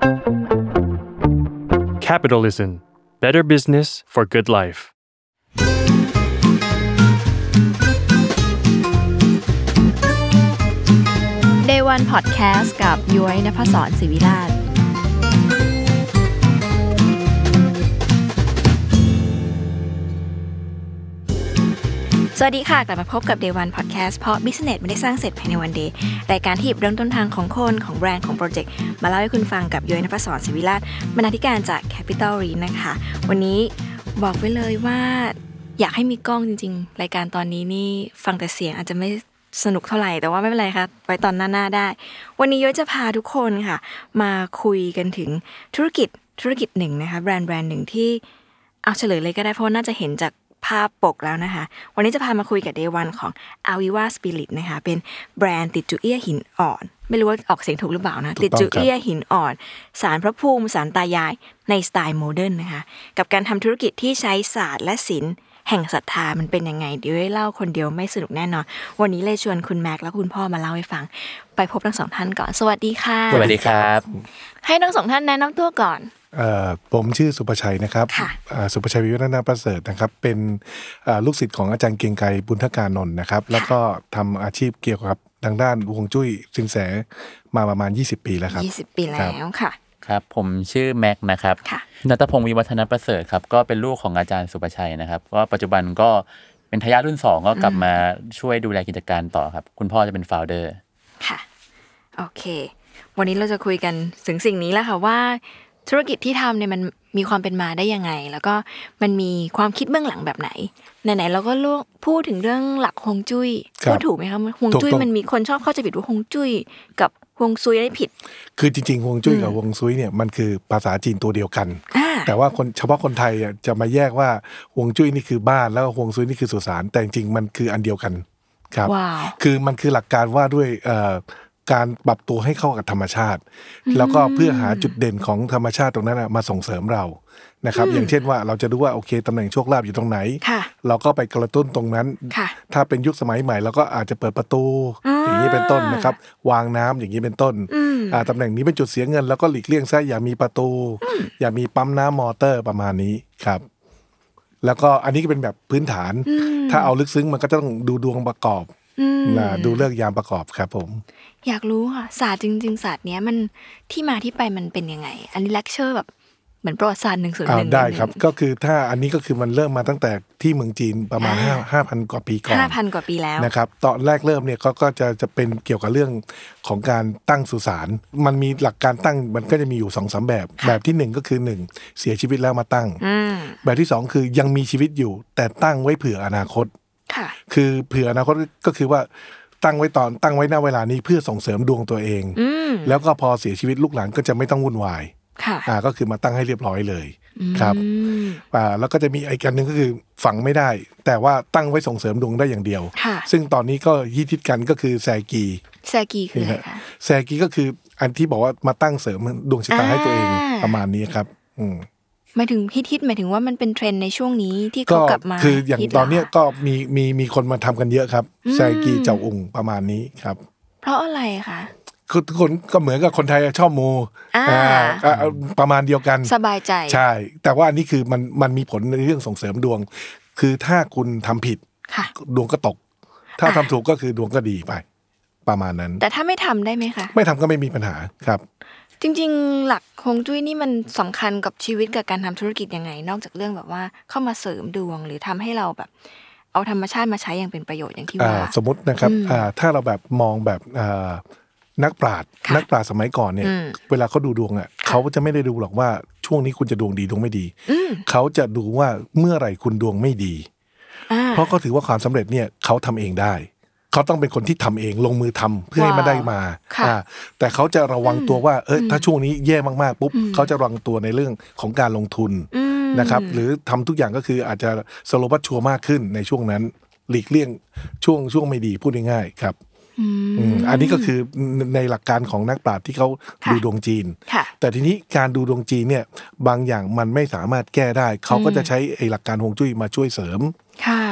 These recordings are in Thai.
Capitalism. Better business for good life. Day One Podcast กับย้อยณภศร ศิวิราชสวัสดีค่ะกลับมาพบกับ Day One Podcast เพราะ Business ไม่ได้สร้างเสร็จภายในวันเดย์รายการที่เริ่มต้นทางของคนของแบรนด์ของโปรเจกต์มาเล่าให้คุณฟังกับย้อยณภศร ศิวิราชบรรณาธิการจาก Capital Read นะคะวันนี้บอกไว้เลยว่าอยากให้มีกล้องจริงๆรายการตอนนี้นี่ฟังแต่เสียงอาจจะไม่สนุกเท่าไหร่แต่ว่าไม่เป็นไรค่ะไว้ตอนหน้าได้วันนี้ย้อยจะพาทุกคนค่ะมาคุยกันถึงธุรกิจหนึ่งนะคะแบรนด์หนึ่งที่เอาเฉลยเลยก็ได้เพราะน่าจะเห็นจากภาพปกแล้วนะคะวันนี้จะพามาคุยกับ Day One ของ Aviva Spirit นะคะเป็นแบรนด์ติดจุเอี้ยหินอ่อนไม่รู้ว่าออกเสียงถูกหรือเปล่านะติดจุเอี้ยหินอ่อนศาลพระภูมิศาลตายายในสไตล์โมเดิร์นนะคะกับการทำธุรกิจที่ใช้ศาสตร์และศิลป์แห่งศรัทธามันเป็นยังไงเดี๋ยวให้เล่าคนเดียวไม่สนุกแน่นอนวันนี้เลยชวนคุณแม็กและคุณพ่อมาเล่าให้ฟังไปพบทั้งสองท่านก่อนสวัสดีค่ะสวัสดีครับให้ทั้งสองท่านแนะนำตัวก่อนผมชื่อสุภชัยนะครับสุภชัยวิวัฒนาประเสริฐนะครับเป็นลูกศิษย์ของอาจารย์เกรียงไกรบุญทกานนท์นะครับแล้วก็ทำอาชีพเกี่ยวกับทางด้านฮวงจุ้ยสินแสมาประมาณ20ปีแล้วครับ 20ปีแล้วค่ะครับผมชื่อแม็กนะครับณัฐพงศ์วิวัฒนาประเสริฐครับก็เป็นลูกของอาจารย์สุภชัยนะครับก็ปัจจุบันก็เป็นทายาทรุ่น2ก็กลับมาช่วยดูแลกิจการต่อครับคุณพ่อจะเป็นฟาวเดอร์ค่ะโอเควันนี้เราจะคุยกันถึงสิ่งนี้แล้วค่ะว่าธุรกิจที่ทำเนี่ยมันมีความเป็นมาได้ยังไงแล้วก็มันมีความคิดเบื้องหลังแบบไหนไหนๆเราก็พูดถึงเรื่องหลักฮวงจุ้ยพูดถูกไหมคะฮวงจุ้ยมันมีคนชอบเข้าใจผิดว่าฮวงจุ้ยกับฮวงซุยได้ผิดคือจริงๆฮวงจุ้ยกับฮวงซุยเนี่ยมันคือภาษาจีนตัวเดียวกันแต่ว่าเฉพาะคนไทยจะมาแยกว่าฮวงจุ้ยนี่คือบ้านแล้วฮวงซุยนี่คือสุสานแต่จริงๆมันคืออันเดียวกันครับคือมันคือหลักการว่าด้วยการปรับตัวให้เข้ากับธรรมชาติแล้วก็เพื่อหาจุดเด่นของธรรมชาติตรงนั้นมาส่งเสริมเรานะครับอย่างเช่นว่าเราจะดูว่าโอเคตำแหน่งโชคลาภอยู่ตรงไหนเราก็ไปกระตุ้นตรงนั้นถ้าเป็นยุคสมัยใหม่เราก็อาจจะเปิดประตูอย่างนี้เป็นต้นนะครับวางน้ำอย่างนี้เป็นต้นตำแหน่งนี้เป็นจุดเสียเงินแล้วก็หลีกเลี่ยงซะอย่ามีประตูอย่ามีปั๊มน้ำมอเตอร์ประมาณนี้ครับแล้วก็อันนี้ก็เป็นแบบพื้นฐานถ้าเอาลึกซึ้งมันก็ต้องดูดวงประกอบดูเลิกยามประกอบครับผมอยากรู้ค่ะศาสตร์จริงๆศาสตร์เนี้ยมันที่มาที่ไปมันเป็นยังไงอันนี้เลคเชอร์แบบเหมือนประวัติศาสตร์101 ได้ครับก็คือถ้าอันนี้ก็คือมันเริ่มมาตั้งแต่ที่เมืองจีนประมาณ5,000 กว่าปีก่อน 5,000 กว่าปีแล้วนะครับตอนแรกเริ่มเนี่ยก็จะเป็นเกี่ยวกับเรื่องของการตั้งสุสานมันมีหลักการตั้งมันก็จะมีอยู่ 2-3 แบบที่1ก็คือ1เสียชีวิตแล้วมาตั้งแบบที่2คือยังมีชีวิตอยู่แต่ตั้งไว้เผื่ออนาคตคือเผื่ออนาคตก็คือว่าตั้งไว้ณเวลานี้เพื่อส่งเสริมดวงตัวเองแล้วก็พอเสียชีวิตลูกหลานก็จะไม่ต้องวุ่นวายก็คือมาตั้งให้เรียบร้อยเลยครับแล้วก็จะมีอีกอันนึงก็คือฝังไม่ได้แต่ว่าตั้งไว้ส่งเสริมดวงได้อย่างเดียวซึ่งตอนนี้ก็ฮิตกันก็คือแซกีคืออะไรคะแซกีก็คืออันที่บอกว่ามาตั้งเสริมดวงชะตาให้ตัวเองประมาณนี้ครับหมายถึงฮิตหมายถึงว่ามันเป็นเทรนด์ในช่วงนี้ที่เขากลับมาคืออย่างตอนนี้ก็มีคนมาทำกันเยอะครับแซกีเจ้าองค์ประมาณนี้ครับเพราะอะไรคะคือคนก็เหมือนกับคนไทยชอบมูประมาณเดียวกันสบายใจใช่แต่ว่าอันนี้คือมันมีผลในเรื่องส่งเสริมดวงคือถ้าคุณทำผิดดวงก็ตกถ้าทำถูกก็คือดวงก็ดีไปประมาณนั้นแต่ถ้าไม่ทำได้ไหมคะไม่ทำก็ไม่มีปัญหาครับจริงๆหลักฮวงจุ้ยนี่มันสำคัญกับชีวิตกับการทำธุรกิจยังไงนอกจากเรื่องแบบว่าเข้ามาเสริมดวงหรือทำให้เราแบบเอาธรรมชาติมาใช้อย่างเป็นประโยชน์อย่างที่ว่าสมมตินะครับถ้าเราแบบมองแบบนักปราชญ์สมัยก่อนเนี่ยเวลาเขาดูดวงเขาจะไม่ได้ดูหรอกว่าช่วงนี้คุณจะดวงดีดวงไม่ดีเขาจะดูว่าเมื่อไหร่คุณดวงไม่ดีเพราะเขาถือว่าความสำเร็จเนี่ยเขาทำเองได้เขาต้องเป็นคนที่ทำเองลงมือทำเพื่อให้มันได้มาแต่เขาจะระวังตัวว่าถ้าช่วงนี้แย่มากๆปุ๊บเขาจะระวังตัวในเรื่องของการลงทุนนะครับหรือทำทุกอย่างก็คืออาจจะสโลว์บัสชัวร์มากขึ้นในช่วงนั้นหลีกเลี่ยงช่วงไม่ดีพูดง่ายๆครับอันนี้ก็คือในหลักการของนักปราชญ์ที่เขาดูดวงจีนแต่ทีนี้การดูดวงจีนเนี่ยบางอย่างมันไม่สามารถแก้ได้เขาก็จะใช้ไอ้หลักการฮวงจุ้ยมาช่วยเสริม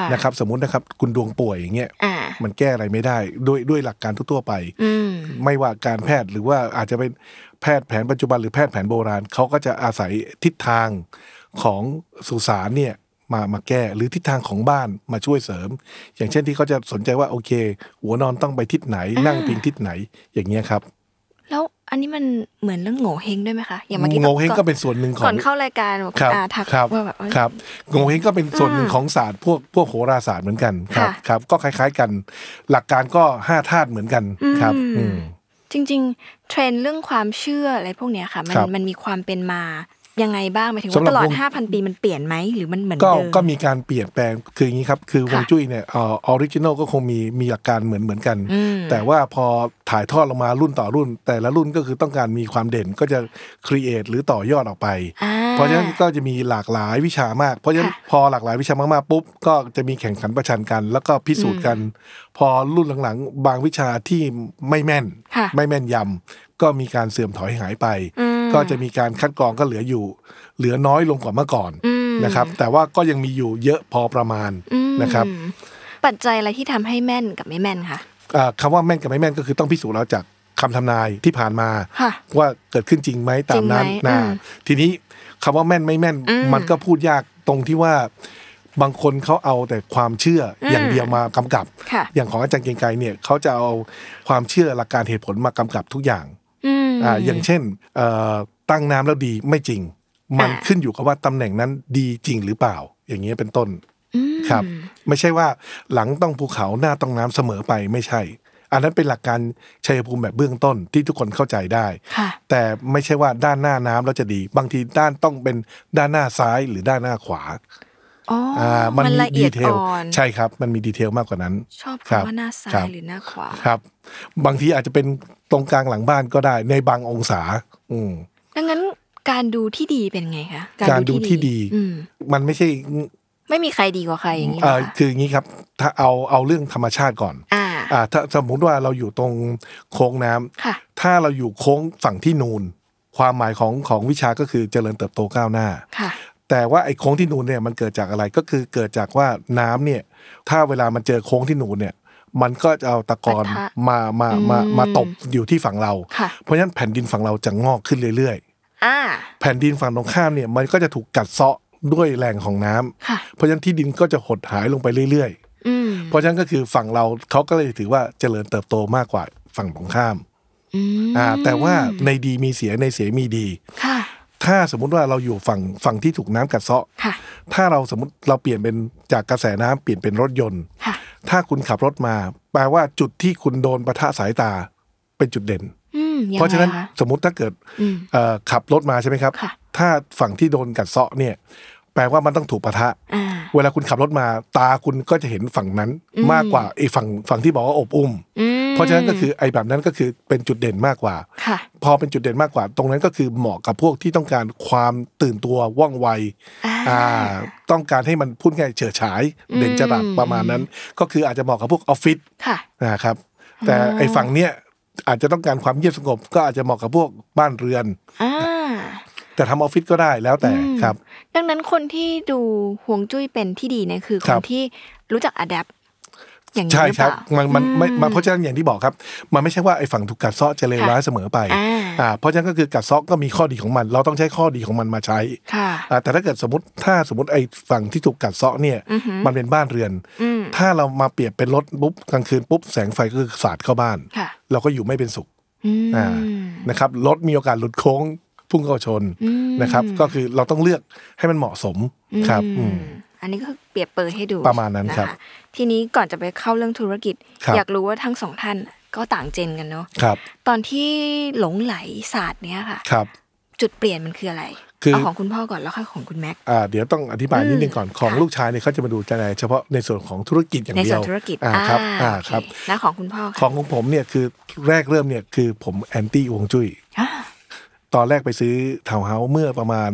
นะครับสมมุตินะครับคุณดวงป่วยอย่างเงี้ยมันแก้อะไรไม่ได้ด้วยหลักการทั่วๆไปไม่ว่าการแพทย์หรือว่าอาจจะเป็นแพทย์แผนปัจจุบันหรือแพทย์แผนโบราณเขาก็จะอาศัยทิศทางของสุสานเนี่ยมาแก้หรือทิศทางของบ้านมาช่วยเสริมอย่างเช่นที่เขาจะสนใจว่าโอเคหัวนอนต้องไปทิศไหนนั่งพิงทิศไหนอย่างเงี้ยครับแล้วอันนี้มันเหมือนเรื่องโง่เฮงด้วยไหมคะอย่างเมื่อกี้โง่เฮงก็เป็นส่วนหนึ่งของก่อนเข้ารายการทักว่าแบบครับโง่เฮงก็เป็นส่วนหนึ่งของศาสตร์พวกโหราศาสตร์เหมือนกันครับก็คล้ายๆกันหลักการก็5ธาตุเหมือนกันครับจริงๆเทรนด์เรื่องความเชื่ออะไรพวกเนี้ยค่ะมันมีความเป็นมายังไงบ้างหมายถึงว่าตลอด 5,000 ปีมันเปลี่ยนไหมหรือมันเหมือนเดิมก็มีการเปลี่ยนแปลงคืออย่างนี้ครับคือฮวงจุ้ยเนี่ยออริจินอลก็คงมีหลักการเหมือนกันแต่ว่าพอถ่ายทอดลงมารุ่นต่อรุ่นแต่ละรุ่นก็คือต้องการมีความเด่นก็จะครีเอทหรือต่อยอดออกไปเพราะฉะนั้นก็จะมีหลากหลายวิชามากเพราะฉะนั้นพอหลากหลายวิชามากๆปุ๊บก็จะมีแข่งขันประชันกันแล้วก็พิสูจน์กันพอรุ่นหลังๆบางวิชาที่ไม่แม่นยำก็มีการเสื่อมถอยหายไปก็จะมีการคัดกรองก็เหลือน้อยลงกว่าเมื่อก่อนนะครับแต่ว่าก็ยังมีอยู่เยอะพอประมาณนะครับปัจจัยอะไรที่ทำให้แม่นกับไม่แม่นคะคำว่าแม่นกับไม่แม่นก็คือต้องพิสูจน์แล้วจากคำทำนายที่ผ่านมาว่าเกิดขึ้นจริงไหมตามนั้นทีนี้คำว่าแม่นไม่แม่นมันก็พูดยากตรงที่ว่าบางคนเขาเอาแต่ความเชื่ออย่างเดียวมากำกับอย่างของอาจารย์เกรียงไกรเนี่ยเขาจะเอาความเชื่อหลักการเหตุผลมากำกับทุกอย่างอย่างเช่นตั้งน้ำแล้วดีไม่จริงมันขึ้นอยู่กับว่าตำแหน่งนั้นดีจริงหรือเปล่าอย่างเงี้ยเป็นต้นครับไม่ใช่ว่าหลังต้องภูเขาหน้าต้องน้ำเสมอไปไม่ใช่อันนั้นเป็นหลักการชัยภูมิแบบเบื้องต้นที่ทุกคนเข้าใจได้แต่ไม่ใช่ว่าด้านหน้าน้ำแล้วจะดีบางทีด้านต้องเป็นด้านหน้าซ้ายหรือด้านหน้าขวามันมีดีเทลใช่ครับมันมีดีเทลมากกว่านั้นชอบคำว่าหน้าซ้ายหรือหน้าขวาครับบางทีอาจจะเป็นตรงกลางหลังบ้านก็ได้ในบางองศาดังนั้นการดูที่ดีเป็นไงคะการดูที่ดีมันไม่ใช่ไม่มีใครดีกว่าใครอย่างนี้คืออย่างนี้ครับถ้าเอาเรื่องธรรมชาติก่อนถ้าสมมติว่าเราอยู่ตรงโค้งน้ำถ้าเราอยู่โค้งฝั่งที่นูนความหมายของวิชาก็คือเจริญเติบโตก้าวหน้าแต่ว่าไอ้โค้งที่นูนเนี่ยมันเกิดจากอะไรก็คือเกิดจากว่าน้ำเนี่ยถ้าเวลามันเจอโค้งที่นูนเนี่ยมันก็จะเอาตะกอนมาตบอยู่ที่ฝั่งเราเพราะฉะนั้นแผ่นดินฝั่งเราจะงอกขึ้นเรื่อยๆแผ่นดินฝั่งตรงข้ามเนี่ยมันก็จะถูกกัดเซาะด้วยแรงของน้ำเพราะฉะนั้นที่ดินก็จะหดหายลงไปเรื่อยๆเพราะฉะนั้นก็คือฝั่งเราเขาก็เลยถือว่าเจริญเติบโตมากกว่าฝั่งตรงข้ามแต่ว่าในดีมีเสียในเสียมีดีถ้าสมมุติว่าเราอยู่ฝั่งที่ถูกน้ำกัดเซาะถ้าเราสมมติเราเปลี่ยนเป็นจากกระแสน้ำเปลี่ยนเป็นรถยนต์ถ้าคุณขับรถมาแปลว่าจุดที่คุณโดนปะทะสายตาเป็นจุดเด่นเพราะฉะนั้นสมมติถ้าเกิดขับรถมาใช่ไหมครับถ้าฝั่งที่โดนกัดเซาะเนี่ยแปลว่ามันต้องถูกปะทะเวลาคุณขับรถมาตาคุณก็จะเห็นฝั่งนั้นมากกว่าไอ้ฝั่งที่บอกว่าอบอุ้มเพราะฉะนั้นก็คือไอ้แบบนั้นก็คือเป็นจุดเด่นมากกว่าพอเป็นจุดเด่นมากกว่าตรงนั้นก็คือเหมาะกับพวกที่ต้องการความตื่นตัวว่องไวต้องการให้มันพูดง่ายเฉิดฉายเด่นจรัสประมาณนั้นก็คืออาจจะเหมาะกับพวกออฟฟิศนะครับแต่ไอ้ฝั่งเนี้ยอาจจะต้องการความเงียบสงบก็อาจจะเหมาะกับพวกบ้านเรือนแต่ทำออฟฟิศก็ได้แล้วแต่ครับดังนั้นคนที่ดูฮวงจุ้ยเป็นที่ดีเนี่ยคือคนที่รู้จักอะแดปอย่างนี้หรือเปล่าใช่ครับมันเพราะฉะนั้นอย่างที่บอกครับมันไม่ใช่ว่าไอ้ฝั่งถูกกัดเซาะจะเลวร้ายเสมอไปเพราะฉะนั้นก็คือกัดเซาะก็มีข้อดีของมันเราต้องใช้ข้อดีของมันมาใช้แต่ถ้าเกิดสมมติไอ้ฝั่งที่ถูกกัดเซาะเนี่ยมันเป็นบ้านเรือนถ้าเรามาเปรียบเป็นรถปุ๊บกลางคืนปุ๊บแสงไฟก็คือสาดเข้าบ้านเราก็อยู่ไม่เป็นสุขนะครับรถมีโอกาสหลุดโค้งพุ่งเข้าชนนะครับก็คือเราต้องเลือกให้มันเหมาะสมครับอันนี้ก็เปรียบเปรยให้ดูประมาณนั้นครับทีนี้ก่อนจะไปเข้าเรื่องธุรกิจอยากรู้ว่าทั้งสองท่านก็ต่างเจนกันเนาะตอนที่หลงไหลศาสตร์เนี้ยค่ะจุดเปลี่ยนมันคืออะไรเอาของคุณพ่อก่อนแล้วค่อยของคุณแม็กเดี๋ยวต้องอธิบายนิดนึงก่อนของลูกชายเนี่ยเขาจะมาดูในเฉพาะในส่วนของธุรกิจอย่างเดียวในส่วนธุรกิจครับแล้วของคุณพ่อของผมเนี่ยคือแรกเริ่มเนี่ยคือผมแอนตี้ฮวงจุ้ยตอนแรกไปซื้อทาวน์เฮาส์เมื่อประมาณ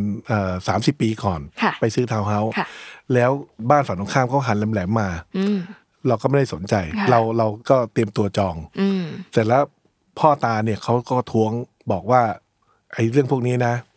30 ปีก่อนไปซื้อทาวน์เฮาส์แล้วบ้านฝั่งตรงข้ามเขาหันแหลมๆมาเราก็ไม่ได้สนใจเราก็เตรียมตัวจองเสร็จแล้วพ่อตาเนี่ยเขาก็ท้วงบอกว่าไอ้เรื่องพวกนี้นะ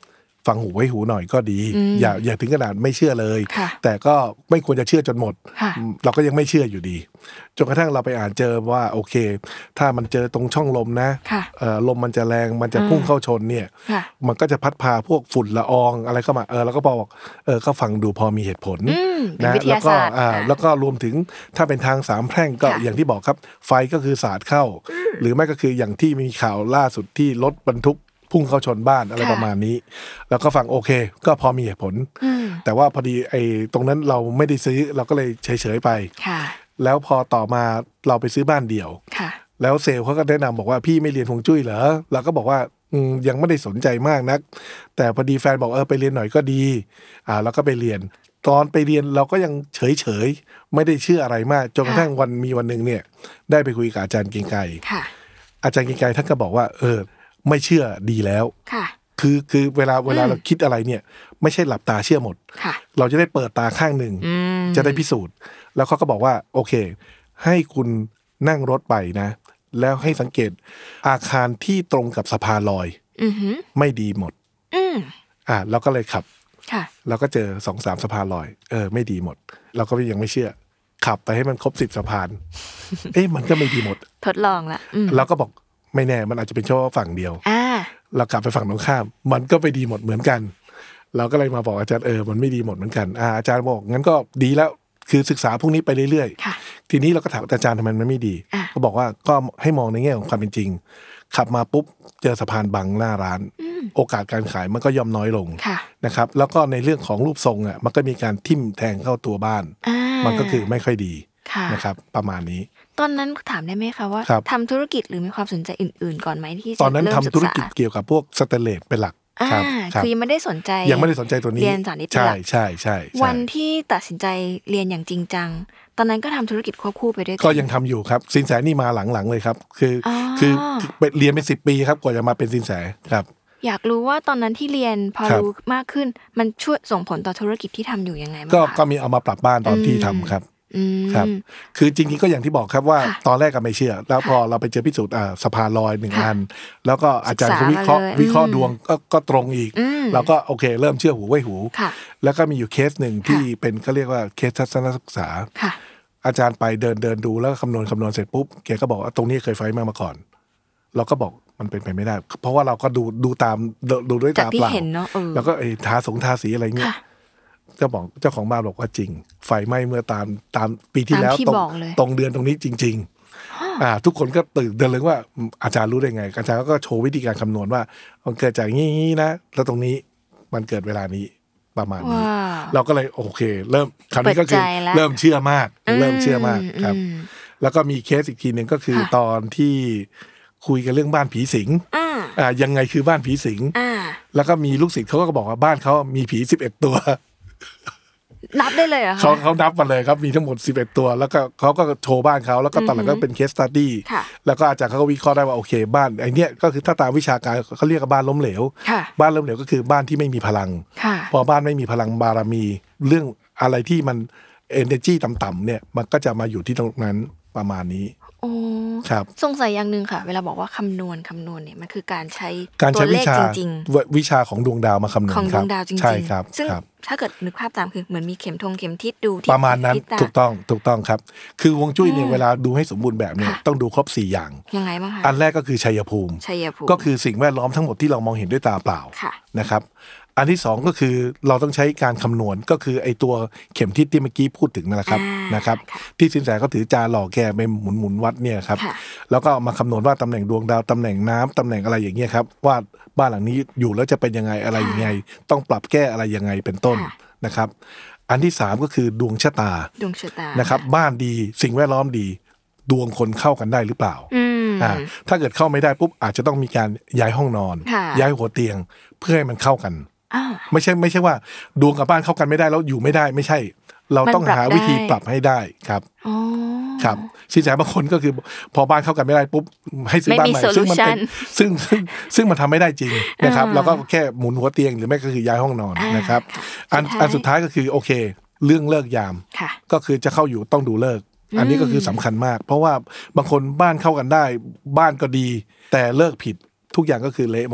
ฟังหูไว้หูหน่อยก็ดีอย่าถึงขนาดไม่เชื่อเลยแต่ก็ไม่ควรจะเชื่อจนหมดเราก็ยังไม่เชื่ออยู่ดีจนกระทั่งเราไปอ่านเจอว่าโอเคถ้ามันเจอตรงช่องลมนะลมมันจะแรงมันจะพุ่งเข้าชนเนี่ยมันก็จะพัดพาพวกฝุ่นละอองอะไรเข้ามาแล้วก็บอกก็ฟังดูพอมีเหตุผลนะแล้วก็รวมถึงถ้าเป็นทางสามแพร่งก็อย่างที่บอกครับไฟก็คือสาดเข้าหรือไม่ก็คืออย่างที่มีข่าวล่าสุดที่รถบรรทุกพุ่งเข้าชนบ้านอะไรประมาณนี้แล้วก็ฟังโอเคก็พอมีเหตุผลแต่ว่าพอดีไอ้ตรงนั้นเราไม่ได้ซื้อเราก็เลยเฉยๆไปแล้วพอต่อมาเราไปซื้อบ้านเดี่ยวแล้วเซลล์เขาก็แนะนำบอกว่าพี่ไม่เรียนฮวงจุ้ยเหรอเราก็บอกว่ายังไม่ได้สนใจมากนักแต่พอดีแฟนบอกไปเรียนหน่อยก็ดีเราก็ไปเรียนตอนไปเรียนเราก็ยังเฉยๆไม่ได้เชื่ออะไรมากจนกระทั่งวันนึงเนี่ยได้ไปคุยกับอาจารย์เกรียงไกรอาจารย์เกรียงไกรท่านก็บอกว่าไม่เชื่อดีแล้วคือเวลาเราคิดอะไรเนี่ยไม่ใช่หลับตาเชื่อหมดเราจะได้เปิดตาข้างหนึ่งจะได้พิสูจน์แล้วเขาก็บอกว่าโอเคให้คุณนั่งรถไปนะแล้วให้สังเกตอาคารที่ตรงกับสะพานลอยไม่ดีหมดเราก็เลยขับเราก็เจอ 2-3 สะพานลอยไม่ดีหมดเราก็ยังไม่เชื่อขับไปให้มันครบ10สะพานมันก็ไม่ดีหมดทดลองละเราก็บอกไม่แน่มันอาจจะเป็นเฉพาะฝั่งเดียวเรากลับไปฝั่งตรงข้ามมันก็ไปดีหมดเหมือนกันเราก็เลยมาบอกอาจารย์มันไม่ดีหมดเหมือนกันอาจารย์บอกงั้นก็ดีแล้วคือศึกษาพวกนี้ไปเรื่อยๆทีนี้เราก็ถามอาจารย์ทำไมมันไม่ดีก็บอกว่าก็ให้มองในแง่ของความเป็นจริงขับมาปุ๊บเจอสะพานบังหน้าร้านโอกาสการขายมันก็ย่อมน้อยลงนะครับแล้วก็ในเรื่องของรูปทรงมันก็มีการทิ่มแทงเข้าตัวบ้านมันก็คือไม่ค่อยดีนะครับประมาณนี้ตอนนั้นถามได้ไหมคะว่าทำธุรกิจหรือมีความสนใจอื่นๆก่อนไหมที่จะตอนนั้นทำธุรกิจเกี่ยวกับพวกสเตนเลสเป็นหลักคือยังไม่ได้สนใจตัวนี้เรียนสานิตเป็นหลักใช่วันที่ตัดสินใจเรียนอย่างจริงจังตอนนั้นก็ทำธุรกิจควบคู่ไปด้วยก็ยังทำอยู่ครับสินแสนี่มาหลังๆเลยครับคือเรียนเป็น10 ปีครับกว่าจะมาเป็นสินแสครับอยากรู้ว่าตอนนั้นที่เรียนพอรู้มากขึ้นมันช่วยส่งผลต่อธุรกิจที่ทำอยู่ยังไงบ้างก็มีเอามาปรับบ้านตอนที่ทำครับครับคือจริงๆก็อย่างที่บอกครับว่าตอนแรกก็ไม่เชื่อแล้วพอเราไปเจอพิสูจน์สะพานลอย1อันแล้วก็อาจารย์วิเคราะห์ดวงก็ตรงอีกเราก็โอเคเริ่มเชื่อหูไว้หูแล้วก็มีอยู่เคสหนึ่งที่เป็นเขาเรียกว่าเคสทัศนศึกษาอาจารย์ไปเดินดูแล้วคำนวณเสร็จปุ๊บแกก็บอกว่าตรงนี้เคยไฟมาก่อนเราก็บอกมันเป็นไปไม่ได้เพราะว่าเราก็ดูตามดูด้วยตาเปล่าแล้วก็ทาสีอะไรเงี้ยเจ้าของบ้านบอกว่าจริงไฟไหม้เมื่อตามปีที่แล้วตรงเดือนตรงนี้จริงๆทุกคนก็ตื่นเต้นเลยว่าอาจารย์รู้ได้ไงอาจารย์ก็โชว์วิธีการคำนวณว่ามันเกิดจากงี้นะแล้วตรงนี้มันเกิดเวลานี้ประมาณนี้เราก็เลยโอเคเริ่มคราวนี้ก็คือเริ่มเชื่อมากครับแล้วก็มีเคสอีกทีนึงก็คือตอนที่คุยกันเรื่องบ้านผีสิงยังไงคือบ้านผีสิงแล้วก็มีลูกศิษย์เขาก็บอกว่าบ้านเขามีผี11ตัวนับได้เลยเหรอคะเขานับมาเลยครับมีทั้งหมด11ตัวแล้วก็เขาก็โชว์บ้านเขาแล้วก็ตอนหลังก็เป็นเคสสตั๊ดดี้แล้วก็อาจารย์เขาก็วิเคราะห์ได้ว่าโอเคบ้านไอ้เนี้ยก็คือถ้าตามวิชาการเขาเรียกว่าบ้านล้มเหลวบ้านล้มเหลวก็คือบ้านที่ไม่มีพลังพอบ้านไม่มีพลังบารมีเรื่องอะไรที่มัน energy ต่ำๆเนี่ยมันก็จะมาอยู่ที่ตรงนั้นประมาณนี้ครับสงสัยอย่างนึงค่ะเวลาบอกว่าคำนวณเนี่ยมันคือการใช้วิชาจริงๆวิชาของดวงดาวมาคำนวณของดวงดาวจริงๆใช่ครับซึ่งถ้าเกิดนึกภาพตามคือเหมือนมีเข็มทิศดูที่ประมาณนั้นถูกต้องครับคือฮวงจุ้ยเนี่ยเวลาดูให้สมบูรณ์แบบเนี่ยต้องดูครบ4อย่างยังไงบ้างคะอันแรกก็คือชัยภูมิก็คือสิ่งแวดล้อมทั้งหมดที่เรามองเห็นด้วยตาเปล่านะครับอันที่2ก็คือเราต้องใช้การคำนวณก็คือไอ้ตัวเข็มทิศที่เมื่อกี้พูดถึงนั่นแหละครับนะครับที่สินแสเขาถือจานหล่อแกไปหมุนวัดเนี่ยครับแล้วก็มาคำนวณว่าตำแหน่งดวงดาวตำแหน่งน้ำตำแหน่งอะไรอย่างเงี้ยครับว่าบ้านหลังนี้อยู่แล้วจะเป็นยังไงอะไรยังไงต้องปรับแก้อะไรยังไงเป็นต้นนะครับอันที่3ก็คือดวงชะตานะครับบ้านดีสิ่งแวดล้อมดีดวงคนเข้ากันได้หรือเปล่าถ้าเกิดเข้าไม่ได้ปุ๊บอาจจะต้องมีการย้ายห้องนอนย้ายหัวเตียงเพื่อให้มันเข้ากันไม่ใช่ว่าดวงกับบ้านเข้ากันไม่ได้แล้วอยู่ไม่ได้ไม่ใช่เราต้องหาวิธีปรับให้ได้ครับครับสินแสบางคนก็คือพอบ้านเข้ากันไม่ได้ปุ๊บให้ซื้อบ้านใหม่ซึ่งมันเป็นซึ่งมันทำไม่ได้จริงนะครับเราก็แค่หมุนหัวเตียงหรือไม่ก็คือย้ายห้องนอนนะครับอันสุดท้ายก็คือโอเคเรื่องเลิกยามก็คือจะเข้าอยู่ต้องดูเลิกอันนี้ก็คือสำคัญมากเพราะว่าบางคนบ้านเข้ากันได้บ้านก็ดีแต่เลิกผิดทุกอย่างก็คือเละหมด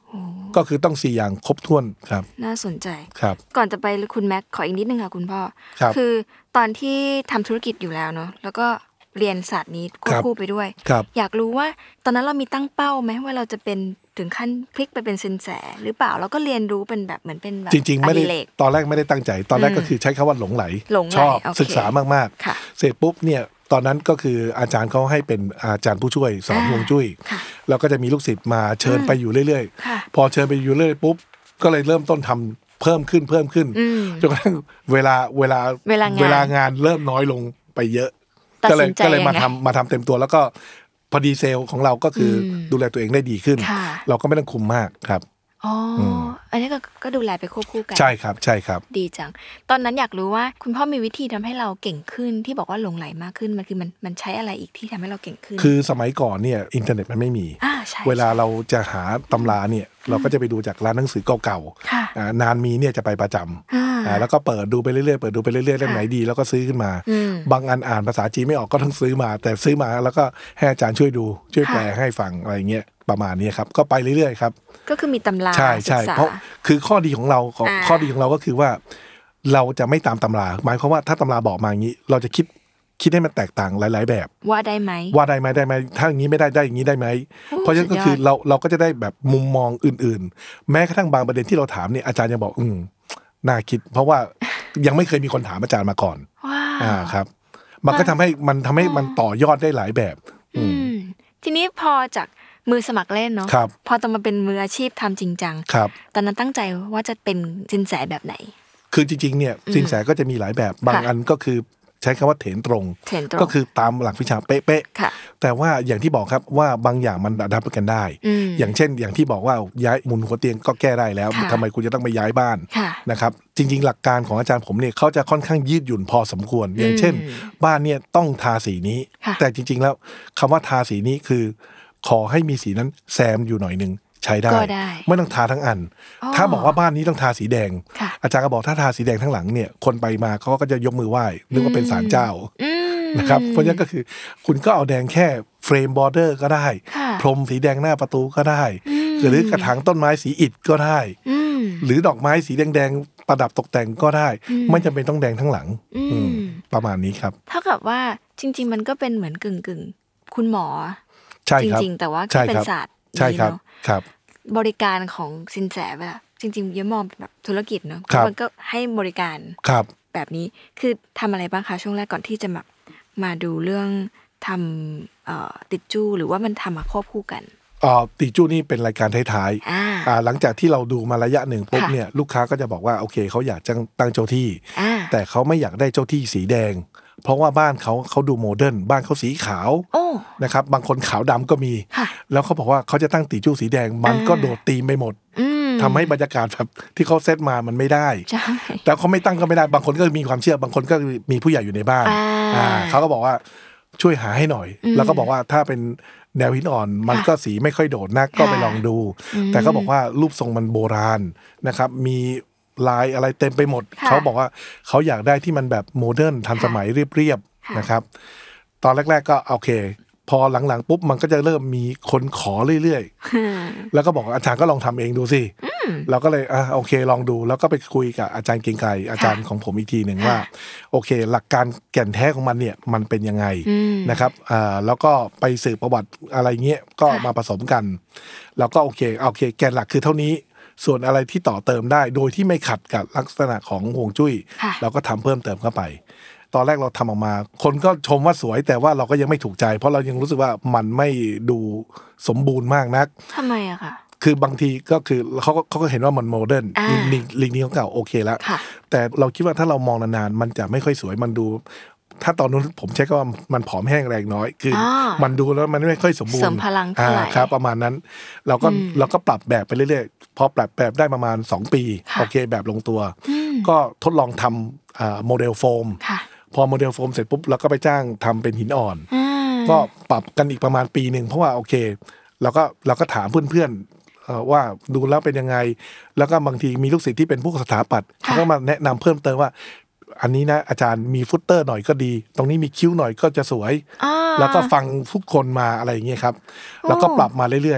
ก็คือต้อง4อย่างครบถ้วนครับน่าสนใจครับก่อนจะไปคุณแม็กขออีกนิดนึงค่ะคุณพ่อคือตอนที่ทำธุรกิจอยู่แล้วเนาะแล้วก็เรียนศาสตร์นี้ควบคู่ไปด้วยอยากรู้ว่าตอนนั้นเรามีตั้งเป้าไหมว่าเราจะเป็นถึงขั้นพลิกไปเป็นสินแสหรือเปล่าแล้วก็เรียนรู้เป็นแบบเหมือนเป็นแบบจริงๆไม่ได้ตอนแรกไม่ได้ตั้งใจตอนแรกก็คือใช้คำว่าหลงไหลชอบศึกษามากๆเสร็จปุ๊บเนี่ยตอนนั้นก็คืออาจารย์เขาให้เป็นอาจารย์ผู้ช่วยสอนฮวงจุ้ยแล้วก็จะมีลูกศิษย์มาเชิญไปอยู่เรื่อยๆพอเชิญไปอยู่เรื่อยปุ๊บก็เลยเริ่มต้นทำเพิ่มขึ้นจนกระทั่งเวลางานเริ่มน้อยลงไปเยอะก็เลยมาทำเต็มตัวแล้วก็พอดีเซลของเราก็คือดูแลตัวเองได้ดีขึ้นเราก็ไม่ต้องคุมมากครับอ๋ออันนี้ก็ดูแลไปควบคู่กันใช่ครับใช่ครับดีจังตอนนั้นอยากรู้ว่าคุณพ่อมีวิธีทำให้เราเก่งขึ้นที่บอกว่าหลงไหลมากขึ้นมันคือมันใช้อะไรอีกที่ทำให้เราเก่งขึ้นคือสมัยก่อนเนี่ยอินเทอร์เน็ตมันไม่มีเวลาเราจะหาตำราเนี่ยเราก็จะไปดูจากร้านหนังสือเก่าๆนานมีเนี่ยจะไปประจำแล้วก็เปิดดูไปเรื่อยๆเล่มไหนดีแล้วก็ซื้อขึ้นมาบางอันอ่านภาษาจีนไม่ออกก็ต้องซื้อมาแต่ซื้อมาแล้วก็ให้อาจารย์ช่วยดูช่วยแปลให้ฟังอะไรเงี้ยประมาณนี้ครับก็ไปเรื่อยๆครับก็คือมีตำราใช่เพราะคือข้อดีของเราก็คือว่าเราจะไม่ตามตำราหมายความว่าถ้าตำราบอกมาอย่างนี้เราจะคิดให้มันแตกต่างหลายๆแบบว่าได้ไหมถ้าอย่างนี้ไม่ได้อย่างนี้ได้ไหมเพราะฉะนั้นก็คือเราก็จะได้แบบมุมมองอื่นๆแม้กระทั่งบางประเด็นที่เราถามเนี่ยอาจารย์ยังบอกน่าคิดเพราะว่ายังไม่เคยมีคนถามอาจารย์มาก่อนครับมันก็ทำให้มันต่อยอดได้หลายแบบทีนี้พอจากมือสมัครเล่นเนาะพอจะมาเป็นมืออาชีพทำจริงจังตอนนั้นตั้งใจว่าจะเป็นสินแสแบบไหนคือจริงๆเนี่ยสินแสก็จะมีหลายแบบบางอันก็คือใช้คำว่าเถนตรงก็คือตามหลักวิชาเป๊ะๆแต่ว่าอย่างที่บอกครับว่าบางอย่างมันดับกันได้อย่างเช่นอย่างที่บอกว่าย้ายหมุนหัวเตียงก็แก้ได้แล้วทำไมคุณจะต้องไปย้ายบ้านนะครับจริงๆหลักการของอาจารย์ผมเนี่ยเขาจะค่อนข้างยืดหยุ่นพอสมควรอย่างเช่นบ้านเนี่ยต้องทาสีนี้แต่จริงๆแล้วคำว่าทาสีนี้คือขอให้มีสีนั้นแซมอยู่หน่อยนึงใช้ได้ไม่ต้องทาทั้งอันถ้าบอกว่าบ้านนี้ต้องทาสีแดงอาจารย์ก็บอกถ้าทาสีแดงทั้งหลังเนี่ยคนไปมาเขาก็จะยกมือไหว้นึกว่าเป็นศาลเจ้านะครับเพราะฉะนั้นก็คือคุณก็เอาแดงแค่เฟรมบอร์เดอร์ก็ได้พรมสีแดงหน้าประตูก็ได้หรือกระถางต้นไม้สีอิฐก็ได้หรือดอกไม้สีแดงๆประดับตกแต่งก็ได้ไม่จำเป็นต้องแดงทั้งหลังประมาณนี้ครับเท่ากับว่าจริงๆมันก็เป็นเหมือนกึ่งคุณหมอจริงๆแต่ว่าเป็นศาสตร์ใช่ครับบริการของสินแสแบบจริงๆเยอะมองแบบธุรกิจเนอะมันก็ให้บริการแบบนี้คือทำอะไรบ้างคะช่วงแรกก่อนที่จะมาดูเรื่องทำติดจู้หรือว่ามันทำมาควบคู่กันติดจู้นี่เป็นรายการท้ายๆหลังจากที่เราดูมาระยะหนึ่งปุ๊บเนี่ยลูกค้าก็จะบอกว่าโอเคเขาอยากจะตั้งเจ้าที่แต่เขาไม่อยากได้เจ้าที่สีแดงเพราะว่าบ้านเขาดูโมเดิร์นบ้านเขาสีขาวนะครับบางคนขาวดำก็มีแล้วเขาบอกว่าเขาจะตั้งตีจู้สีแดงมันก็โดดตีมไปหมดทำให้บรรยากาศแบบที่เขาเซตมามันไม่ได้แต่เขาไม่ตั้งก็ไม่ได้บางคนก็มีความเชื่อบางคนก็มีผู้ใหญ่อยู่ในบ้านเขาก็บอกว่าช่วยหาให้หน่อยแล้วก็บอกว่าถ้าเป็นแนวหินอ่อนมันก็สีไม่ค่อยโดดนักก็ไปลองดูแต่เขาบอกว่ารูปทรงมันโบราณนะครับมีลายอะไรเต็มไปหมดเขาบอกว่าเขาอยากได้ที่มันแบบโมเดิร์นทันสมัยเรียบๆนะครับตอนแรกๆก็โอเคพอหลังๆปุ๊บมันก็จะเริ่มมีคนขอเรื่อยๆแล้วก็บอกอาจารย์ก็ลองทำเองดูสิเราก็เลยโอเคลองดูแล้วก็ไปคุยกับอาจารย์เกรียงไกรอาจารย์ของผมอีกทีหนึ่งว่าโอเคหลักการแก่นแท้ของมันเนี่ยมันเป็นยังไงนะครับแล้วก็ไปสืบประวัติอะไรเงี้ยก็มาผสมกันแล้วก็โอเคแก่นหลักคือเท่านี้ส่วนอะไรที่ต่อเติมได้โดยที่ไม่ขัดกับลักษณะของฮวงจุ้ยเราก็ทำเพิ่มเติมเข้าไปตอนแรกเราทำออกมาคนก็ชมว่าสวยแต่ว่าเราก็ยังไม่ถูกใจเพราะเรายังรู้สึกว่ามันไม่ดูสมบูรณ์มากนักทำไมอะคะคือบางทีก็คือเขาก็เห็นว่ามันโมเดิร์นลิงนี้ของเก่าโอเคแล้วแต่เราคิดว่าถ้าเรามองนานๆมันจะไม่ค่อยสวยมันดูถ้าตอนนู้นผมใช้ก็ว่ามันผอมแห้งแรงน้อยคือมันดูแล้วมันไม่ค่อยสมบูรณ์เสริมพลังเท่าไหร่ครับประมาณนั้นเราก็ปรับแบบไปเรื่อยๆพอปรับแบบได้ประมาณ2ปีโอเคแบบลงตัวก็ทดลองทำโมเดลโฟมพอโมเดลโฟมเสร็จปุ๊บเราก็ไปจ้างทำเป็นหินอ่อนก็ปรับกันอีกประมาณปีนึงเพราะว่าโอเคเราก็ถามเพื่อนๆว่าดูแล้วเป็นยังไงแล้วก็บางทีมีลูกศิษย์ที่เป็นผู้สถาปัตย์เขาก็มาแนะนำเพิ่มเติมว่าอันนี้นะอาจารย์มีฟุตเตอร์หน่อยก็ดีตรงนี้มีคิ้วหน่อยก็จะสวยแล้วก็ฟังทุกคนมาอะไรอย่างเงี้ยครับแล้วก็ปรับมาเรื่อย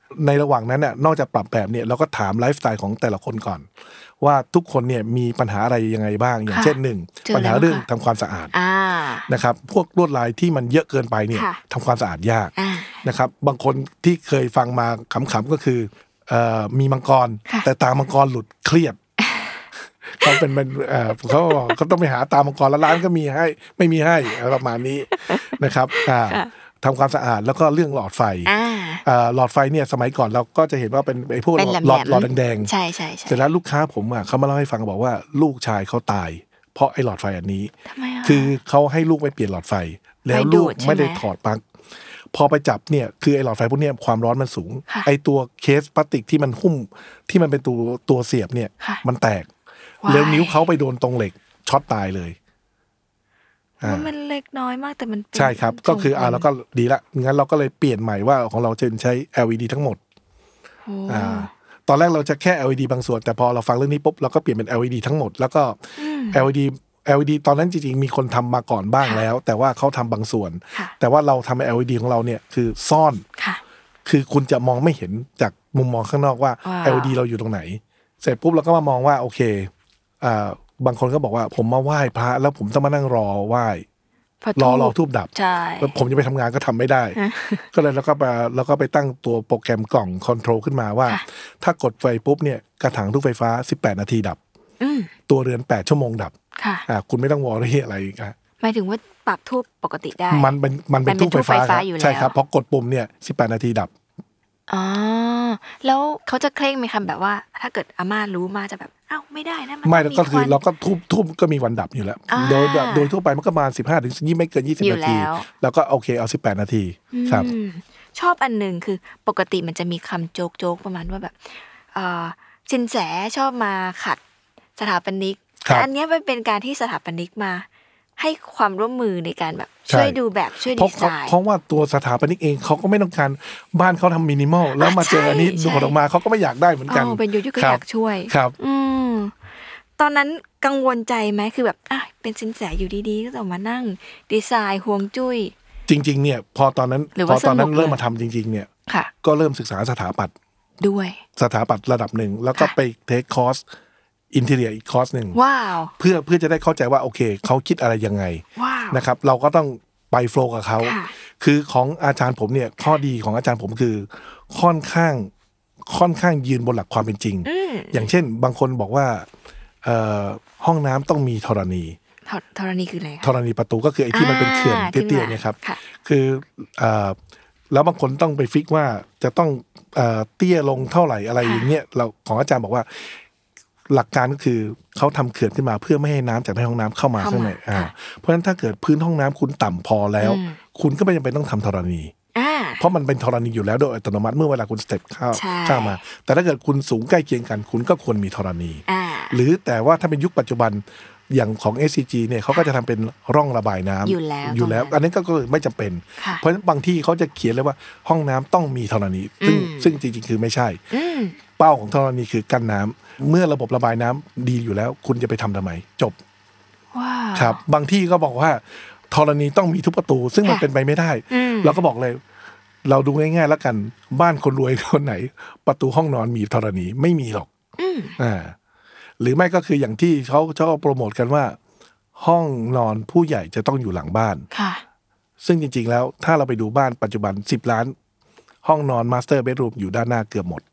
ในระหว่างนั้นน่ะนอกจากปรับแบบเนี่ยเราก็ถามไลฟ์สไตล์ของแต่ละคนก่อนว่าทุกคนเนี่ยมีปัญหาอะไรยังไงบ้างอย่างเช่น1ปัญหาเรื่องทำความสะอาดนะครับพวกลวดลายที่มันเยอะเกินไปเนี่ยทำความสะอาดยากนะครับบางคนที่เคยฟังมาขำๆก็คือมีมังกรแต่ตามังกรหลุดเครียดเขาเป็นเขาต้องไปหาตามังกรแล้วร้านก็มีให้ไม่มีให้ประมาณนี้นะครับทำความสะอาดแล้วก็เรื่องหลอดไฟหลอดไฟเนี่ยสมัยก่อนเราก็จะเห็นว่าเป็นไอ้พวกหลอดแดงๆใช่ๆๆแต่แล้วลูกค้าผมเขามาเล่าให้ฟังบอกว่าลูกชายเขาตายเพราะไอ้หลอดไฟอันนี้คือเขาให้ลูกไปเปลี่ยนหลอดไฟแล้วลูกไม่ได้ถอดปลั๊กพอไปจับเนี่ยคือไอ้หลอดไฟพวกนี้ความร้อนมันสูงไอ้ตัวเคสพลาสติกที่มันหุ้มที่มันเป็นตัวเสียบเนี่ยมันแตกแล้วนิ้วเขาไปโดนตรงเหล็กช็อตตายเลยมันเล็กน้อยมากแต่มันใช่ครับก็คือแล้วก็ดีละงั้นเราก็เลยเปลี่ยนใหม่ว่าของเราจะใช้ LED ทั้งหมดตอนแรกเราจะแค่ LED บางส่วนแต่พอเราฟังเรื่องนี้ปุ๊บเราก็เปลี่ยนเป็น LED ทั้งหมดแล้วก็ LED ตอนนั้นจริงๆมีคนทำมาก่อนบ้างแล้วแต่ว่าเขาทำบางส่วนแต่ว่าเราทำ LED ของเราเนี่ยคือซ่อนคือคุณจะมองไม่เห็นจากมุมมองข้างนอกว่า LED เราอยู่ตรงไหนเสร็จปุ๊บเราก็มามองว่าโอเคบางคนก็บอกว่าผมมาไหว้พระแล้วผมต้องมานั่งรอไหว้รอทูบดับแล้วผมจะไปทำงานก็ทำไม่ได้ก็เลยแล้วก็ไปตั้งตัวโปรแกรมกล่องคอนโทรลขึ้นมาว่าถ้ากดไฟปุ๊บเนี่ยกระถางทุกไฟฟ้า18นาทีดับตัวเรือน8ชั่วโมงดับคุณไม่ต้องวอรี่อะไรอีกหมายถึงว่าปรับทูบปกติได้มันเป็นทูบไฟฟ้าใช่ครับพอกดปุ่มเนี่ย18นาทีดับแล้วเขาจะเคร่งไหมคะแบบว่าถ้าเกิดอาม่ารู้มาจะแบบอ้าวไม่ได้นะไม่ก็คือเราก็ทูบก็มีวันดับอยู่แล้วโดยทั่วไปมันก็ประมาณ15ถึงไม่เกิน20นาทีแล้วก็โอเคเอา18นาทีครับชอบอันนึงคือปกติมันจะมีคำโจ๊กประมาณว่าแบบสินแสชอบมาขัดสถาปนิกแต่อันนี้มันเป็นการที่สถาปนิกมาให้ความร่วมมือในการแบบช่วยดูแบบช่วยดีไซน์เพราะว่าตัวสถาปนิกเองเขาก็ไม่ต้องการบ้านเขาทำมินิมอลแล้วมาเจออันนี้โดดออกมาเขาก็ไม่อยากได้เหมือนกันเป็นยุก็อยากช่วยครับตอนนั้นกังวลใจไหมคือแบบเป็นสินแสอยู่ดีๆก็ต้องมานั่งดีไซน์ฮวงจุ้ยจริงๆเนี่ยพอตอนนั้นเริ่มมาทำจริงๆเนี่ยก็เริ่มศึกษาสถาปัตย์ด้วยสถาปัตย์ระดับหนึ่งแล้วก็ไปเทคคอร์สอินทีเรียอีกคอร์สหนึ่งเพื่อจะได้เข้าใจว่าโอเคเขาคิดอะไรยังไงนะครับเราก็ต้องไปโฟล์กับเขาคือของอาจารย์ผมเนี่ยข้อดีของอาจารย์ผมคือค่อนข้างยืนบนหลักความเป็นจริงอย่างเช่นบางคนบอกว่าห้องน้ำต้องมีธรณีคืออะไรธรณีประตูก็คือไอ้ที่มันเป็นเขื่อนเตี้ยๆเนี่ยครับคือแล้วบางคนต้องไปฟิกว่าจะต้องเตี้ยลงเท่าไหร่อะไรอย่างเงี้ยเราของอาจารย์บอกว่าหลักการก็คือเขาทำเขื่อนขึ้นมาเพื่อไม่ให้น้ำจากในห้องน้ำเข้ามาข้างในเพราะฉะนั้นถ้าเกิดพื้นห้องน้ำคุณต่ำพอแล้วคุณก็ไม่จำเป็นต้องทำธรณีเพราะมันเป็นธรณีอยู่แล้วโดยอัตโนมัติเมื่อเวลาคุณสเต็ปเข้ามาแต่ถ้าเกิดคุณสูงใกล้เคียงกันคุณก็ควรมีธรณีหรือแต่ว่าถ้าเป็นยุคปัจจุบันอย่างของ SCG เนี่ยเขาก็จะทำเป็นร่องระบายน้ำอยู่แล้วอันนี้ก็ไม่จำเป็นเพราะฉะนั้นบางที่เขาจะเขียนเลยว่าห้องน้ำต้องมีธรณีซึ่งจริงๆคือไม่ใช่เป้าของธรณีคือกั้นน้ำเมื่อระบบระบายน้ำดีอยู่แล้วคุณจะไปทำไมจบครับบางที่ก็บอกว่าธรณีต้องมีทุกประตูซึ่งมันเป็นไปไม่ได้เราก็บอกเลยเราดูง่ายๆแล้วกันบ้านคนรวยคนไหนประตูห้องนอนมีธรณีไม่มีหรอกหรือไม่ก็คืออย่างที่เขาชอบโปรโมทกันว่าห้องนอนผู้ใหญ่จะต้องอยู่หลังบ้านซึ่งจริงๆแล้วถ้าเราไปดูบ้านปัจจุบัน10 ล้านห้องนอนมาสเตอร์เบดรูมอยู่ด้านหน้าเกือบหมด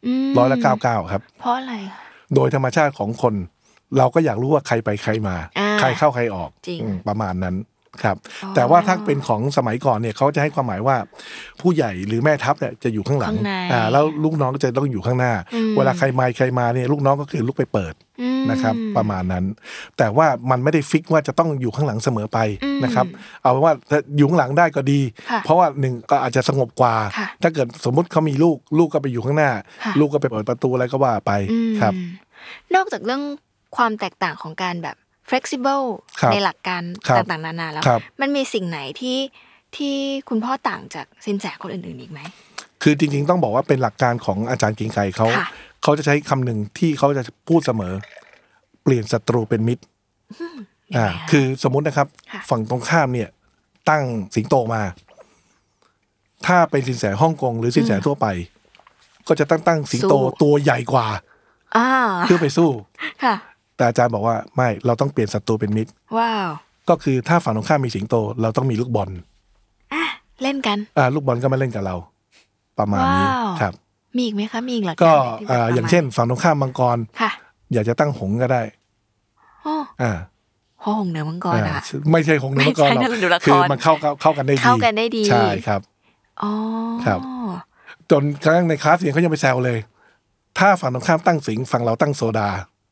99%ครับเพราะอะไรโดยธรรมชาติของคนเราก็อยากรู้ว่าใครไปใครมาใครเข้าใครออกประมาณนั้นครับแต่ว่าถ้าเป็นของสมัยก่อนเนี่ยเขาจะให้ความหมายว่าผู้ใหญ่หรือแม่ทัพเนี่ยจะอยู่ข้างหลังแล้วลูกน้องก็จะต้องอยู่ข้างหน้าเวลาใครมาเนี่ยลูกน้องก็คือลุกไปเปิดนะครับประมาณนั้นแต่ว่ามันไม่ได้ฟิกว่าจะต้องอยู่ข้างหลังเสมอไปนะครับเอาเป็นว่าอยู่ข้างหลังได้ก็ดีเพราะว่าหนึ่งก็อาจจะสงบกว่าถ้าเกิดสมมติเขามีลูกก็ไปอยู่ข้างหน้าลูกก็ไปเปิดประตูอะไรก็ว่าไปครับนอกจากเรื่องความแตกต่างของการแบบ flexible ในหลักการต่างๆนานาแล้วมันมีสิ่งไหนที่คุณพ่อต่างจากสินแสคนอื่นๆอีกไหมคือจริงๆต้องบอกว่าเป็นหลักการของอาจารย์กิ่งไก่เขาจะใช้คำหนึ่งที่เขาจะพูดเสมอเปลี่ยนศัตรูเป็นมิตรคือสมมุตินะครับฝั่งตรงข้ามเนี่ยตั้งสิงโตมาถ้าเป็นสินแสฮ่องกงหรือสินแสทั่วไปก็จะตั้งสิงโตตัวใหญ่กว่าเพื่อไปสู้ค่ะแต่อาจารย์บอกว่าไม่เราต้องเปลี่ยนศัตรูเป็นมิตรว้าวก็คือถ้าฝั่งตรงข้ามมีสิงโตเราต้องมีลูกบอลเล่นกันลูกบอลก็มาเล่นกับเราประมาณนี้ครับมีอีกไหมคะมีอีกหรอก็อย่างเช่นฝั่งตรงข้ามมังกรอยากจะตั้งหงส์ก็ได้หงส์เหนือมังกรไม่ใช่หงส์เหนือมังกรหรอกคือมันเข้ากันได้ดีใช่ครับครับจนครั้งในคลาสเรียนเขายังไปแซวเลยถ้าฝั่งตรงข้ามตั้งสิงห์ฝั่งเราตั้งโซดา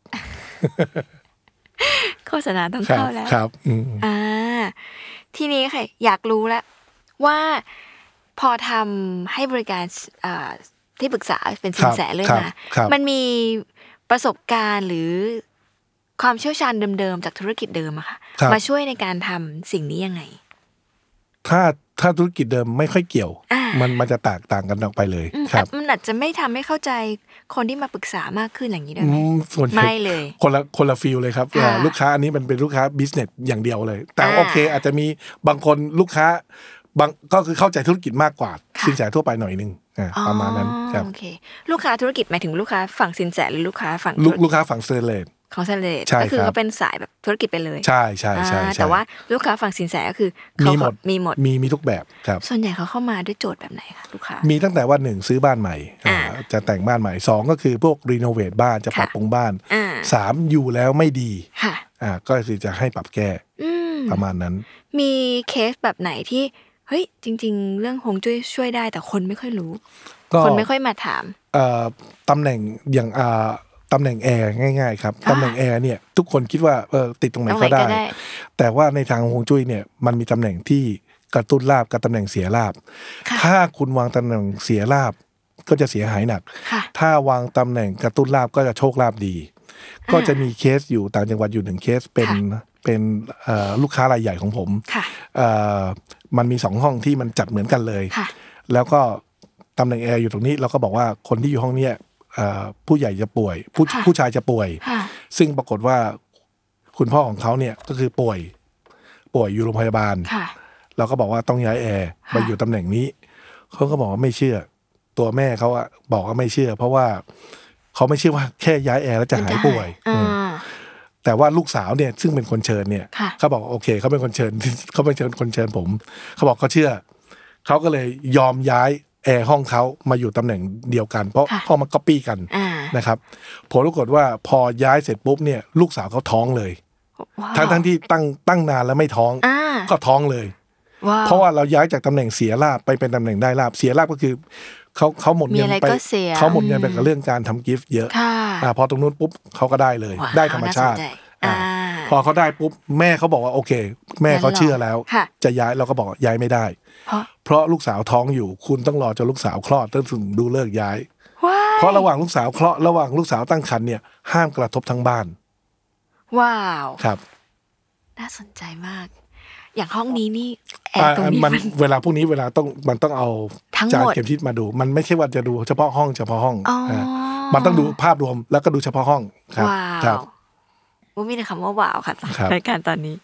โฆษณาต้องเข้าแล้วครับทีนี้ค่ะอยากรู้แล้วว่าพอทำให้บริการที่ปรึกษาเป็นสินแสเลยนะมันมีประสบการณ์หรือความเชี่ยวชาญเดิมๆจากธุรกิจเดิมอะค่ะมาช่วยในการทำสิ่งนี้ยังไงถ้าธุรกิจเดิมไม่ค่อยเกี่ยวมันจะแตกต่างกันออกไปเลยครับมันอาจจะไม่ทำให้เข้าใจคนที่มาปรึกษามากขึ้นอย่างนี้ได้ไหมไม่เลยคนละฟีลเลยครับลูกค้าอันนี้มันเป็นลูกค้าบิสเนสอย่างเดียวเลยแต่โอเคอาจจะมีบางคนลูกค้าบางก็คือเข้าใจธุรกิจมากกว่าสินแสทั่วไปหน่อยนึงประมาณนั้นครับโอเคลูกค้าธุรกิจหมายถึงลูกค้าฝั่งสินแสหรือลูกค้าฝั่งลูกค้าฝั่งเซเลสของเซเลสก็คือเขาเป็นสายแบบธุรกิจไปเลยใช่แต่ว่าลูกค้าฝั่งสินแสก็คือมีหมดมีทุกแบบครับส่วนใหญ่เขาเข้ามาด้วยโจทย์แบบไหนคะลูกค้ามีตั้งแต่ว่า1ซื้อบ้านใหม่จะแต่งบ้านใหม่2ก็คือพวกรีโนเวทบ้านจะปรับปรุงบ้าน3อยู่แล้วไม่ดีก็คือจะให้ปรับแก้ประมาณนั้นมีเคสแบบไหนที่เฮ้ยจริงๆเรื่องฮวงจุ้ยช่วยได้แต่คนไม่ค่อยรู้คนไม่ค่อยมาถามตำแหน่งอย่างตำแหน่งแอร์ง่ายๆครับตำแหน่งแอร์เนี่ยทุกคนคิดว่าติดตรงไหนก็ได้แต่ว่าในทางฮวงจุ้ยเนี่ยมันมีตำแหน่งที่กระตุ้นลาภกับตำแหน่งเสียลาภถ้าคุณวางตำแหน่งเสียลาภก็จะเสียหายหนักถ้าวางตำแหน่งกระตุ้นลาภก็จะโชคลาภดีก็จะมีเคสอยู่ต่างจังหวัดอยู่1เคสเป็นลูกค้ารายใหญ่ของผมมันมี2ห้องที่มันจัดเหมือนกันเลยแล้วก็ตำแหน่งแอร์อยู่ตรงนี้เราก็บอกว่าคนที่อยู่ห้องเนี้ยผู้ใหญ่จะป่วยผู้ชายจะป่วยซึ่งปรากฏว่าคุณพ่อของเขาเนี่ยก็คือป่วยอยู่โรงพยาบาลเราก็บอกว่าต้องย้ายแอร์ไปอยู่ตำแหน่งนี้เขาก็บอกว่าไม่เชื่อตัวแม่เขาอะบอกว่าไม่เชื่อเพราะว่าเขาไม่เชื่อว่าแค่ย้ายแอร์แล้วจะหายป่วยแต่ว่าลูกสาวเนี่ยซึ่งเป็นคนเชิญเนี่ยเขาบอกโอเคเขาเป็นคนเชิญคนเชิญผมเขาบอกเขาเชื่อเขาก็เลยยอมย้ายแอร์ห้องเขามาอยู่ตำแหน่งเดียวกันเพราะพอมันก๊อปปี้กันนะครับผลปรากฏว่าพอย้ายเสร็จปุ๊บเนี่ยลูกสาวเขาท้องเลยทั้งที่ตั้งนานแล้วไม่ท้องก็ท้องเลยเพราะว่าเราย้ายจากตำแหน่งเสียลาภไปเป็นตำแหน่งได้ลาภเสียลาภก็คือเขาหมดเงินไปเขาหมดเงินไปกับเรื่องการทำกิฟต์เยอะพอตรงนู้นปุ๊บเขาก็ได้เลยได้ธรรมชาติพอเขาได้ปุ๊บแม่เขาบอกว่าโอเคแม่เขาเชื่อแล้วจะย้ายเราก็บอกย้ายไม่ได้เพราะลูกสาวท้องอยู่คุณต้องรอจนลูกสาวคลอดถึงดูเลิกย้ายเพราะระหว่างลูกสาวระหว่างลูกสาวตั้งครรภ์เนี่ยห้ามกระทบทั้งบ้านว้าวครับน่าสนใจมากอย่างห้องนี้นี่แอบตรงนี้มันเวลาพวกนี้เวลามันต้องเอาจานเข็มทิศมาดูมันไม่ใช่ว่าจะดูเฉพาะห้องมันต้องดูภาพรวมแล้วก็ดูเฉพาะห้องครับครับว่ามีแต่คำว่าว้าวค่ะรายการตอนนี้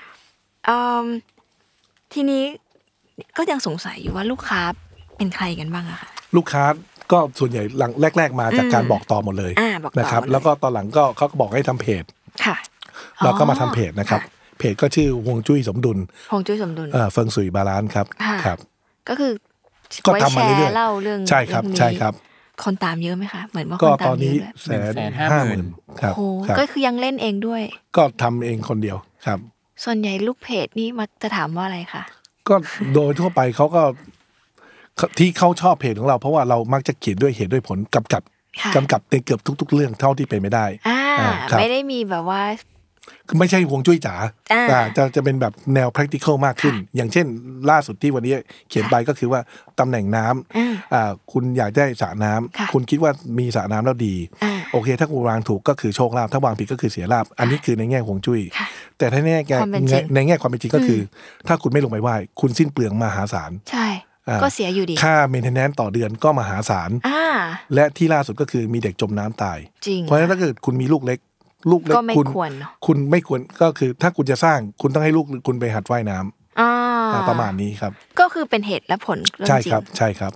ทีนี้ก็ยังสงสัยอยู่ว่าลูกค้าเป็นใครกันบ้างอะค่ะลูกค้าก็ส่วนใหญ่หลังแรกๆมาจากการบอกต่อหมดเลยนะครับแล้วก็ตอนหลังก็เขาก็บอกให้ทำเพจเราก็มาทำเพจนะครับเพจก็ชื่อฮวงจุ้ยสมดุลฮวงจุ้ยสมดุลเฟิงสุยบาลานซ์ครับก็คือก็ทำมาเรื่อยๆเล่าเรื่องใช่ครับคนตามเยอะไหมคะเหมือนว่าคนตามเยอะ 150,000ครับก็คือยังเล่นเองด้วยก็ทำเองคนเดียวครับส่วนใหญ่ลูกเพจนี่มักจะถามว่าอะไรคะก็โดยทั่วไปเขาก็ที่เขาชอบเพจของเราเพราะว่าเรามักจะเขียนด้วยเหตุด้วยผลกำกับในเกือบทุกๆเรื่องเท่าที่เป็นไม่ได้ไม่ได้มีแบบว่าคือไม่ใช่ฮวงจุ้ยจ๋าจะเป็นแบบแนว practical มากขึ้นอย่างเช่นล่าสุดที่วันนี้เขียนไปก็คือว่าตำแหน่งน้ำคุณอยากได้สระน้ำคุณคิดว่ามีสระน้ำแล้วดีโอเคถ้าคุณวางถูกก็คือโชคลาภถ้าวางผิดก็คือเสียลาภอันนี้คือในแง่ฮวงจุ้ยแต่ถ้าในแง่ความเป็นจริงก็คือถ้าคุณไม่ลงไปไหว้คุณสิ้นเปลืองมหาศาลใช่ก็เสียอยู่ดีค่า maintenance ต่อเดือนก็มหาศาลและที่ล่าสุดก็คือมีเด็กจมน้ำตายเพราะฉะนั้นถ้าเกิดคุณมีลูกเล็กคุณไม่ควรก็คือถ้าคุณจะสร้างคุณต้องให้ลูกคุณไปหัดว่ายน้ำประมาณนี้ครับก็คือเป็นเหตุและผลใช่ครับใช่ครับ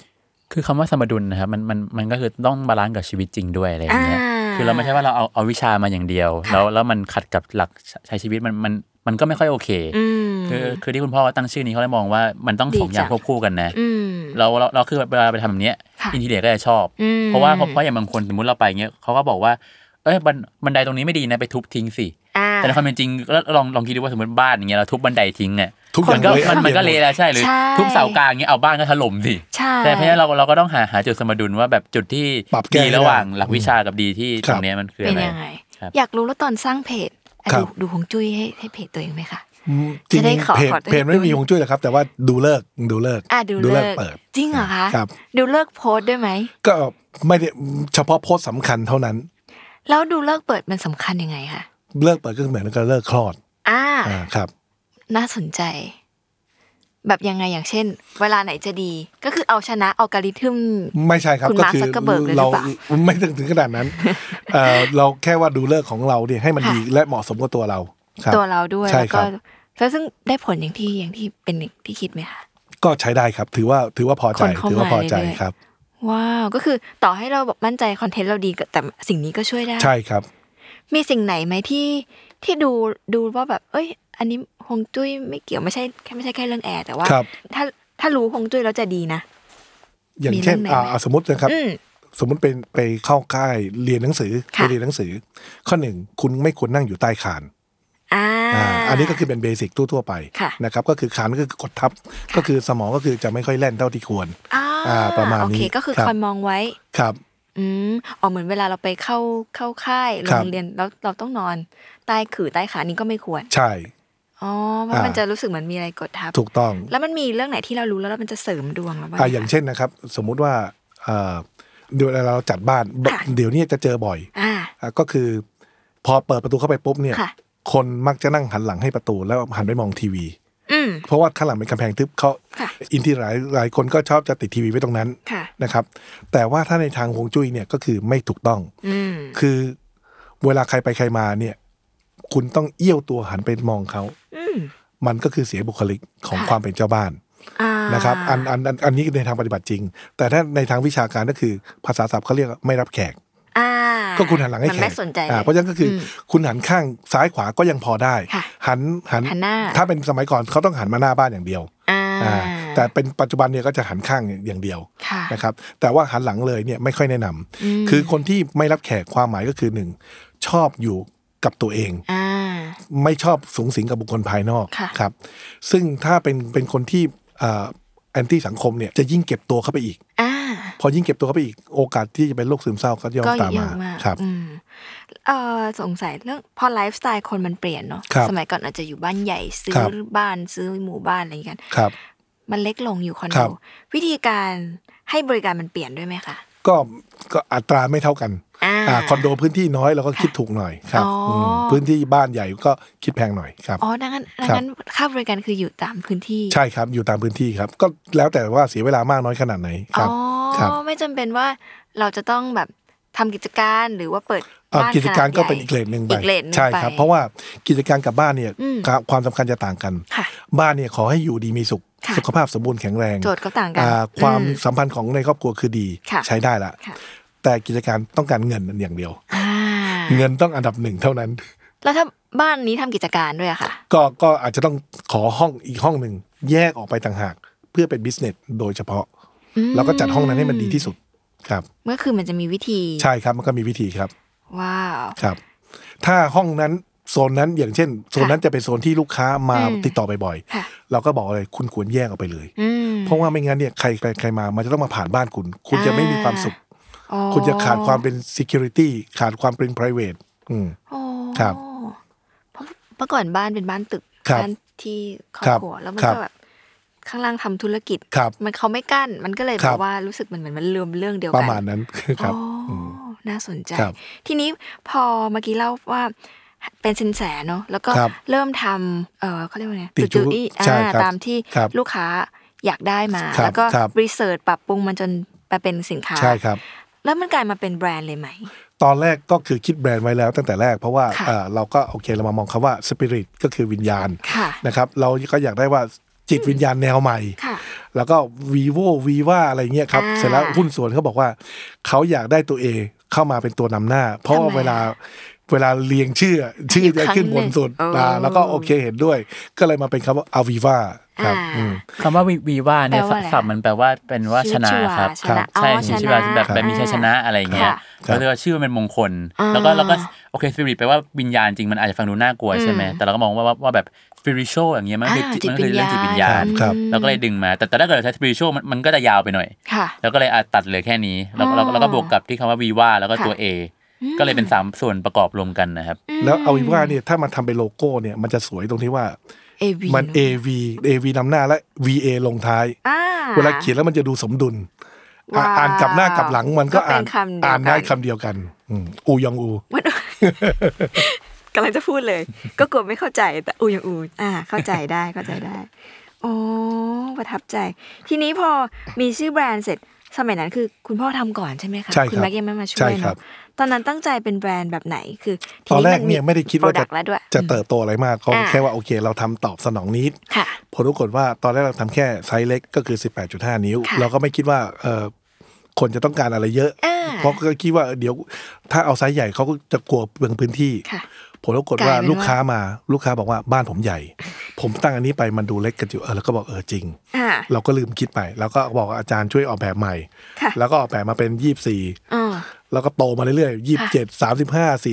คือคำว่าสมดุลนะครับมันก็คือต้องบาลานซ์กับชีวิตจริงด้วยอะไรอย่างเงี้ยคือเราไม่ใช่ว่าเราเอาวิชามาอย่างเดียวแล้วมันขัดกับหลักใช้ชีวิตมันก็ไม่ค่อยโอเคคือที่คุณพ่อตั้งชื่อนี้เขาเลยมองว่ามันต้องสองอย่างควบคู่กันนะเราคือเวลาไปทำแบบนี้อินทีเรียก็จะชอบเพราะอย่างบางคนสมมุติเราไปเงี้ยเขาก็บอกว่าบันไดตรงนี้ไม่ดีนะไปทุบทิ้งสิแต่ในความเป็นจริงลองคิดดูว่าสมมติบ้านอย่างเงี้ยเราทุบบันไดทิ้งเนี่ยมันก็เละแล้วใช่หรือทุบเสากลางเงี้ยเอาบ้านก็ถล่มสิแต่เพราะฉะนั้นเราก็ต้องหาจุดสมดุลว่าแบบจุดที่ดีระหว่างหลักวิชากับดีที่ตรงนี้มันคืออะไรอยากรู้แล้วตอนสร้างเพจดูฮวงจุ้ยให้เพจตัวเองไหมคะจริงเพจไม่มีฮวงจุ้ยหรอกครับแต่ว่าดูเลิกเปิดจริงเหรอคะดูเลิกโพสด้วยไหมก็ไม่ได้เฉพาะโพสสำคัญเท่านั้นแล้วดูเลิกเปิดมันสำคัญยังไงคะเลิกเปิดก็เหมือนกับเลิกคลอดครับน่าสนใจแบบยังไงอย่างเช่นเวลาไหนจะดีก็คือเอาชนะอัลกอริทึมไม่ใช่ครับก็คือเราไม่ถึงขนาดนั้นเราแค่ว่าดูเลิกของเราเนี่ยให้มันดีและเหมาะสมกับตัวเราด้วยแล้วซึ่งได้ผลอย่างที่เป็นที่คิดไหมคะก็ใช้ได้ครับถือว่าพอใจครับว้าวก็คือต่อให้เราแบบมั่นใจคอนเทนต์เราดีแต่สิ่งนี้ก็ช่วยได้ใช่ครับมีสิ่งไหนไหมที่ดูว่าแบบอันนี้ฮวงจุ้ยไม่เกี่ยวไม่ใช่แค่เรื่องแอร์แต่ว่าถ้ารู้ฮวงจุ้ยแล้วจะดีนะอย่างเช่นสมมตินะครับสมมติไปเข้าค่ายเรียนหนังสือข้อหนึ่งคุณไม่ควรนั่งอยู่ใต้คานอันนี้ก็คือเป็นเบสิกทั่วๆไปนะครับก็คือคานก็คือกดทับก็คือสมองก็คือจะไม่ค่อยแล่นเท่าที่ควรประมาณนี้โอเคก็คือคอยมองไว้ครับเหมือนเวลาเราไปเข้าค่ายโรงเรียนแล้วเราต้องนอนใต้ขานี้ก็ไม่ควรใช่เพราะมันจะรู้สึกเหมือนมีอะไรกดทับถูกต้องแล้วมันมีเรื่องไหนที่เรารู้แล้วมันจะเสริมดวงเราบ้างอย่างเช่นนะครับสมมุติว่าเดี๋ยวเราจัดบ้านเดี๋ยวนี้จะเจอบ่อยก็คือพอเปิดประตูเข้าไปปุ๊บเนี่ยคนมักจะนั่งหันหลังให้ประตูแล้วหันไปมองทีวีเพราะว่าข้างหลังเป็นกำแพงทึบเขาอินที่หลายคนก็ชอบจะติดทีวีไว้ตรงนั้นนะครับแต่ว่าถ้าในทางฮวงจุ้ยเนี่ยก็คือไม่ถูกต้องคือเวลาใครไปใครมาเนี่ยคุณต้องเอี้ยวตัวหันไปมองเขามันก็คือเสียบุคลิกของความเป็นเจ้าบ้านนะครับอันนี้ในทางปฏิบัติจริงแต่ถ้าในทางวิชาการก็คือภาษาศัพท์เขาเรียกไม่รับแขกก็คุณหันหลังให้แขกเพราะฉะนั้นก็คือคุณหันข้างซ้ายขวาก็ยังพอได้หันถ้าเป็นสมัยก่อนเขาต้องหันมาหน้าบ้านอย่างเดียวแต่เป็นปัจจุบันเนี่ยก็จะหันข้างอย่างเดียวนะครับแต่ว่าหันหลังเลยเนี่ยไม่ค่อยแนะนำคือคนที่ไม่รับแขกความหมายก็คือ1ชอบอยู่กับตัวเองไม่ชอบสุงสิงกับบุคคลภายนอกครับซึ่งถ้าเป็นคนที่แอนตี้สังคมเนี่ยจะยิ่งเก็บตัวเข้าไปอีกพอยิ่งเก็บตัวเข้าไปอีกโอกาสที่จะเป็นโรคซึมเศร้าก็ย่อมตามมาครับสงสัยเรื่องพอไลฟ์สไตล์คนมันเปลี่ยนเนาะสมัยก่อนอาจจะอยู่บ้านใหญ่ซื้อบ้านซื้อหมู่บ้านอะไรกันมันเล็กลงอยู่คอนโดวิธีการให้บริการมันเปลี่ยนด้วยไหมคะก็อัตราไม่เท่ากันคอนโดพื้นที่น้อยเราก็คิดถูกหน่อยครับพื้นที่บ้านใหญ่ก็คิดแพงหน่อยครับดังนั้นค่าบริการคืออยู่ตามพื้นที่ใช่ครับอยู่ตามพื้นที่ครับก็แล้วแต่ว่าเสียเวลามากน้อยขนาดไหนครับไม่จำเป็นว่าเราจะต้องแบบทำกิจการหรือว่าเปิดกิจการก็เป็นอีกเลนหนึ่งไปใช่ครับเพราะว่ากิจการกับบ้านเนี่ยความสำคัญจะต่างกันบ้านเนี่ยขอให้อยู่ดีมีสุขสุขภาพสมบูรณ์แข็งแรงโจทย์ก็ต่างกันความสัมพันธ์ของในครอบครัวคือดีใช้ได้ละแต่กิจการต้องการเงินอย่างเดียวเงินต้องอันดับ1เท่านั้นแล้วถ้าบ้านนี้ทำกิจการด้วยอะค่ะก็อาจจะต้องขอห้องอีกห้องหนึ่งแยกออกไปต่างหากเพื่อเป็นบิสเนสโดยเฉพาะแล้วก็จัดห้องนั้นให้มันดีที่สุดครับเมื่อคือมันจะมีวิธีใช่ครับมันก็มีวิธีครับว้าวครับถ้าห้องนั้นโซนนั้นอย่างเช่นโซนนั้นจะเป็นโซนที่ลูกค้ามาติดต่อบ่อยๆเราก็บอกเลยคุณควรแยกออกไปเลยเพราะว่าไม่งั้นเนี่ยใครมามันจะต้องมาผ่านบ้านคุณจะไม่มีความสุขคุณจะขาดความเป็น security ขาดความเป็น private ครับเมื่อก่อนบ้านเป็นบ้านตึกบ้านที่ครอบครัวแล้วมันก็แบบข้างล่างทำธุรกิจมันเขาไม่กั้นมันก็เลยแบบว่ารู้สึกเหมือนมันรวมเรื่องเดียวกันประมาณนั้นครับน่าสนใจทีนี้พอเมื่อกี้เล่าว่าเป็นสินแสเนาะแล้วก็เริ่มทำเขาเรียกว่าไงจุดตามที่ลูกค้าอยากได้มาแล้วก็รีเสิร์ชปรับปรุงมันจนมาเป็นสินค้าใช่ครับแล้วมันกลายมาเป็นแบรนด์เลยไหมตอนแรกก็คือคิดแบรนด์ไว้แล้วตั้งแต่แรกเพราะว่าเราก็โอเคเรามามองคำว่าสปิริตก็คือวิญญาณนะครับเราก็อยากได้ว่าจิตวิญญาณแนวใหม่แล้วก็ vivo viva อะไรเงี้ยครับเสร็จแล้วหุ้นส่วนเขาบอกว่าเขาอยากได้ตัว A เข้ามาเป็นตัวนำหน้าเพราะว่าเวลาเรียงชื่อจะขึ้นบนสุดแล้วก็โอเคเห็นด้วยก็เลยมาเป็นคำว่า Aviva ครับคำว่าวีว่าเนี่ยศัพท์มันแปลว่าเป็นว่าชนะครับใช่ชีวาแบบมีชัยชนะอะไรเงี้ยแล้วก็ชื่อมันเป็นมงคลแล้วก็โอเคสปิริตแปลว่าวิญญาณจริงมันอาจจะฟังดูน่ากลัวใช่ไหมแต่เราก็มองว่าแบบ spiritual อย่างเงี้ยมันคือเรื่องจิตวิญญาณแล้วก็เลยดึงมาแต่ถ้าเกิดใช้ spiritual มันก็จะยาวไปหน่อยแล้วก็เลยตัดเหลือแค่นี้แล้วก็บวกกับที่คำว่าวีว่าแล้วก็ตัว Aก็เลยเป็น3ส่วนประกอบรวมกันนะครับแล้วเอาวิว่าเนี่ยถ้ามันทำเป็นโลโก้เนี่ยมันจะสวยตรงที่ว่ามัน AV นำหน้าและ VA ลงท้ายเวลาเขียนแล้วมันจะดูสมดุลอ่านกลับหน้ากลับหลังมันก็อ่านได้คำเดียวกันอูยองอูกำลังจะพูดเลยก็กลัวไม่เข้าใจแต่อูยองอูเข้าใจได้โอ้ประทับใจทีนี้พอมีชื่อแบรนด์เสร็จสมัยนั้นคือคุณพ่อทำก่อนใช่ไหมคะคุณแม็กยังไม่มาช่วยเนาะตอนนั้นตั้งใจเป็นแบรนด์แบบไหนคือตอนแรกเนี่ยไม่ได้คิดว่าจะเติบโตอะไรมากเขาแค่ว่าโอเคเราทำตอบสนองนิดผลปรากฏว่าตอนแรกเราทำแค่ไซส์เล็กก็คือ 18.5 นิ้วเราก็ไม่คิดว่าคนจะต้องการอะไรเยอะเพราะก็คิดว่าเดี๋ยวถ้าเอาไซส์ใหญ่เขาก็จะกลัวเปลืองพื้นที่ผลปรากฏว่าลูกค้าบอกว่าบ้านผมใหญ่ผมตั้งอันนี้ไปมันดูเล็กกันอยู่แล้วก็บอกจริงเราก็ลืมคิดไปแล้วก็บอกอาจารย์ช่วยออกแบบใหม่แล้วก็ออกแบบมาเป็น24แล้วก็โตมาเรื่อยๆ27 35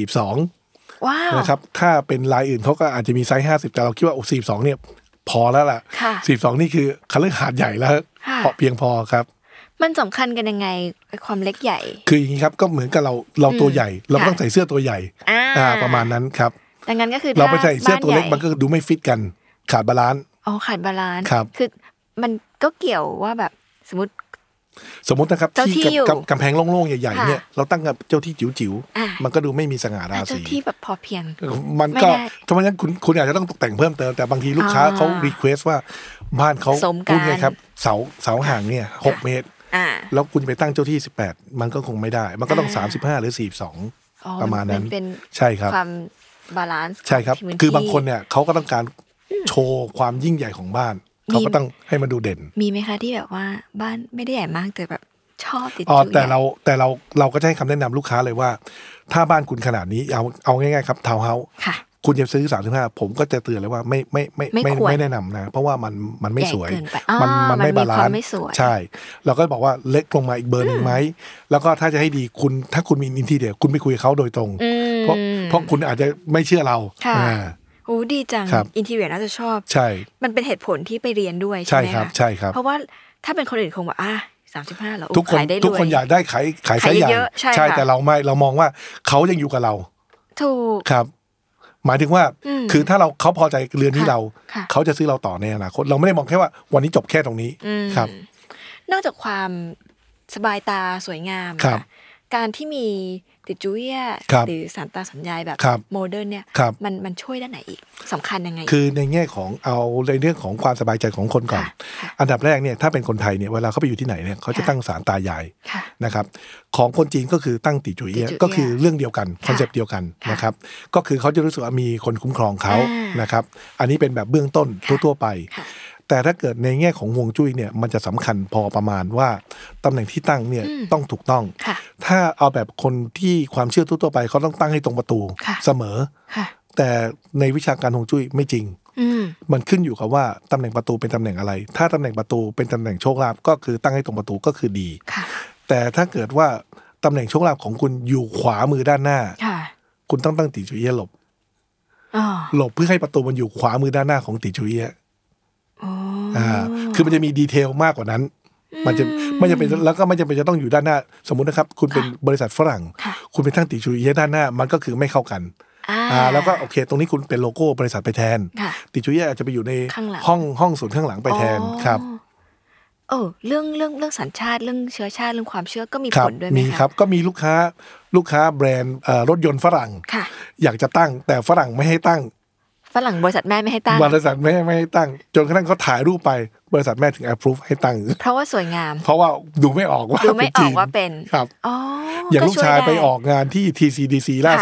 42 ว้าวนะครับถ้าเป็นรายอื่นเขาก็อาจจะมีไซส์50แต่เราคิดว่า42เนี่ยพอแล้วล่ะ42นี่คือคฤหาสน์ใหญ่แล้วเพียงพอครับมันสำคัญกันยังไงความเล็กใหญ่คืออย่างนี้ครับก็เหมือนกับเราตัวใหญ่เราต้องใส่เสื้อตัวใหญ่ประมาณนั้นครับดังนั้นก็คือเราไปใส่เสื้อตัวเล็กมันก็ดูไม่ฟิตกันขาดบาลานซ์ขาดบาลานซ์คือมันก็เกี่ยวว่าแบบสมมตินะครับที่กำแพงโล่งๆใหญ่ๆเนี่ยเราตั้งกับเจ้าที่จิ๋วๆมันก็ดูไม่มีสง่าราศีเจ้าที่แบบพอเพียงมันก็เพราะฉะนั้นคุณอาจจะต้องตกแต่งเพิ่มเติมแต่บางทีลูกค้าเขารีเควสว่าบ้านเขาพูดไงครับเสาห่างเนี่ย6 เมตรแล้วคุณไปตั้งเจ้าที่18มันก็คงไม่ได้มันก็ต้อง35หรือ42ประมาณนั้นใช่ครับความบาลานซ์ใช่ครับคือบางคนเนี่ยเขาก็ต้องการโชว์ความยิ่งใหญ่ของบ้านเขาก็ต้องให้มันดูเด่นมีไหมคะที่แบบว่าบ้านไม่ได้ใหญ่มากแต่แบบชอบติดแต่เราก็จะให้คำแนะนำลูกค้าเลยว่าถ้าบ้านคุณขนาดนี้เอาง่ายๆครับทาวน์เฮาส์คุณจะซื้อ35ผมก็จะเตือนเลยว่าไม่แนะนำนะเพราะว่ามันไม่สวยมันไม่บาลานซ์ใช่เราก็บอกว่าเล็กลงมาอีกเบอร์นึงไหมแล้วก็ถ้าจะให้ดีถ้าคุณมีอินทีเดียคุณไปคุยกับเขาโดยตรงเพราะคุณอาจจะไม่เชื่อเราโอ้ดีจังอินทีเรียน่าจะชอบใช่มันเป็นเหตุผลที่ไปเรียนด้วยใช่ไหมคะใช่ครับเพราะว่าถ้าเป็นคนอื่นคงแบบ35แล้วทุกคนอยากได้ขายไซส์ใหญ่ใช่แต่เรามองว่าเขายังอยู่กับเราถูกครับหมายถึงว่าคือถ้าเขาพอใจเรือนที่เขาจะซื้อเราต่อในอนาคตเราไม่ได้มองแค่ว่าวันนี้จบแค่ตรงนี้ครับนอกจากความสบายตาสวยงามการที่มีติดจุ้ยหรือสารตาสัญญาแบบโมเดิร์นเนี่ยมันช่วยด้านไหนอีกสำคัญยังไงคือในแง่ของเอาในเรื่องของความสบายใจของคนก่อนอันดับแรกเนี่ยถ้าเป็นคนไทยเนี่ยเวลาเขาไปอยู่ที่ไหนเนี่ยเขาจะตั้งศาลตายายนะครับของคนจีนก็คือตั้งติจุ้ยก็คือเรื่องเดียวกันคอนเซปต์เดียวกันนะครับก็คือเขาจะรู้สึกว่ามีคนคุ้มครองเขานะครับอันนี้เป็นแบบเบื้องต้นทั่วไปแต่ถ้าเกิดในแง่ของฮวงจุ้ยเนี่ยมันจะสำคัญพอประมาณว่าตำแหน่งที่ตั้งเนี่ยต้องถูกต้องถ้าเอาแบบคนที่ความเชื่อทั่วไปเขาต้องตั้งให้ตรงประตูเสมอแต่ในวิชาการฮวงจุ้ยไม่จริงมันขึ้นอยู่กับว่าตำแหน่งประตูเป็นตำแหน่งอะไรถ้าตำแหน่งประตูเป็นตำแหน่งโชคลาภก็คือตั้งให้ตรงประตูก็คือดีแต่ถ้าเกิดว่าตำแหน่งโชคลาภของคุณอยู่ขวามือด้านหน้าคุณต้องตั้งติจุ้ยหลบเพื่อให้ประตูมันอยู่ขวามือด้านหน้าของติจุ้ยคือมันจะมีดีเทลมากกว่านั้นมันจะไม่จำเป็นแล้วก็ไม่จำเป็นจะต้องอยู่ด้านหน้าสมมุตินะครับคุณเป็นบริษัทฝรั่งคุณไปตั้งติจุ้ยด้านหน้ามันก็คือไม่เข้ากันแล้วก็โอเคตรงนี้คุณเป็นโลโก้บริษัทไปแทนติจุ้ยอาจจะไปอยู่ในห้องส่วนข้างหลังไปแทนครับเรื่องสัญชาติเรื่องเชื้อชาติเรื่องความเชื่อก็มีผลด้วยไหมมีครับก็มีลูกค้าแบรนด์รถยนต์ฝรั่งอยากจะตั้งแต่ฝรั่งไม่ให้ตั้งฝรั่งบริษัทแม่ไม่ให้ตั้งบริษัทแม่ไม่ให้ตั้งจนกระทั่งเขาถ่ายรูปไปบริษัทแม่ถึง approve ให้ตั้งเพราะว่าสวยงามเพราะว่าดูไม่ออกว่าเป็นครับอย่างลูกชายไปออกงานที่ TCDC ล่าสุด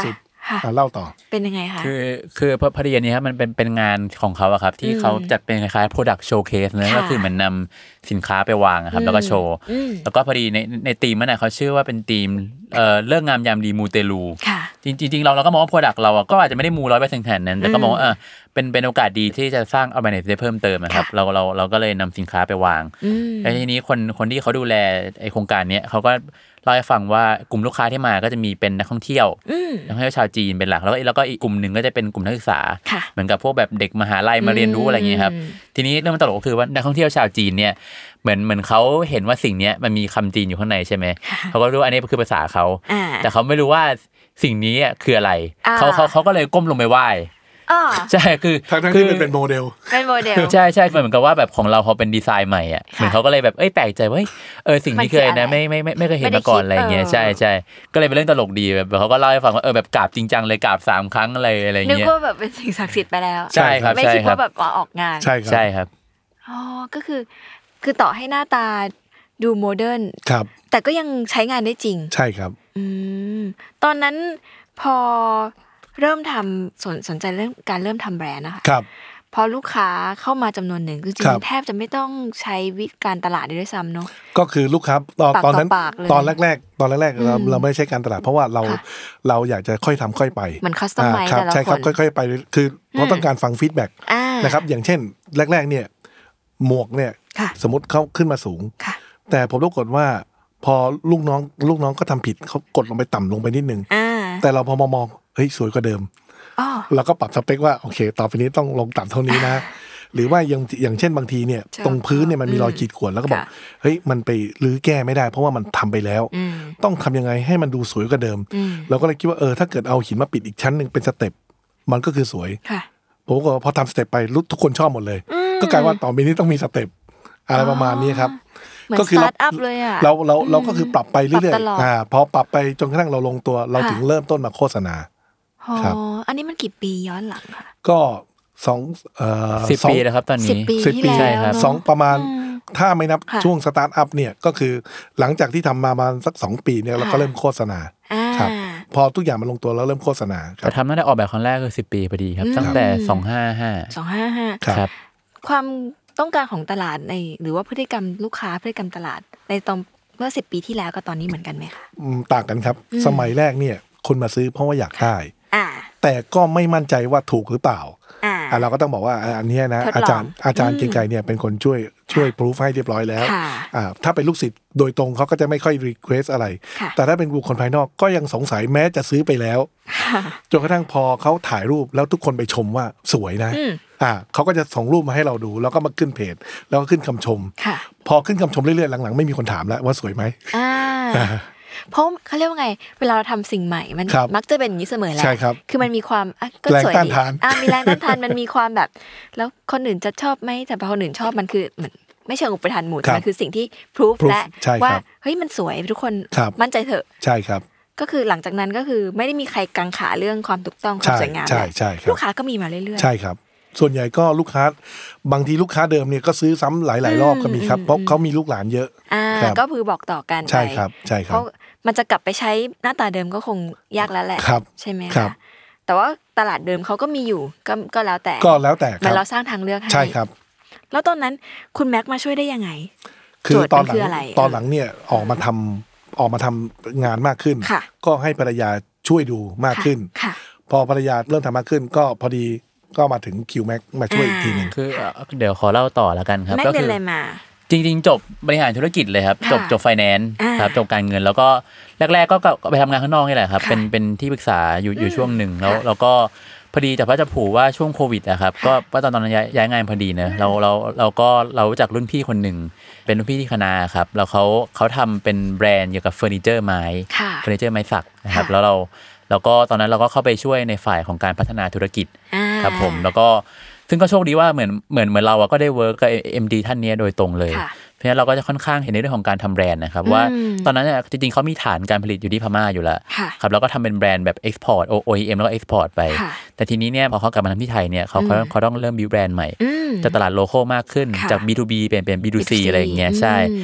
เล่าต่อเป็นยังไงคะคือพอดีอันนี้ครับมันเป็นงานของเขาอะครับที่เขาจัดเป็นคล้ายๆ product showcase นะก็คือเหมือนนำสินค้าไปวางครับแล้วก็โชว์แล้วก็พอดีในธีมนั้นเขาชื่อว่าเป็นธีมเลิกงามยามดีมูเตลูจริงๆเราก็มองว่า product เราก็อาจจะไม่ได้มู 100% ขนาดนั้นแต่ก็มองว่าเป็นโอกาสดีที่จะสร้าง awareness ได้เพิ่มเติมนะครับเราก็เลยนำสินค้าไปวางแล้วทีนี้คนที่เขาดูแลไอ้โครงการนี้เขาก็เล่าให้ฟังว่ากลุ่มลูกค้าที่มาก็จะมีเป็นนักท่องเที่ยวชาวจีนเป็นหลักแล้วก็อีกกลุ่มหนึ่งก็จะเป็นกลุ่มนักศึกษาเหมือนกับพวกแบบเด็กมหาลัยมาเรียนรู้อะไรอย่างเงี้ยครับทีนี้เรื่องมันตลกก็คือว่านักท่องเที่ยวชาวจีนเนี่ยเหมือนเขาเห็นว่าสิ่งนี้มันมีคำจีนอยู่ข้างในใช่ไหมเขาก็รู้อันนี้คือภาษาเขาแต่เขาไม่รู้ว่าสิ่งนี้คืออะไรเขาก็เลยก้มลงไปไหว้ใช่คือที่เป็นโมเดลใช่เหมือนกับว่าแบบของเราพอเป็นดีไซน์ใหม่อ่ะเหมือนเขาก็เลยแบบแปลกใจว่าสิ่งนี้เคยนะไม่เคยเห็นมาก่อนอะไรอย่างเงี้ยใช่ก็เลยเป็นเรื่องตลกดีแบบเขาก็เล่าให้ฟังว่าแบบกราบจริงจังเลยกราบ3ครั้งอะไรอย่างเงี้ยนึกว่าแบบเป็นสิ่งศักดิ์สิทธิ์ไปแล้วใช่ครับไม่คิดว่าแบบออกงานใช่ครับก็คือต่อให้หน้าตาดูโมเดิร์นแต่ก็ยังใช้งานได้จริงใช่ครับตอนนั้นพอเริ่มทำสนใจเรื่องการเริ่มทำแบรนด์นะคะครับพอลูกค้าเข้ามาจำนวนหนึ่งจริงๆแทบจะไม่ต้องใช้วิธีการตลาดด้วยซ้ำเนาะก็คือลูกค้าตอนนั้นตอนแรกเราไม่ใช่การตลาดเพราะว่าเราอยากจะค่อยทำค่อยไปมันคัสตอมไมซ์แต่ละคนใช่ครับค่อยๆไปคือเพราะต้องการฟังฟีดแบ็กนะครับอย่างเช่นแรกๆเนี่ยหมวกเนี่ยสมมติเขาขึ้นมาสูงแต่ผมปรากฏว่าพอลูกน้องก็ทำผิดเขากดลงไปต่ำลงไปนิดนึงแต่เราพอมองเฮ้ยสวยกว่าเดิมเราก็ปรับสเปคว่าโอเคต่อไปนี้ต้องลงต่ำเท่านี้นะหรือว่าอย่างเช่นบางทีเนี่ยตรงพื้นเนี่ยมันมีรอยขีดข่วนแล้วก็บอกเฮ้ยมันไปรื้อแก้ไม่ได้เพราะว่ามันทำไปแล้วต้องทำยังไงให้มันดูสวยกว่าเดิมเราก็เลยคิดว่าถ้าเกิดเอาหินมาปิดอีกชั้นนึงเป็นสเต็ปมันก็คือสวยผมก็พอทำสเต็ปไปทุกคนชอบหมดเลยก็กลายว่าต่อไปนี้ต้องมีสเต็ปอะไรประมาณนี้ครับก็คือเราก็คือปรับไปเรื่อยๆพอปรับไปจนกระทั่งเราลงตัวเราถึงเริ่มต้นมาโฆษณาครับอันนี้มันกี่ปีย้อนหลังค่ะก็ 10 ปีแล้วครับตอนนี้ 10 ปีใช่ครับ 2ประมาณถ้าไม่นับช่วงสตาร์ทอัพเนี่ยก็คือหลังจากที่ทำมาประมาณสัก2 ปีเนี่ยเราก็เริ่มโฆษณาครับพอทุกอย่างมันลงตัวแล้วเริ่มโฆษณาแต่ทำตั้งแต่ออกแบบครั้งแรกคือ10 ปีพอดีครับตั้งแต่ 255 ครับความต้องการของตลาดในหรือว่าพฤติกรรมลูกค้าพฤติกรรมตลาดในตอนเมื่อ10 ปีที่แล้วกับตอนนี้เหมือนกันไหมคะต่างกันครับสมัยแรกเนี่ยคนมาซื้อเพราะว่าอยากได้แต่ก็ไม่มั่นใจว่าถูกหรือเปล่าเราก็ต้องบอกว่าอันนี้นะอาจารย์เก่งไก่เนี่ยเป็นคนช่วยพรูฟให้เรียบร้อยแล้วถ้าเป็นลูกศิษย์โดยตรงเขาก็จะไม่ค่อยรีเควสอะไรแต่ถ้าเป็นบุคคลภายนอกก็ยังสงสัยแม้จะซื้อไปแล้วจนกระทั่งพอเขาถ่ายรูปแล้วทุกคนไปชมว่าสวยนะเขาก็จะส่งรูปมาให้เราดูแล้วก็มาขึ้นเพจแล้วก็ขึ้นคำชมพอขึ้นคำชมเรื่อยๆหลังๆไม่มีคนถามแล้วว่าสวยไหมเพราะเขาเรียกว่าไงเวลาเราทำสิ่งใหม่มันมักจะเป็นอย่างนี้เสมอแหละคือมันมีความก็สวยดีมีแรงต้านทานมันมีความแบบแล้วคนอื่นจะชอบไหมแต่พอคนอื่นชอบมันคือเหมือนไม่เชิงอุปทานหมู่มันคือสิ่งที่พิสูจน์และว่าเฮ้ยมันสวยทุกคนมั่นใจเถอะใช่ครับก็คือหลังจากนั้นก็คือไม่ได้มีใครกังขาเรื่องความถูกต้องความสวยงามลูกค้าก็มีมาเรื่อยๆใช่ครับส่วนใหญ่ก็ลูกค้าบางทีลูกค้าเดิมเนี่ยก็ซื้อซ้ำหลายๆรอบก็มีครับเพราะเขามีลูกหลานเยอะก็คือบอกต่อกันไปใช่ครับเพราะมันจะกลับไปใช้หน้าตาเดิมก็คงยากแล้วแหละใช่ไหมคะแต่ว่าตลาดเดิมเขาก็มีอยู่ก็แล้วแต่มันเราสร้างทางเลือกให้ใช่ครับแล้วตอนนั้นคุณแม็กมาช่วยได้ยังไงคือตอนหลังเนี่ยออกมาทำงานมากขึ้นก็ให้ภรรยาช่วยดูมากขึ้นพอภรรยาเริ่มทำมากขึ้นก็พอดีก็มาถึงคิวแม็กมาช่วยอีกทีนึงคือเดี๋ยวขอเล่าต่อแล้วกันครับก็คือจริงๆจบบริหารธุรกิจเลยครับจบไฟแนนซ์ครับจบการเงินแล้วก็แรกๆก็ไปทำงานข้างนอกนี่แหละครับเป็นที่ปรึกษาอยู่ช่วงหนึ่งแล้วก็พอดีจากพระจับผูว่าช่วงโควิดอะครับก็ว่าตอนนั้นย้ายงานพอดีนะเรารู้จักรุ่นพี่คนหนึ่งเป็นรุ่นพี่ที่คณะครับแล้วเขาทำเป็นแบรนด์เกี่ยวกับเฟอร์นิเจอร์ไม้สักนะครับแล้วก็ตอนนั้นเราก็เข้าไปช่วยในฝ่ายของการพัฒนาธุรกิจครับผมแล้วก็ซึ่งก็โชคดีว่าเหมือนเราก็ได้เวิร์กกับ MD ท่านนี้โดยตรงเลยเพราะฉะนั้นเราก็จะค่อนข้างเห็นในเรื่องของการทำแบรนด์นะครับว่าตอนนั้นจริงๆเขามีฐานการผลิตอยู่ที่พม่าอยู่แล้วครับแล้วก็ทำเป็นแบรนด์แบบ export OEM แล้วก็ export ไปแต่ทีนี้เนี่ยพอเขากลับมาทำที่ไทยเนี่ยเขาต้องเริ่มบิวแบรนด์ใหม่จากตลาดโลคอลมากขึ้นจาก B2B เปลี่ยนเป็น B2C อะไรอย่างเงี้ยใช่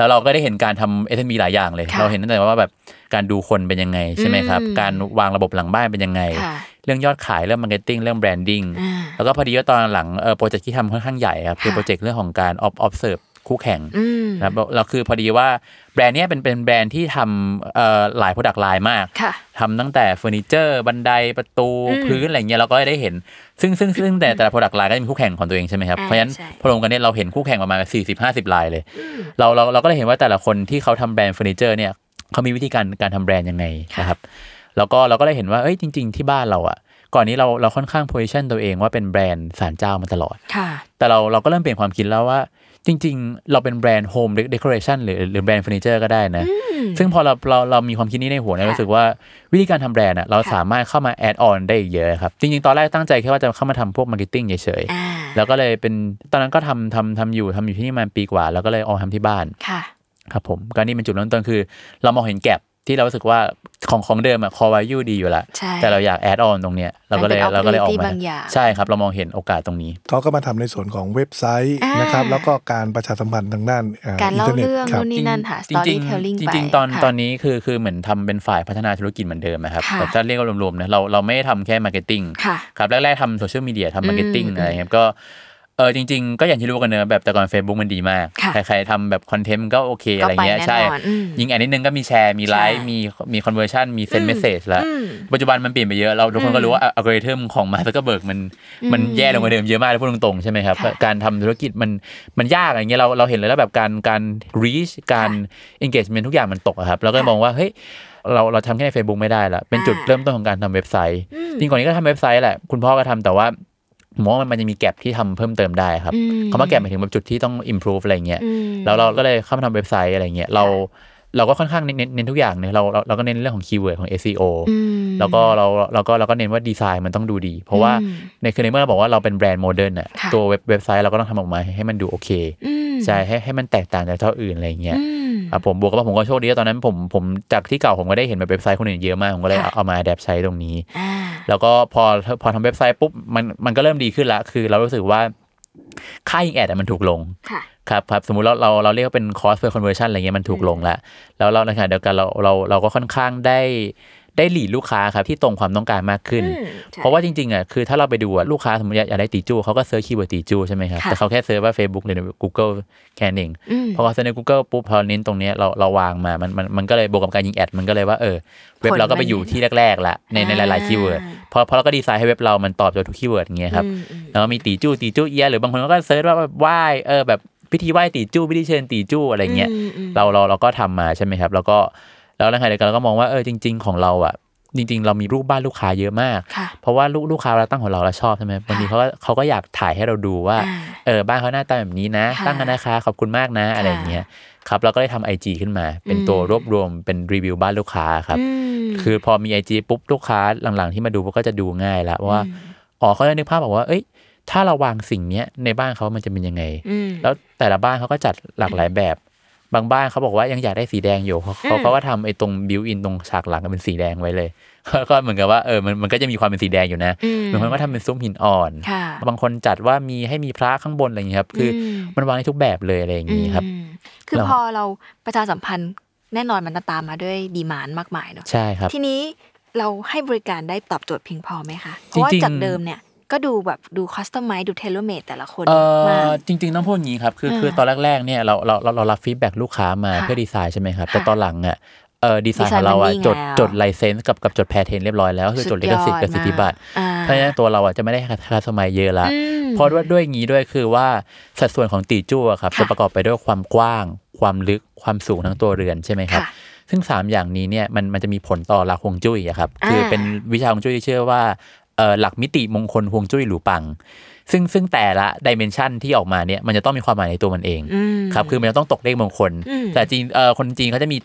แล้วเราก็ได้เห็นการทำ SME หลายอย่างเลยเราเห็นตั้งแต่ว่าแบบการดูคนเป็นยังไงใช่ไหมครับการวางระบบหลังบ้านเป็นยังไงเรื่องยอดขายเรื่องมาร์เก็ตติ้งเรื่องแบรนดิ้งแล้วก็พอดีว่าตอนหลังโปรเจกต์ที่ทำค่อนข้างใหญ่ครับคือโปรเจกต์เรื่องของการobserve คู่แข่งนะครับเราคือพอดีว่าแบรนด์นี้เป็นแบรนด์ที่ทำหลาย product line มากทำตั้งแต่เฟอร์นิเจอร์บันไดประตูพื้นอะไรเงี้ยเราก็ได้เห็นซึ่งแต่ละ product line ก็จะมีคู่แข่งของตัวเองใช่ไหมครับเพราะฉะนั้นพอรวมกันเนี่ยเราเห็นคู่แข่งประมาณ 40-50 รายเลยเราก็เลยเห็นว่าแต่ละคนที่เขาทำแบรนด์เฟอร์นิเจอร์เนี่ยเขามีวิธีการทำแบรนด์ยังไงนะครับแล้วก็เราก็ได้เห็นว่าจริงๆที่บ้านเราอ่ะก่อนนี้เราค่อนข้าง position ตัวเองว่าเป็นแบรนด์ศาลเจ้ามาตลอดแต่เราก็เริ่มเปลี่ยนความคิดแล้วว่าจริงๆเราเป็นแบรนด์ home decoration หรือแบรนด์เฟอร์นิเจอร์ก็ได้นะซึ่งพอเรามีความคิดนี้ในหัวเนี่ยรู้สึกว่าวิธีการทำแบรนด์เราสามารถเข้ามา add on ได้อีกเยอะครับจริงๆตอนแรกตั้งใจแค่ว่าจะเข้ามาทำพวก marketing เฉยๆแล้วก็เลยเป็นตอนนั้นก็ทำอยู่ที่นี่มาปีกว่าแล้วก็เลยทำที่บ้านครับผมก็นี่เป็นจุดเริ่มต้นคือเรามองเห็นแก็บที่เรารู้สึกว่าของเดิมอะ core value ดีอยู่แล้วแต่เราอยาก add on ตรงเนี้ยเราก็เลยออกมาใช่ครับเรามองเห็นโอกาสตรงนี้เขาก็มาทำในส่วนของเว็บไซต์นะครับแล้วก็การประชาสัมพันธ์ทางด้านการเล่าเรื่องนู่นนี่นั่นค่ะ storytelling จริงๆตอนนี้คือเหมือนทำเป็นฝ่ายพัฒนาธุรกิจเหมือนเดิมนะครับแต่ถ้าเรียกรวมๆนะเราไม่ได้ทำแค่ marketing ครับแรกๆทำ social media ทำ marketing อะไรครับก็จริงๆก็อย่างที่รู้กันเนอะแบบแต่ก่อน Facebook มันดีมากใครๆทำแบบคอนเทนต์ก็โอเคอะไรเงี้ยใช่ยิงแอดนิดนึงก็มีแชร์มีไลค์มีคอนเวอร์ชั่นมีเซนด์เมสเสจแล้วปัจจุบันมันเปลี่ยนไปเยอะเราทุกคนก็รู้ว่าอัลกอริทึมของมาร์ค ซักเคอร์เบิร์กมันแย่ลงกว่าเดิมเยอะมากพูดตรงๆใช่ไหมครับการทำธุรกิจมันยากอะไรเงี้ยเราเห็นเลยแล้วแบบการ reach การ engagement ทุกอย่างมันตกครับเราก็มองว่าเฮ้ยเราทำแค่ใน Facebook ไม่ได้ละเป็นจุดเริ่มต้นของการทำเว็บไซต์จริงก่อนนี้ก็ทำเว็บไซต์แหละคุณพ่อก็ทำแต่ว่าผมว่ามันจะมีแก็บที่ทำเพิ่มเติมได้ครับคำว่าแก็บหมายถึงแบบจุดที่ต้อง improve อะไรเงี้ยแล้วเราก็เลยเข้ามาทำเว็บไซต์อะไรเงี้ยเราก็ค่อนข้างเน้นทุกอย่างเนี่ยเราก็เน้นเรื่องของคีย์เวิร์ดของ SEO แล้วก็เราก็เน้นว่าดีไซน์มันต้องดูดีเพราะว่าในเมื่อเราบอกว่าเราเป็นแบรนด์โมเดิร์นอ่ะตัวเว็บไซต์เราก็ต้องทำออกมาให้มันดูโอเคใช่ให้มันแตกต่างจากเจ้าอื่นอะไรเงี้ยผมบวกกับว่าผมก็โชคดีตอนนั้นผมจากที่เก่าผมก็ได้เห็นแบบเว็บไซต์คนอื่นเยอะมากผมก็เลยเอามา adapt ใช้ตรงนี้แล้วก็พอทำเว็บไซต์ปุ๊บมันก็เริ่มดีขึ้นละคือเรารู้สึกว่าค่ายิงแอดมันถูกลงครับสมมุติเราเรียกว่าเป็น cost per conversion อะไรเงี้ยมันถูกลงแล้วในขณะเดียวกันเราก็ค่อนข้างได้หลีดลูกค้าครับที่ตรงความต้องการมากขึ้นเพราะว่าจริงๆอ่ะคือถ้าเราไปดูอ่ะลูกค้าสมมติอยากได้ตีจู้เขาก็เซิร์ชคีย์เวิร์ดตีจู้ใช่ไหมครับแต่เขาแค่เซิร์ชว่า Facebook หรือ Google แค่นั้นเองพอเขาเซิร์ชใน Google ปุ๊บพอเน้นตรงนี้เราวางมามันก็เลยบวกกับการยิงแอดมันก็เลยว่าเว็บเราก็ไปอยู่ที่แรกๆละในหลายๆคีย์เวิร์ดพอเราก็ดีไซน์ให้เว็บเรามันตอบโจทย์ทุกคีย์เวิร์ดอย่างเงี้ยครับแล้วมีตีจู้เอียหรือบางคนก็เซิร์ชว่าไหว้แบบพิธีไหว้ตีจู้พิธีเชิญตีจู้อะไรเงี้ยเราก็ทำมาใช่ไหมครับแล้วในขณะเดียวกันเราก็มองว่าจริงๆของเราอ่ะจริงๆเรามีรูปบ้านลูกค้าเยอะมากเพราะว่าลูกค้าเราตั้งของเราชอบใช่ไหมบางทีเขาก็อยากถ่ายให้เราดูว่าบ้านเขาหน้าตาแบบนี้นะตั้งกันนะคะขอบคุณมากนะอะไรอย่างเงี้ยครับเราก็ได้ทำ IG ขึ้นมาเป็นตัวรวบรวมเป็นรีวิวบ้านลูกค้าครับคือพอมี IG ปุ๊บลูกค้าหลังๆที่มาดูก็จะดูง่ายแล้วว่าเขาจะนึกภาพบอกว่าถ้าเราวางสิ่งนี้ในบ้านเขามันจะเป็นยังไงแล้วแต่ละบ้านเขาก็จัดหลากหลายแบบบางบ้านเขาบอกว่ายังอยากได้สีแดงอยู่เขาก็ทำตรงบิวอินตรงฉากหลังเป็นสีแดงไว้เลยก็เหมือนกับว่ามันก็จะมีความเป็นสีแดงอยู่นะบางคนก็ทำเป็นซุ้มหินอ่อนบางคนจัดว่าให้มีพระข้างบนอะไรอย่างนี้ครับคือมันวางได้ทุกแบบเลยอะไรอย่างนี้ครับคือพอเราประชาสัมพันธ์แน่นอนมันตามมาด้วยดีมานด์มากมายเนาะใช่ครับทีนี้เราให้บริการได้ตอบโจทย์เพียงพอไหมคะเพราะว่าจากเดิมเนี่ยก็ดูคัสตอมไมซ์ดูเทเลเมดแต่ละคนมากจริงๆต้องพูดอย่างนี้ครับคือตอนแรกๆเนี่ยเรารับฟีดแบ็กลูกค้ามาเพื่อดีไซน์ใช่ไหมครับแต่ตอนหลังอ่ะดีไซน์ของเราอ่ะจดไลเซนส์กับจดแพทเทิร์นเรียบร้อยแล้วคือจดลิขสิทธิ์กับสิทธิบัตรเพราะฉะนั้นตัวเราอ่ะจะไม่ได้คัสตอมไมซ์เยอะละเพราะด้วยอย่างนี้ด้วยคือว่าสัดส่วนของตีจู้อ่ะครับจะประกอบไปด้วยความกว้างความลึกความสูงทั้งตัวเรือนใช่ไหมครับซึ่ง3อย่างนี้เนี่ยมันจะมีผลต่อหลักฮวงจุ้ยอ่ะครับคือเป็นวิชาฮวงจุ้ยที่เชื่อว่าหลักมิติมงคลฮวงจุ้ยหรูปังซึ่งแต่ละดิเมนชันที่ออกมาเนี่ยมันจะต้องมีความหมายในตัวมันเองครับคือมันจะต้องตกเลขมงคลแต่จีนคนจีนเขาจะมี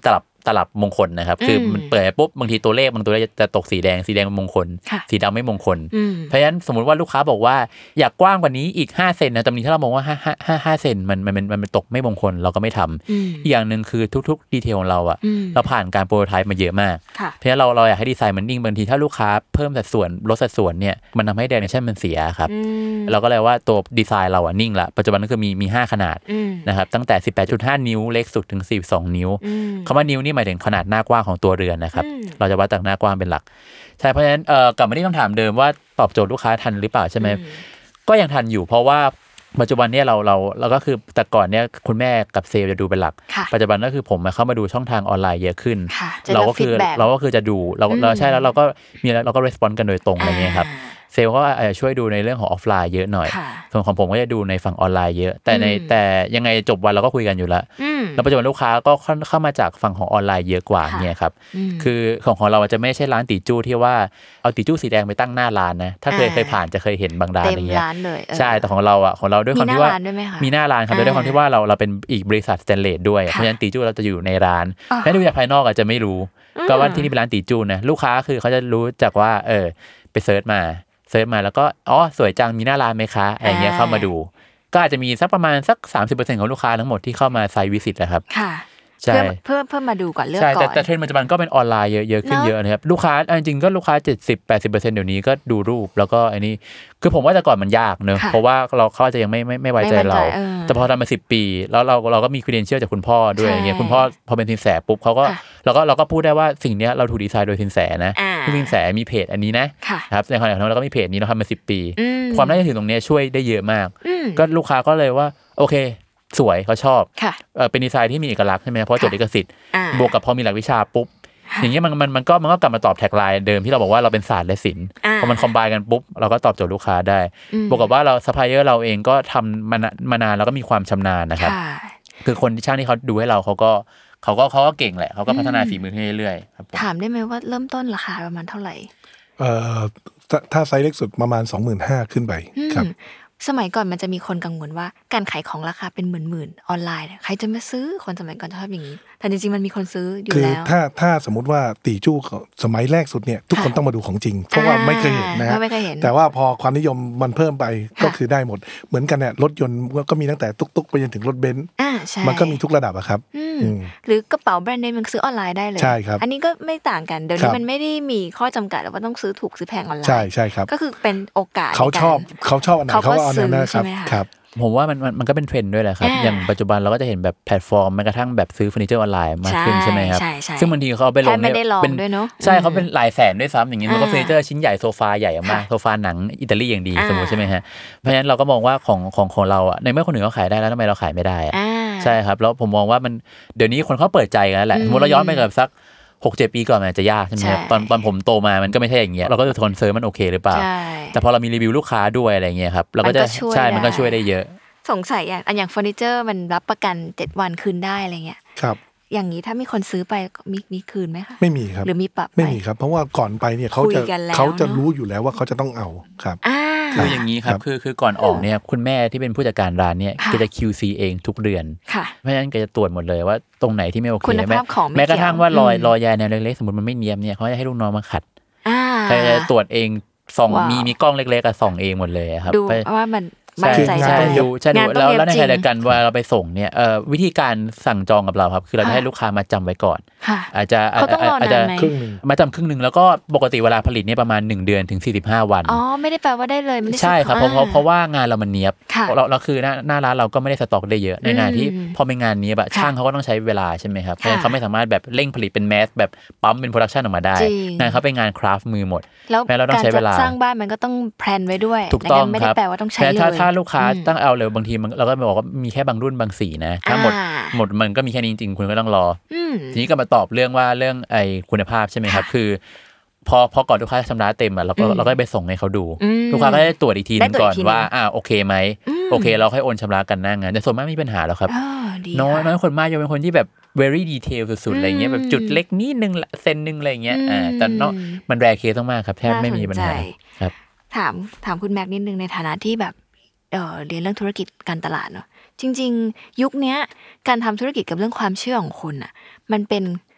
ตลับมงคลนะครับคือมันเปิดปุ๊บบางทีตัวเลขบางตัวเลขจะตกสีแดงเป็นมงคลสีดำไม่มงคลเพราะฉะนั้นสมมุติว่าลูกค้าบอกว่าอยากกว้างกว่านี้อีก5เซนนะแต่บางทีถ้าเรามองว่า5เซนมันตกไม่มงคลเราก็ไม่ทำอีกอย่างนึงคือทุกๆดีเทลของเราอะเราผ่านการโปรโตไทป์มาเยอะมากเพราะฉะนั้นเราอยากให้ดีไซน์มันนิ่งบางทีถ้าลูกค้าเพิ่มสัดส่วนลดสัดส่วนเนี่ยมันทำให้ dimension มันเสียครับเราก็เลยว่าตัวดีไซน์เราอะนิ่งละปัจจุบันก็คือมี5ขนาดนะครับตั้งแต่ 18.5 นิ้วเล็กสุดถึง42นิ้วคำว่านิ้วนี่หมายถึงขนาดหน้ากว้างของตัวเรือนนะครับเราจะวัดจากหน้ากว้างเป็นหลักใช่เพราะฉะนั้นกลับมาที่คำถามเดิมว่าตอบโจทย์ลูกค้าทันหรือเปล่าใช่ไหมก็ยังทันอยู่เพราะว่าปัจจุบันเนี่ยเราก็คือแต่ก่อนเนี่ยคุณแม่กับเซลล์จะดูเป็นหลักปัจจุบันก็คือผมเข้ามาดูช่องทางออนไลน์เยอะขึ้นเราก็คือจะดูเราใช่แล้วเราก็รีสปอนส์กันโดยตรงอะไรเงี้ยครับเซลล์ก็อาจจะช่วยดูในเรื่องของออฟไลน์เยอะหน่อยส่วนของผมก็จะดูในฝั่งออนไลน์เยอะแต่ยังไงจบวันเราก็คุยกันอยู่แล้วแล้วปัจจุบันลูกค้าก็เข้ามาจากฝั่งของออนไลน์เยอะกว่าเนี่ยครับคือของเราจะไม่ใช่ร้านตีจู้ที่ว่าเอาตีจู้สีแดงไปตั้งหน้าร้านนะถ้าเคยผ่านจะเคยเห็นบางร้านอะไรเงี้ยใช่แต่ของเราด้วยความที่ว่ามีหน้าร้านครับด้วยความที่ว่าเราเป็นอีกบริษัทสแตนเลสด้วยเพราะฉะนั้นตีจู้เราจะอยู่ในร้านแม้ดูจากภายนอกอาจจะไม่รู้ก็ว่าที่นี่เป็นร้านตีจู้นะลูกค้าคือเขาจะรู้จักว่าไปเซิร์ชมาแล้วก็สวยจังมีหน้าร้านไหมคะอะไรเงี้ยเข้ามาดูก็อาจจะมีสักประมาณสัก 30% ของลูกค้าทั้งหมดที่เข้ามาไซต์วิสิตนะครับค่ะใช่เพื่อมาดูก่อนเลือกก่อนใช่แต่เทรนด์ปัจจุบันก็เป็นออนไลน์เยอะขึ้นเยอะนะครับลูกค้าจริงๆก็ลูกค้า 70-80% เดี๋ยวนี้ก็ดูรูปแล้วก็อันนี้คือผมว่าแต่ก่อนมันยากเนอะเพราะว่าเขาอาจจะยังไม่ไว้ใจเราแต่พอทำมา10 ปีแล้วเราก็มี credential จากคุณพ่อด้วยอย่างเงี้ยคุณพ่อพอเป็นสินแสปุ๊บเขาก็เราก็พูดได้ว่าสิ่งนี้เราถูกดีไซน์โดยสินแสนะสินแสมีเพจอันนี้นะครับในขณะนั้นเราก็มีเพจนี้เราทำมา10 ปีความน่าเชื่อถือตรงนี้ช่วยได้เยอะมากก็ลูกค้าก็เลยว่าโอเคสวยเขาชอบเป็นดีไซน์ที่มีเอกลักษณ์ใช่ไหมเพราะจดลิขสิทธิ์บวกกับพอมีหลักวิชาปุ๊บอย่างเงี้ยมันก็กลับมาตอบแท็กไลน์เดิมที่เราบอกว่าเราเป็นศาสตร์และศิลป์พอมันคอมไบน์กันปุ๊บเราก็ตอบโจทย์ลูกค้าได้บวกกับว่าเราซัพพลายเออร์เราเองก็ทำมานานแล้วก็มีความชำนาญนะครับคือคนที่ช่างที่เขาดูให้เราเขาก็เก่งแหละเขาก็พัฒนาฝีมือขึ้นเรื่อยๆครับถามได้ไหมว่าเริ่มต้นราคาประมาณเท่าไหร่ถ้าไซส์เล็กสุดประมาณ 25,000 ขึ้นไปครับสมัยก่อนมันจะมีคนกังวลว่าการขายของราคาเป็นหมื่นออนไลน์ใครจะมาซื้อคนสมัยก่อนชอบอย่างนี้แต่จริงๆมันมีคนซื้ออยู่แล้วคือถ้าสมมติว่าตีจู้สมัยแรกสุดเนี่ยทุกคนต้องมาดูของจริงเพราะว่าไม่เคยเห็นนะแต่ว่าพอความนิยมมันเพิ่มไปก็คือได้หมดเหมือนกันเนี่ยรถยนต์ก็มีตั้งแต่ตุ๊กๆไปจนถึงรถเบนซ์มันก็มีทุกระดับอะครับหรือกระเป๋าแบรนด์เนมมันซื้อออนไลน์ได้เลยใช่ครับอันนี้ก็ไม่ต่างกันเดี๋ยวนี้มันไม่ได้มีข้อจำกัดว่าต้องซื้อถูกซื้อแพงออนไลน์ใช่ครับก็คือเป็นโอกาสเขาชอบอันไหนเขาก็เอาอันนั้นนะครับผมว่ามันก็เป็นเทรนด์ด้วยแหละครับอย่างปัจจุบันเราก็จะเห็นแบบแพลตฟอร์มแม้กระทั่งแบบซื้อเฟอร์นิเจอร์ออนไลน์มากขึ้นใช่ไหมครับซึ่งบางทีเขาไปลงเนี่ยเป็นใช่เขาเป็นหลายแสนด้วยซ้ำอย่างนี้มันก็เฟอร์นิเจอร์ชิ้นใหญ่โซฟาใหญ่มากโซฟาหนังอิตาลีอย่างดีสมมติใช่ไหมฮะเพราะฉะนั้นเราก็มองว่าของเราในเมื่อคนอื่นเขาขายได้แล้วทำไมเราขายไม่ได้ใช่ครับแล้วผมมองว่ามันเดี๋ยวนี้คนเขาเปิดใจกันแล้วแหละสมมติเราย้อนไปกับสัก6-7 ปีก่อนมันจะยากใช่ไหมครับตอนผมโตมามันก็ไม่ใช่อย่างเงี้ยเราก็จะคอนเซิร์นมันโอเคหรือเปล่าแต่พอเรามีรีวิวลูกค้าด้วยอะไรเงี้ยครับเราก็จะใช่มันก็ช่วยได้เยอะสงสัยอย่างเฟอร์นิเจอร์มันรับประกัน7 วันคืนได้อะไรเงี้ยครับอย่างนี้ถ้ามีคนซื้อไปมีคืนไหมคะไม่มีครับหรือมีปรับไม่มีครับเพราะว่าก่อนไปเนี่ยเขาจะรู้อยู่แล้วว่าเขาจะต้องเอาครับคืออย่างนี้ครับคือก่อนออกเนี่ยคุณแม่ที่เป็นผู้จัดการร้านเนี่ยแกจะ QC เองทุกเดือนเพราะฉะนั้นแกจะตรวจหมดเลยว่าตรงไหนที่ไม่โอเคแม้กระทั่งว่ารอยใยแนวเล็กๆสมมติมันไม่เนียมเนี่ยเขาจะให้ลูกน้องมาขัดแกจะตรวจเองส่องมีกล้องเล็กๆส่องเองหมดเลยครับดูว่ามันใช่ดูแล้วในขณะเดียวกันเวลาเราไปส่งเนี่ยวิธีการสั่งจองกับเราครับคือเราจะให้ลูกค้ามาจำไว้ก่อนอาจจะครึ่งนึงมาจำครึ่งนึงแล้วก็ปกติเวลาผลิตเนี่ยประมาณ1 เดือนถึง45 วันไม่ได้แปลว่าได้เลยใช่ครับเพราะว่างานเรามันเนียบเราคือหน้าร้านเราก็ไม่ได้สต็อกได้เยอะในงานที่พอเป็นงานนี้แบบช่างเขาก็ต้องใช้เวลาใช่ไหมครับเพราะฉะนั้นเขาไม่สามารถแบบเร่งผลิตเป็นแมสแบบปั๊มเป็นโปรดักชันออกมาได้งานเขาเป็นงานคราฟต์มือหมดแล้วการสร้างบ้านมันก็ต้องแพลนไว้ด้วยถูกต้องไม่ได้แปลว่าต้องใช้เลยถ้าลูกค้าตั้งเอาเลยบางทีเราก็บอกว่ามีแค่บางรุ่นบางสีนะถ้าหมดมันก็มีแค่นี้จริงๆคุณก็ต้องรอทีนี้ก็มาตอบเรื่องไอ้คุณภาพใช่ไหมครับคือพอก่อนลูกค้าชำระเต็มเราก็ไปส่งให้เขาดูลูกค้าก็ได้ตรวจอีกทีนึงก่อนว่าโอเคไหมโอเคเราค่อยโอนชำระกันหน้างานแต่ส่วนมากไม่มีปัญหาแล้วครับน้อยคนมากยังเป็นคนที่แบบ very detail สุดๆอะไรเงี้ยแบบจุดเล็กนิดนึงเซนนึงอะไรเงี้ยแต่เนาะมันแรร์เคสมากครับแทบไม่มีปัญหาครับถามคุณแม็กนิดนึงในฐานะที่แบบเรียนเรื่องธุรกิจการตลาดเนาะจริงๆยุคนี้การทำธุรกิจกับเรื่องความเชื่อของคนอ่ะมันเป็น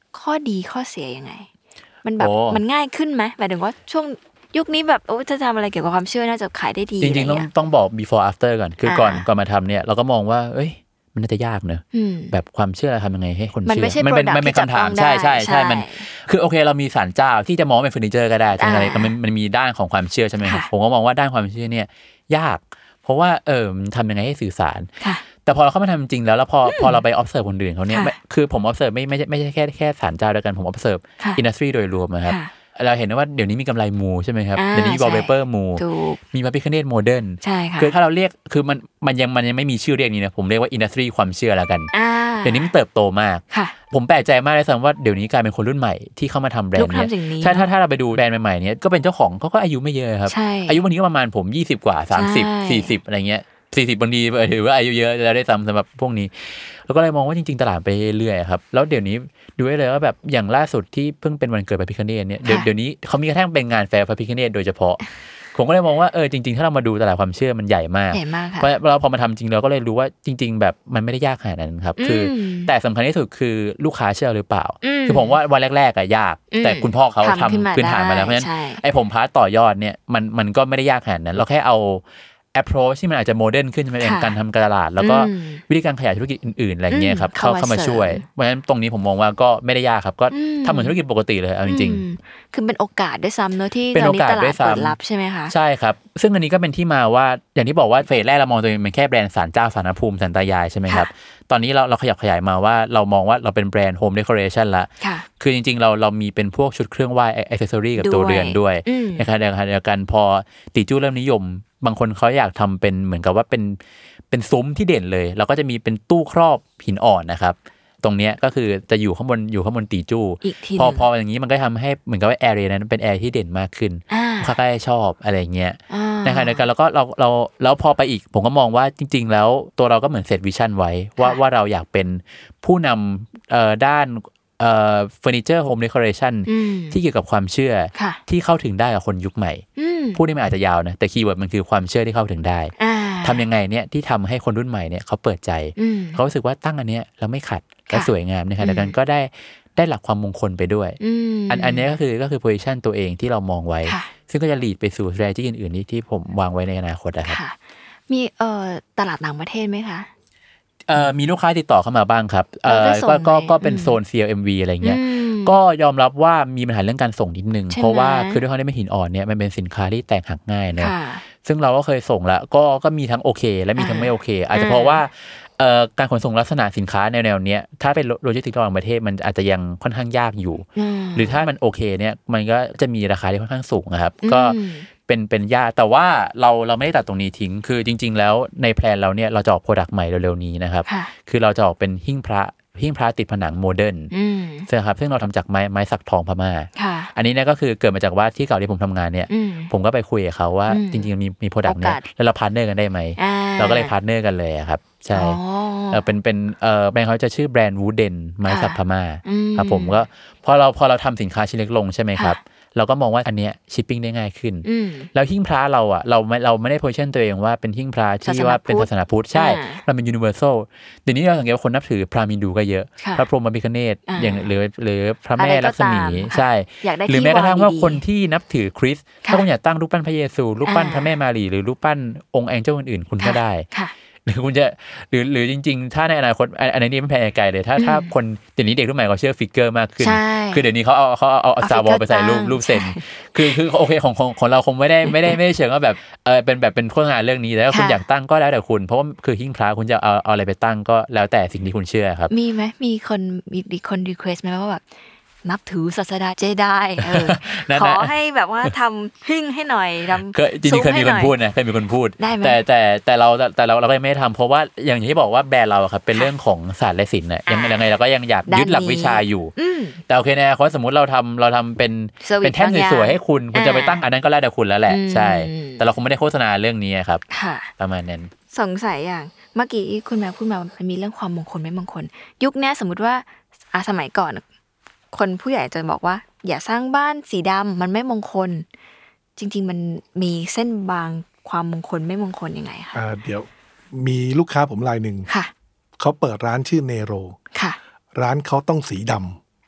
ข้อดีข้อเสียยังไงมันแบบมันง่ายขึ้นไหมหมายถึงว่าช่วงยุคนี้แบบโอ้จะทำอะไรเกี่ยวกับความเชื่อน่าจะขายได้ดีจริงๆต้องบอก before after ก่อนคือก่อนมาทำเนี่ยเราก็มองว่าเอ้ยมันน่าจะยากเนอะแบบความเชื่อทำยังไงให้คนเชื่อมันเป็นคำถามใช่มันคือโอเคเรามีศาลเจ้าที่จะมองเป็นเฟอร์นิเจอร์ก็ได้อะไรมันมีด้านของความเชื่อใช่ไหมครับผมก็มองว่าด้านความเชื่อเนี่ยยากเพราะว่ามันทำยังไงให้สื่อสารแต่พอเราเข้ามาทำจริงแล้วพอเราไป observe คนอื่นเขาเนี่ยคือผม observe ไม่ใช่แค่ศาลเจ้าด้วยกันผม observe industry โดยรวมนะครับเราเห็นว่าเดี๋ยวนี้มีกำไรมูใช่ไหมครับเดี๋ยวนี้มีวอลเปเปอร์มูมีพระพิฆเนศโมเดิร์นคือถ้าเราเรียกคือมันยังไม่มีชื่อเรียกนี้นะผมเรียกว่าอินดัสทรีความเชื่อแล้วกันเดี๋ยวนี้มันเติบโตมากผมแปลกใจมากเลยซ้ำว่าเดี๋ยวนี้กลายเป็นคนรุ่นใหม่ที่เข้ามาทำแบรนด์เนี่ยถ้าเราไปดูแบรนด์ใหม่ๆเนี้ยก็เป็นเจ้าของเขาก็อายุไม่เยอะครับอายุวันนี้ก็ประมาณผม20กว่า30 40อะไรเงี้ย40บางทีถือว่าอายุเยอะแล้วได้ซ้ำสำหรับพวกนี้แล้วก็เลยมองว่าจริงๆตลาดไปเรื่อยๆครับแล้วเดี๋ยวนี้ดูได้เลยว่าแบบอย่างล่าสุดที่เพิ่งเป็นวันเกิดพระพิฆเนศเนี่ยเดี๋ยวนี้เขามีกระทั่งเป็นงานแฟร์พระพิฆเนศโดยเฉพาะผมก็เลยมองว่าจริงๆถ้าเรามาดูตลาดความเชื่อมันใหญ่มากเพราะเราพอมาทำจริงเราก็เลยรู้ว่าจริงๆแบบมันไม่ได้ยากขนาดนั้นครับคือแต่สำคัญที่สุดคือลูกค้าเชื่อหรือเปล่าคือผมว่าวันแรกๆยากแต่คุณพ่อเขาทำพื้นฐานมาแล้วเพราะฉะนั้นไอ้ผมพาร์ทต่อยอดเนี่ยมันก็ไม่ได้ยากขนาดนั้นเราแค่เอาapproach ที่มันอาจจะโมเดิร์นขึ้นใช่ไหมอย่างการทำการตลาดแล้วก็วิธีการขยายธุรกิจอื่นๆอะไรเงี้ยครับเข้ามาช่วยเพราะฉะนั้นตรงนี้ผมมองว่าก็ไม่ได้ยากครับก็ทำเหมือนธุรกิจปกติเลยเอาจริงๆคือเป็นโอกาสด้วยซ้ำเนอะที่ตอนนี้ตลาดเปิดรับใช่ไหมคะใช่ครับซึ่งอันนี้ก็เป็นที่มาว่าอย่างที่บอกว่าเฟสแรกเรามองตัวเองเป็นแค่แบรนด์ศาลเจ้าศาลภูมิศาลตายายใช่ไหมครับตอนนี้เราขยับขยายมาว่าเรามองว่าเราเป็นแบรนด์โฮมเดคอเรชั่นละคือจริงๆเรามีเป็นพวกชุดเครื่องไหว้อ c เซสซอรี่กับตัวเรือนด้วยนะครับเดียวกันพอตีจู้เริ่มนิยมบางคนเขาอยากทำเป็นเหมือนกับว่าเป็นซุ้มที่เด่นเลยเราก็จะมีเป็นตู้ครอบหินอ่อนนะครับตรงเนี้ยก็คือจะอยู่ข้างบนตีจู้พออย่างนี้มันก็ทำให้เหมือนกับว่าแอเรียนั้นเป็นแอร์ที่เด่นมากขึ้นเขาก็ชอบอะไรเงี้ยนะครับในการแล้วก็เราพอไปอีกผมก็มองว่าจริงๆแล้วตัวเราก็เหมือนเซตวิชั่นไว้ว่าเราอยากเป็นผู้นำด้านเฟอร์นิเจอร์โฮมเดคอเรชั่นที่เกี่ยวกับความเชื่อที่เข้าถึงได้กับคนยุคใหม่พูดได้ไม่อาจจะยาวนะแต่คีย์เวิร์ดมันคือความเชื่อที่เข้าถึงได้ทำยังไงเนี่ยที่ทำให้คนรุ่นใหม่เนี่ยเขาเปิดใจเขารู้สึกว่าตั้งอันเนี้ยแล้วไม่ขัดและสวยงามนะครับดังนั้นก็ได้หลักความมงคลไปด้วยอันนี้ก็คือโพซิชั่นตัวเองที่เรามองไว้ซึ่งก็จะลีดไปสู่ strategy อื่นๆที่ผมวางไว้ในอนาคตนะครับมีตลาดต่างประเทศไหมคะมีลูกค้าติดต่อเข้ามาบ้างครับก็เป็นโซน CLMV อะไรเงี้ยก็ยอมรับว่ามีปัญหาเรื่องการส่งนิดนึงเพราะว่าคือด้วยความที่ไม่หินอ่อนเนี่ยมันเป็นสินค้าที่แตกหักง่ายนะซึ่งเราก็เคยส่งแล้วก็มีทั้งโอเคและมีทั้งไม่โอเคอาจจะเพราะว่าการขนส่งลักษณะสินค้าแนวเนี้ยถ้าเป็นโลจิสติกส์ระหว่างประเทศมันอาจจะยังค่อนข้างยากอยู่หรือถ้ามันโอเคเนี่ยมันก็จะมีราคาที่ค่อนข้างสูงนะครับก็เป็นยากแต่ว่าเราไม่ได้ตัดตรงนี้ทิ้งคือจริงๆแล้วในแพลนเราเนี่ยเราจะออกโปรดักต์ใหม่เร็วๆนี้นะครับคือเราจะออกเป็นหิ้งพระติดผนังโมเดิร์นใช่ครับซึ่งเราทำจากไม้สักทองพม่าอันนี้เนี่ยก็คือเกิดมาจากว่าที่เก่าที่ผมทำงานเนี่ยผมก็ไปคุยกับเขาว่าจริงๆมีโปรดักต์เนี่ยแล้วเราพาร์ทเนอร์กันได้ไหมเราก็เลยพาร์ทเนอร์กันเลยครับใช่เป็นแบรนด์เขาจะชื่อแบรนด์วูดเดนไม้สักพม่าครับผมก็พอเราทำสินค้าชิ้นเล็กลงใช่ไหมครับเราก็มองว่าอันเนี้ยชิปปิ้งได้ง่ายขึ้นแล้วหิ้งพระเราไม่ได้โพสชั่นตัวเองว่าเป็นหิ้งพระที่ว่าเป็นศาสนาพุทธใช่เราเป็นยูนิเวอร์แซลเดี๋ยวนี้เราสังเกตว่าคนนับถือพราหมณ์ฮินดูก็เยอะพระพรหมพิฆเนศอย่างหรือพระแม่ลักษมีใช่หรือแม้กระทั่งว่าคนที่นับถือคริสต์ถ้าคุณอยากตั้งรูปปั้นพระเยซูรูปปั้นพระแม่มารีหรือรูปปั้นองค์แองเจิลอื่นๆคุณก็ได้หรือคุณจะหรือจริงๆถ้าในอนาคตอันนี้ไม่แพ้ไกลเลยถ้าคนเดี๋ยวนี้เด็กรุ่นใหม่เขาเชื่อฟิกเกอร์มากขึ้นคือเดี๋ยวนี้เขาเอาซาวอลไปใส่รูปเซนคือโอเคของเราคงไม่ได้เชิงว่าแบบเป็นโฆษณาเรื่องนี้แต่ถ้าคุณอยากตั้งก็แล้วแต่คุณเพราะว่าคือหิ้งพระคุณจะเอาอะไรไปตั้งก็แล้วแต่สิ่งที่คุณเชื่อครับมีไหมมีคนรีเควสต์ไหมว่าแบบนับถือศาสดาเจไดขอให้แบบว่าทำหิ้งให้หน่อยทำจริงๆเคยมีคนพูดนะเคยมีคนพูดแต่เราก็ไม่ได้ทำเพราะว่าอย่างที่บอกว่าแบรนด์เราครับเป็นเรื่องของศาสตร์และศิลป์ยังไงเราก็ยังอยากยึดหลักวิชาอยู่แต่โอเคนะเพราะสมมติเราทำเป็นแท่นสวยๆให้คุณจะไปตั้งอันนั้นก็แล้วแต่คุณแล้วแหละใช่แต่เราคงไม่ได้โฆษณาเรื่องนี้ครับประมาณนั้นสงสัยอย่างเมื่อกี้คุณแม่พูดมามันมีเรื่องความมงคลไม่มงคลยุคนี้สมมติว่าสมัยก่อนคนผู้ใหญ่จะบอกว่าอย่าสร้างบ้านสีดำมันไม่มงคลจริงๆมันมีเส้นบางความมงคลไม่มงคลยังไงคะเดี๋ยวมีลูกค้าผมรายหนึ่งเขาเปิดร้านชื่อเนโรร้านเขาต้องสีด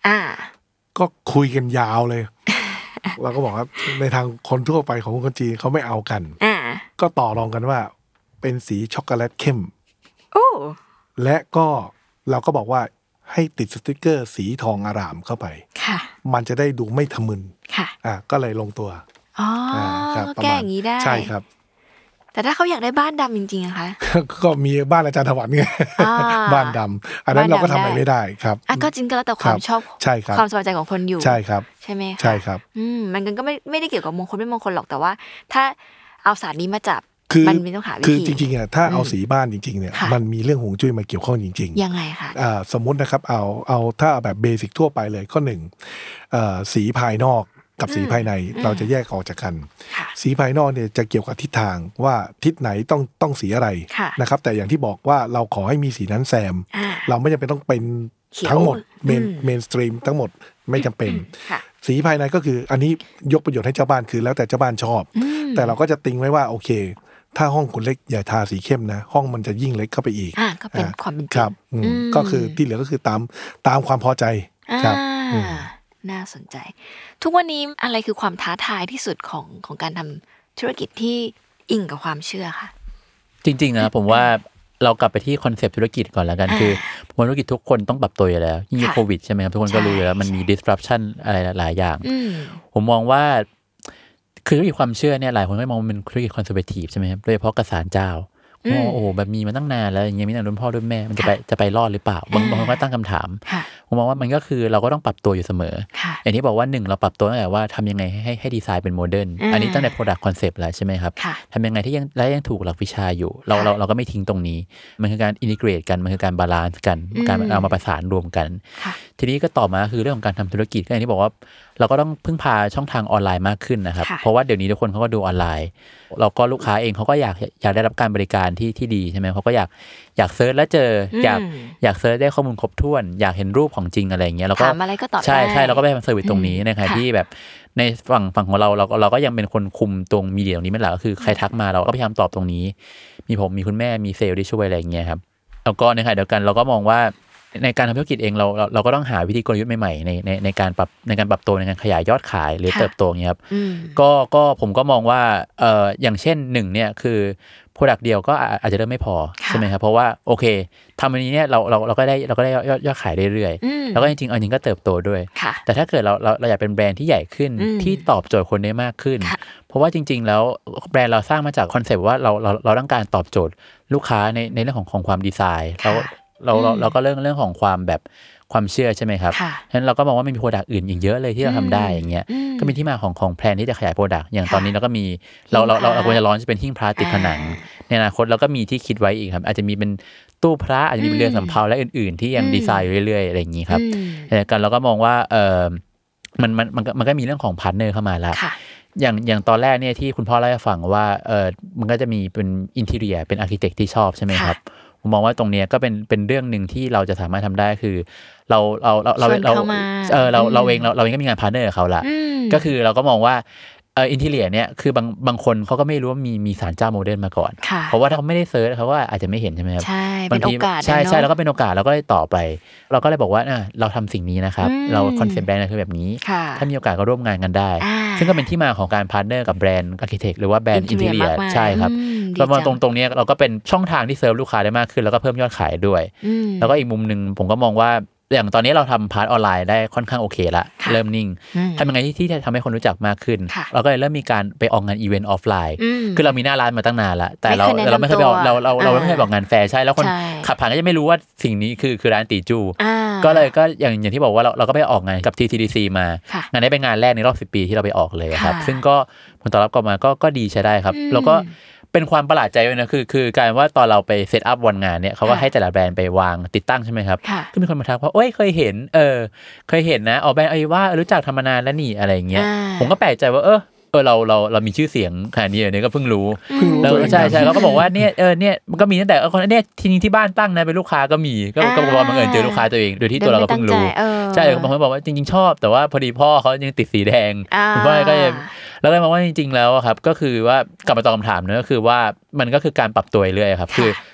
ก็คุยกันยาวเลย เราก็บอกว่าในทางคนทั่วไปของคนจีนเขาไม่เอากันก็ต่อรองกันว่าเป็นสีช็อกโกแลตเข้มและก็เราก็บอกว่าให้ติดสติ๊กเกอร์สีทองอร่ามเข้าไปมันจะได้ดูไม่ทะมึนก็เลยลงตัวครับแก้อย่างนี้ได้ใช่ครับแต่ถ้าเขาอยากได้บ้านดำจริงๆอะคะก็มีบ้านอาจารย์ถวันไงบ้านดำอันนั้นเราก็ทำอะไรไม่ได้ครับก็จริงก็แล้วแต่ความชอบความสบายใจของคนอยู่ใช่ครับใช่ไหมใช่ครับมันก็ไม่ได้เกี่ยวกับมงคลไม่มงคลหรอกแต่ว่าถ้าเอาศาสตร์นี้มาจับมันไม่ต้องหาวิธีคือจริงๆอ่ะถ้าเอาสีบ้านจริงๆเนี่ยมันมีเรื่องฮวงจุ้ยมาเกี่ยวข้องจริงๆยังไงคะสมมุตินะครับเอาถ้าแบบเบสิกทั่วไปเลยข้อหนึ่งสีภายนอกกับสีภายในเราจะแยกออกจากกันสีภายนอกเนี่ยจะเกี่ยวกับทิศทางว่าทิศไหนต้องสีอะไรนะครับแต่อย่างที่บอกว่าเราขอให้มีสีนั้นแซมเราไม่จำเป็นต้องเป็นทั้งหมดเมนสตรีมทั้งหมดไม่จำเป็นสีภายในก็คืออันนี้ยกประโยชน์ให้เจ้าบ้านคือแล้วแต่เจ้าบ้านชอบแต่เราก็จะติงไว้ว่าโอเคถ้าห้องคุณเล็กอย่าทาสีเข้มนะห้องมันจะยิ่งเล็กเข้าไปอีกก็เป็นความเป็นจริงครับก็คือที่เหลือก็คือตามความพอใจครับน่าสนใจทุกวันนี้อะไรคือความท้าทายที่สุดของการทำธุรกิจที่อิงกับความเชื่อค่ะจริงๆนะผมว่าเรากลับไปที่คอนเซปต์ธุรกิจก่อนแล้วกันคือธุรกิจทุกคนต้องปรับตัวอยู่แล้วยิ่งโควิดใช่ไหมครับทุกคนก็รู้อยู่แล้วมันมี disruption อะไรหลายอย่างผมมองว่าคือธุรกิจความเชื่อเนี่ยหลายคนก็มองมันเป็นธุรกิจคอนเซอร์เวทีฟใช่ไหมครับโดยเฉพาะกษัตริย์เจ้าโอ้แบบมีมาตั้งนานแล้วอย่างเงี้ยมีตั้งรุ่นพ่อรุ่นแม่มันจะไปรอดหรือเปล่าบางคนก็ตั้งคำถามผมมองว่ามันก็คือเราก็ต้องปรับตัวอยู่เสมออย่างที่บอกว่า1เราปรับตัวตั้งแต่ว่าทำยังไงให้ดีไซน์เป็นโมเดิร์นอันนี้ตั้งแต่ product concept แล้วใช่ไหมครับทำยังไงที่ยังถูกหลักวิชาอยู่เราก็ไม่ทิ้งตรงนี้มันคือการอินทิเกรตกันมันคือการบาลานซ์กันการเอามาประสานรวมกันทีนี้ก็ต่อมาคือเรื่องของการทำธุรกิจก็อย่างที่บอกว่าเราก็ต้องพึ่งพาช่องทางออนไลน์มากขึ้นนะครับเพราะว่าเดี๋ยวนี้ทุกคนเขาก็ดูออนไลน์เราก็ลูกค้าเองเขาก็อยากได้รับการบริการที่ดีใช่ไหมเขาก็อยากเซิร์ชแล้วเจออยากเซิร์ชได้ข้อมูลครบถ้วนอยากเห็นรูปของจริงอะไรอย่างเงี้ยเราก็ถามอะไรก็ตอบได้ใช่เราก็ไปทำเซอร์วิสตรงนี้นะครับที่แบบในฝั่งของเราก็ยังเป็นคนคุมตรงมีเดียตรงนี้ไม่หละก็คือใครทักมาเราก็พยายามตอบตรงนี้มีผมมีคุณแม่มีเซลล์ที่ช่วยอะไรอย่างเงี้ยครับแล้วก็ในขณะเดียวกันเราก็มองว่าในการทำธุรกิจเองเราก็ต้องหาวิธีกลยุทธ์ใหม่ๆในการปรับตัวในการขยายยอดขายหรือเติบโตอย่างเงี้ยครับก็ผมก็มองว่าอย่างเช่น1เนี่ยคือ product เดียวก็อาจจะเริ่มไม่พอใช่ไหมครับเพราะว่าโอเคทำอันนี้เนี่ยเราก็ได้ยอดขายเรื่อยๆแล้วก็จริงๆอันนี้ก็เติบโตด้วยแต่ถ้าเกิดเราอยากเป็นแบรนด์ที่ใหญ่ขึ้นที่ตอบโจทย์คนได้มากขึ้นเพราะว่าจริงๆแล้วแบรนด์เราสร้างมาจากคอนเซปต์ว่าเราต้องการตอบโจทย์ลูกค้าในเรื่องของความดีไซน์เราก็เรื่องของความแบบความเชื่อใช่ไหมครับฉะนั้นเราก็มองว่ามันมีโปรดักต์อื่นอีกเยอะเลยที่เราทำได้อย่างเงี้ยก็เป็นที่มาของแพลนที่จะขยายโปรดักต์อย่างตอนนี้เราก็มีเราควรจะร้อนจะเป็นหิ้งพระติดผนังในอนาคตเราก็มีที่คิดไว้อีกครับอาจจะมีเป็นตู้พระอาจจะมีเป็นเรือนสำเภาและอื่นๆที่ยังดีไซน์อยู่เรื่อยๆอะไรอย่างงี้ครับแต่กันเราก็มองว่ามันก็มีเรื่องของพาร์ทเนอร์เข้ามาแล้วอย่างตอนแรกเนี่ยที่คุณพ่อเล่าให้ฟังว่ามันก็จะมีเป็นอินทีเรียเป็นอาร์คิเทคที่ชอบใช่ไหมครับผมมองว่าตรงนี้ก็เป็นเรื่องนึงที่เราจะสามารถทำได้คือเราเองก็มีงานพาร์ทเนอร์กับเขาละก็คือเราก็มองว่าอินทีเรียเนี่ยคือบางคนเขาก็ไม่รู้ว่ามีศาลเจ้าโมเดิร์นมาก่อนเพราะว่าถ้าเขาไม่ได้เซิร์ชเขาก็อาจจะไม่เห็นใช่ไหมครับใช่เป็นโอกาสใช่แล้วก็เป็นโอกาสเราก็เลยต่อไปเราก็เลยบอกว่าเราทำสิ่งนี้นะครับเราคอนเซ็ปต์แบรนด์คือแบบนี้ถ้ามีโอกาสก็ร่วมงานกันได้ซึ่งก็เป็นที่มาของการพาร์ทเนอร์กับแบรนด์อาร์คิเทคหรือว่าแบรนด์อินทีเรียใช่ครับแล้วมาตรงนี้เราก็เป็นช่องทางที่เซิร์ฟลูกค้าได้มากขึ้นแล้วก็เพิ่มยอดขายด้วยแล้วก็อีกมุมนึงผมก็มองว่าอย่างตอนนี้เราทำพาร์ทออนไลน์ได้ค่อนข้างโอเคละเริ่มนิ่งทำยังไงที่จะทำให้คนรู้จักมากขึ้นเราก็เลยเริ่มมีการไปออกงานอีเวนต์ออฟไลน์คือเรามีหน้าร้านมาตั้งนานละแต่เราไม่เคยไปเราไม่เคยบอกงานแฟร์ใช่แล้วคนขับผ่านก็จะไม่รู้ว่าสิ่งนี้คือร้านตีจูก็อย่างที่บอกว่าเราก็ไปออกงานกับ TTDC มางานนี้เป็นงานแรกในรอบ10 ปีที่เราไปออกเลยครับซึ่งก็ผลตอบรับก็ดีใช้ได้ครับแล้วก็เป็นความประหลาดใจด้วยนะคือการว่าตอนเราไปเซตอัพวันงานเนี่ยเขาก็ให้แต่ละแบรนด์ไปวางติดตั้งใช่ไหมครับก็มีคนมาทักว่าโอ้ยเคยเห็นนะแบรนด์ว่ารู้จักทำมานานแล้วนี่อะไรอย่างเงี้ยผมก็แปลกใจว่าเรามีชื่อเสียงขนาดนี้เนี่ยก็เพิ่งรู้แล้วใช่เราก็บอกว่าเนี่ยมันก็มีตั้งแต่คนเนี่ยทีนี้ที่บ้านตั้งนะเป็นลูกค้าก็มีก็บอกบังเอิญเจอลูกค้าตัวเองโดยที่ตัวเราก็เพิ่งรู้ใช่บางคนบอกว่าจริงๆชอบแต่ว่าพอดีพ่อเขายังติดสีแดงคุณพ่อก็แล้วก็มองว่าจริงๆแล้วครับก็คือว่ากลับมาตอบคำถามเนี่ยก็คือว่ามันก็คือการปรับตัวเรื่อยครับคือ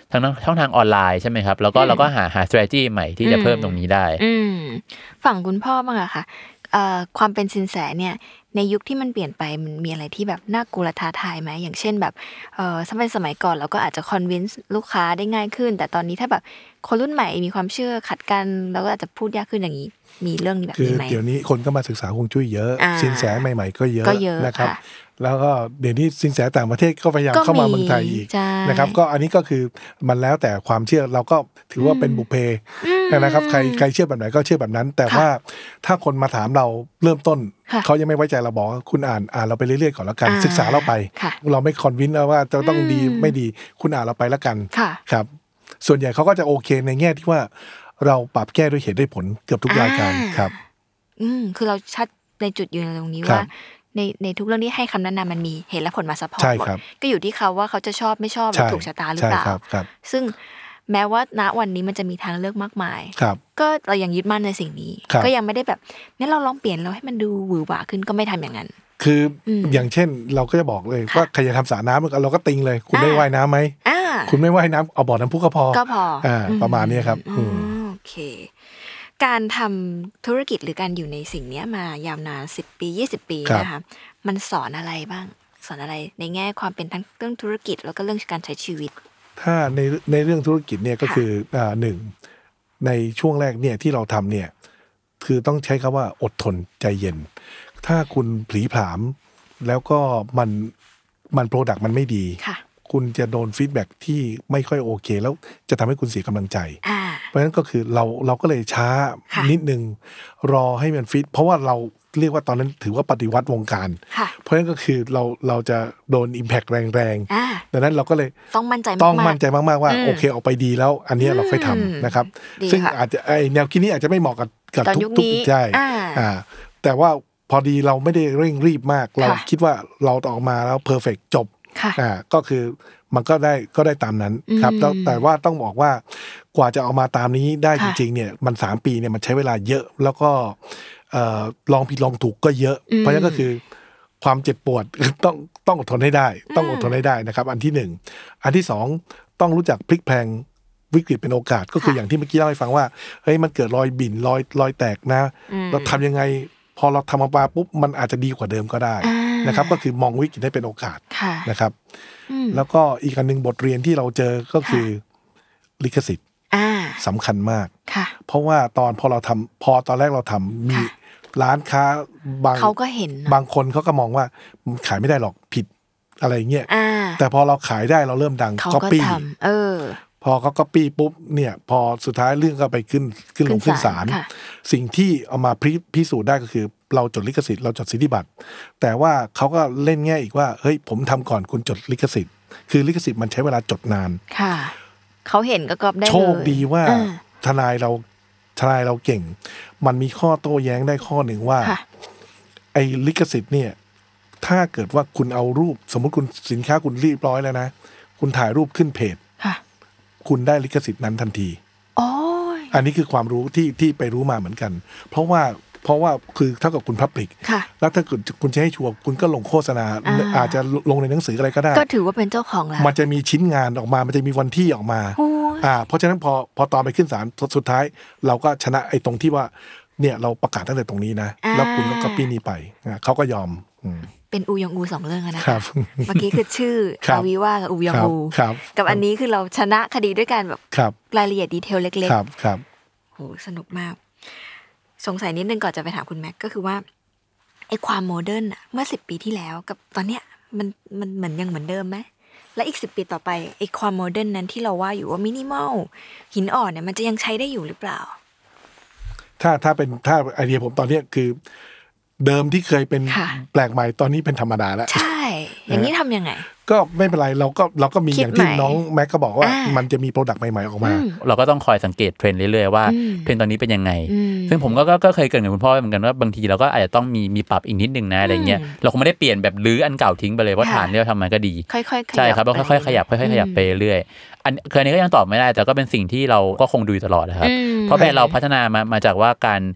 ทั้งช่องทางออนไลน์ใช่ไหมครับแล้วก็เราก็หา strategy ใหม่ที่จะเพิ่มตรงนี้ได้ฝั่งคุณพ่อบ้างอะค่ะความเป็นสินแสเนี่ยในยุคที่มันเปลี่ยนไปมันมีอะไรที่แบบน่ากลัวท้าทายไหมอย่างเช่นแบบสมัยก่อนเราก็อาจจะคอนวินส์ลูกค้าได้ง่ายขึ้นแต่ตอนนี้ถ้าแบบคนรุ่นใหม่มีความเชื่อขัดกันเราก็อาจจะพูดยากขึ้นอย่างนี้มีเรื่องแบบนี้ไหมคือเดี๋ยวนี้คนก็มาศึกษาฮวงจุ้ยเยอะสินแสใหม่ๆก็เยอะนะครับแล้วก็เดี๋ยวนี้สินแสต่างประเทศก็พยายามเข้ามาเมืองไทยอีกนะครับก็อันนี้ก็คือมันแล้วแต่ความเชื่อเราก็ถือว่าเป็นบุพเพนะครับใครเชื่อแบบไหนก็เชื่อแบบนั้นแต่ว่าถ้าคนมาถามเราเริ่มต้นเขายังไม่ไว้ใจเราบอกคุณอ่านเราไปเรื่อยๆก่อนแล้วกันศึกษาเราไปเราไม่คอนวินว่าจะต้องดีไม่ดีคุณอ่านเราไปแล้วกันครับส่วนใหญ่เขาก็จะโอเคในแง่ที่ว่าเราปรับแก้ด้วยเหตุด้วยผลเกือบทุกรายการครับคือเราชัดในจุดยืนตรงนี้ว่าในทุกเรื่องที่ให้คำแนะนำมันมีเหตุและผลมาซัพพอร์ตหมดก็อยู่ที่เขาว่าเขาจะชอบไม่ชอบหรือถูกชะตาหรือเปล่าซึ่งแม้ว่าณวันนี้มันจะมีทางเลือกมากมายก็เรายังยึดมั่นในสิ่งนี้ก็ยังไม่ได้แบบงั้นเราลองเปลี่ยนเราให้มันดูหวือหวาขึ้นก็ไม่ทำอย่างนั้นคืออย่างเช่นเราก็จะบอกเลยว่าใครจะทำสระน้ำเราก็ติงเลยคุณได้ว่ายน้ำไหมคุณไม่ว่ายน้ำเอาบ่อน้ำพุก็พอประมาณนี้ครับโอเคการทำธุรกิจหรือการอยู่ในสิ่งนี้มายาวนาน10 ปี20 ปีนะคะมันสอนอะไรบ้างสอนอะไรในแง่ความเป็นทั้งเรื่องธุรกิจแล้วก็เรื่องการใช้ชีวิตถ้าในเรื่องธุรกิจเนี่ยก็คือหนึ่งในช่วงแรกเนี่ยที่เราทำเนี่ยคือต้องใช้คำว่าอดทนใจเย็นถ้าคุณผลีผลามแล้วก็มันโปรดักต์มันไม่ดีคุณจะโดนฟีดแบ็กที่ไม่ค่อยโอเคแล้วจะทำให้คุณเสียกำลังใจเพราะฉะนั้นก็คือเราก็เลยช้านิดนึงรอให้มันฟิตเพราะว่าเราเรียกว่าตอนนั้นถือว่าปฏิวัติวงการเพราะฉะนั้นก็คือเราจะโดน impact แรงๆดังนั้นเราก็เลยต้องมั่นใจมากๆว่าโอเคออกไปดีแล้วอันนี้เราค่อยทำนะครับซึ่งอาจจะแนวคิดนี้อาจจะไม่เหมาะกับทุกใช่แต่ว่าพอดีเราไม่ได้เร่งรีบมากเราคิดว่าเราออกมาแล้วเพอร์เฟกต์จบก็คือมันก็ได้ตามนั้นครับแล้วแต่ว่าต้องบอกว่ากว่าจะออกมาตามนี้ได้จริงๆเนี่ยมัน3 ปีเนี่ยมันใช้เวลาเยอะแล้วก็ลองผิดลองถูกก็เยอะเพราะฉะนั้นก็คือความเจ็บปวดต้องอดทนให้ได้ต้องอดทนให้ได้นะครับอันที่1อันที่2ต้องรู้จักพลิกแพลงวิกฤตเป็นโอกาสก็คืออย่างที่เมื่อกี้เล่าให้ฟังว่าเฮ้ยมันเกิดรอยบิ่นรอยแตกนะเราทำยังไงพอเราทำออกมาปุ๊บมันอาจจะดีกว่าเดิมก็ได้นะครับก็คือมองวิกฤตให้เป็นโอกาสนะครับแล้วก็อีกอันนึงบทเรียนที่เราเจอก็คือลิขสิทธิ์สำคัญมากเพราะว่าตอนแรกเราทำมีร้านค้าเขาก็เห็นบางคนเขาก็มองว่าขายไม่ได้หรอกผิดอะไรเงี้ยแต่พอเราขายได้เราเริ่มดังก๊อปปี้พอเขาก๊อปปี้ปุ๊บเนี่ยพอสุดท้ายเรื่องก็ไปขึ้นศาลสิ่งที่เอามาพิสูจน์ได้ก็คือเราจดลิขสิทธิ์เราจดสิทธิบัตรแต่ว่าเขาก็เล่นแง่อีกว่าเฮ้ยผมทำก่อนคุณจดลิขสิทธิ์คือลิขสิทธิ์มันใช้เวลาจดนานค่ะเขาเห็นก็ก๊อปได้เลยโชคดีว่าทนายเราเก่งมันมีข้อโต้แย้งได้ข้อหนึ่งว่าไอ้ลิขสิทธิ์เนี่ยถ้าเกิดว่าคุณเอารูปสมมุติคุณสินค้าคุณเรียบร้อยแล้วนะคุณถ่ายรูปขึ้นเพจคุณได้ลิขสิทธิ์นั้นทันทีอันนี้คือความรู้ที่ไปรู้มาเหมือนกันเพราะว่าคือเท่ากับคุณพับลิกแล้วถ้าคุณจะให้ชัวร์คุณก็ลงโฆษณาอาจจะลงในหนังสืออะไรก็ได้ก็ถือว่าเป็นเจ้าของแล้วมันจะมีชิ้นงานออกมามันจะมีวันที่ออกมาเพราะฉะนั้นพอตอนไปขึ้นศาลสุดท้ายเราก็ชนะไอ้ตรงที่ว่าเนี่ยเราประกาศตั้งแต่ตรงนี้นะแล้วคุณก็ก๊อปปี้นี้ไปเขาก็ยอมเป็นอูยองอู2เรื่องนะคะเมื่อกี้คือชื่ออาวิว่ากับอูยองอูกับอันนี้คือเราชนะคดีด้วยการแบบรายละเอียดดีเทลเล็กๆโหสนุกมากสงสัยนิดนึงก่อนจะไปถามคุณแม็กก็คือว่าไอ้ความโมเดิร์นอะเมื่อ10 ปีที่แล้วกับตอนเนี้ยมันเหมือนยังเหมือนเดิมไหมและอีก10 ปีต่อไปไอ้ความโมเดิร์นนั้นที่เราว่าอยู่ว่ามินิมอลหินอ่อนเนี่ยมันจะยังใช้ได้อยู่หรือเปล่าถ้าไอเดียผมตอนนี้คือเดิมที่เคยเป็นแปลกใหม่ตอนนี้เป็นธรรมดาแล้วใช่อย่างนี้ทำยังไงก็ไม่เป็นไรเราก็มีอย่างที่น้องแม็กก็บอกว่ามันจะมีโปรดักต์ใหม่ๆออกมาเราก็ต้องคอยสังเกตเทรนด์เรื่อยๆว่าเทรนด์ตอนนี้เป็นยังไงซึ่งผมก็เคยเกิดกับคุณพ่อเหมือนกันว่าบางทีเราก็อาจจะต้องมีปรับอีกนิดนึงนะอะไรเงี้ยเราคงไม่ได้เปลี่ยนแบบรื้ออันเก่าทิ้งไปเลยเพราะฐานที่เราทำมันก็ดีค่อยๆใช่ครับเราค่อยๆขยับไปเรื่อยอันนี้ก็ยังตอบไม่ได้แต่ก็เป็นสิ่งที่เราก็คงดูตลอดนะครับเพราะแบรนด์เราพัฒนามาจากว่าการ